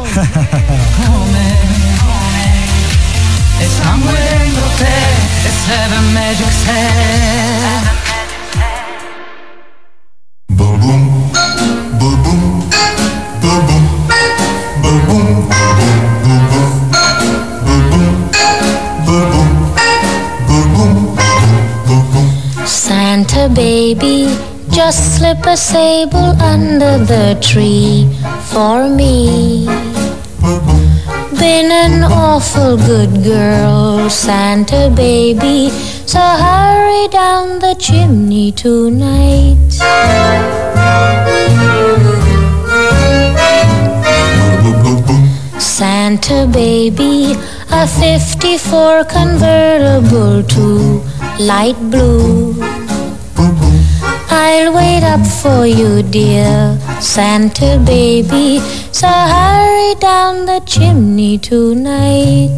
E somewhere in your bed, the seven magics head. Boom boom, boom boom, boom boom, boom boom, boom boom. Santa baby, just slip a sable under the tree for me. Been an awful good girl, Santa baby, so hurry down the chimney tonight. Santa baby, a fifty-four convertible to light blue. I'll wait up for you, dear Santa baby, so hurry down the chimney tonight.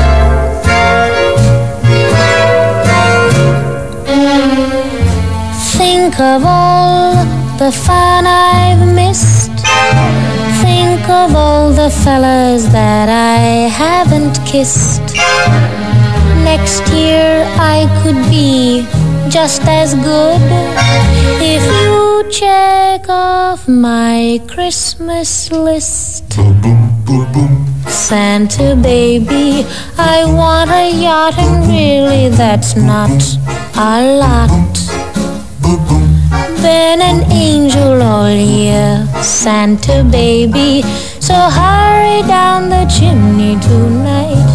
Think of all the fun I've missed. Think of all the fellas that I haven't kissed. Next year I could be just as good if you check off my Christmas list. Santa baby, I want a yacht, and really that's not a lot. Been an angel all year, Santa baby, so hurry down the chimney tonight.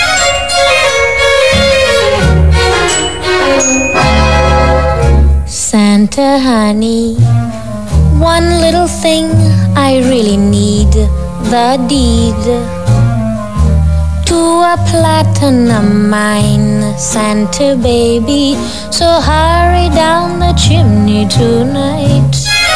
Santa honey, one little thing I really need, the deed to a platinum mine, Santa baby, so hurry down the chimney tonight.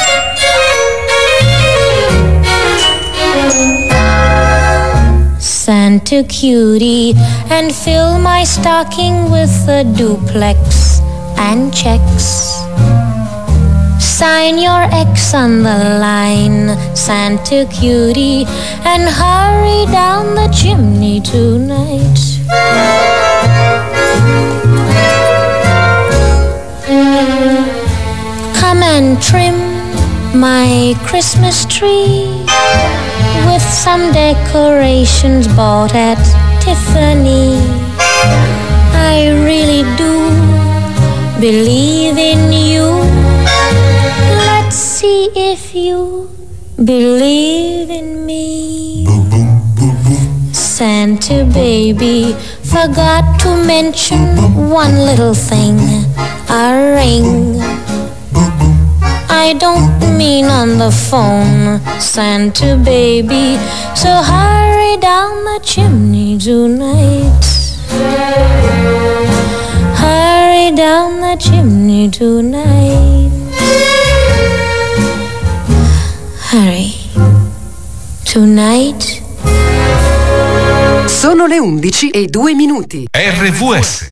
Santa cutie, and fill my stocking with a duplex and checks. Sign your X on the line, Santa cutie, and hurry down the chimney tonight. Come and trim my Christmas tree with some decorations bought at Tiffany. I really do believe in you. Let's see if you believe in me. Santa baby, forgot to mention one little thing, a ring. I don't mean on the phone, Santa baby, so hurry down the chimney tonight. Hurry down the chimney tonight. Hurry. Tonight. Sono le undici e due minuti. R V S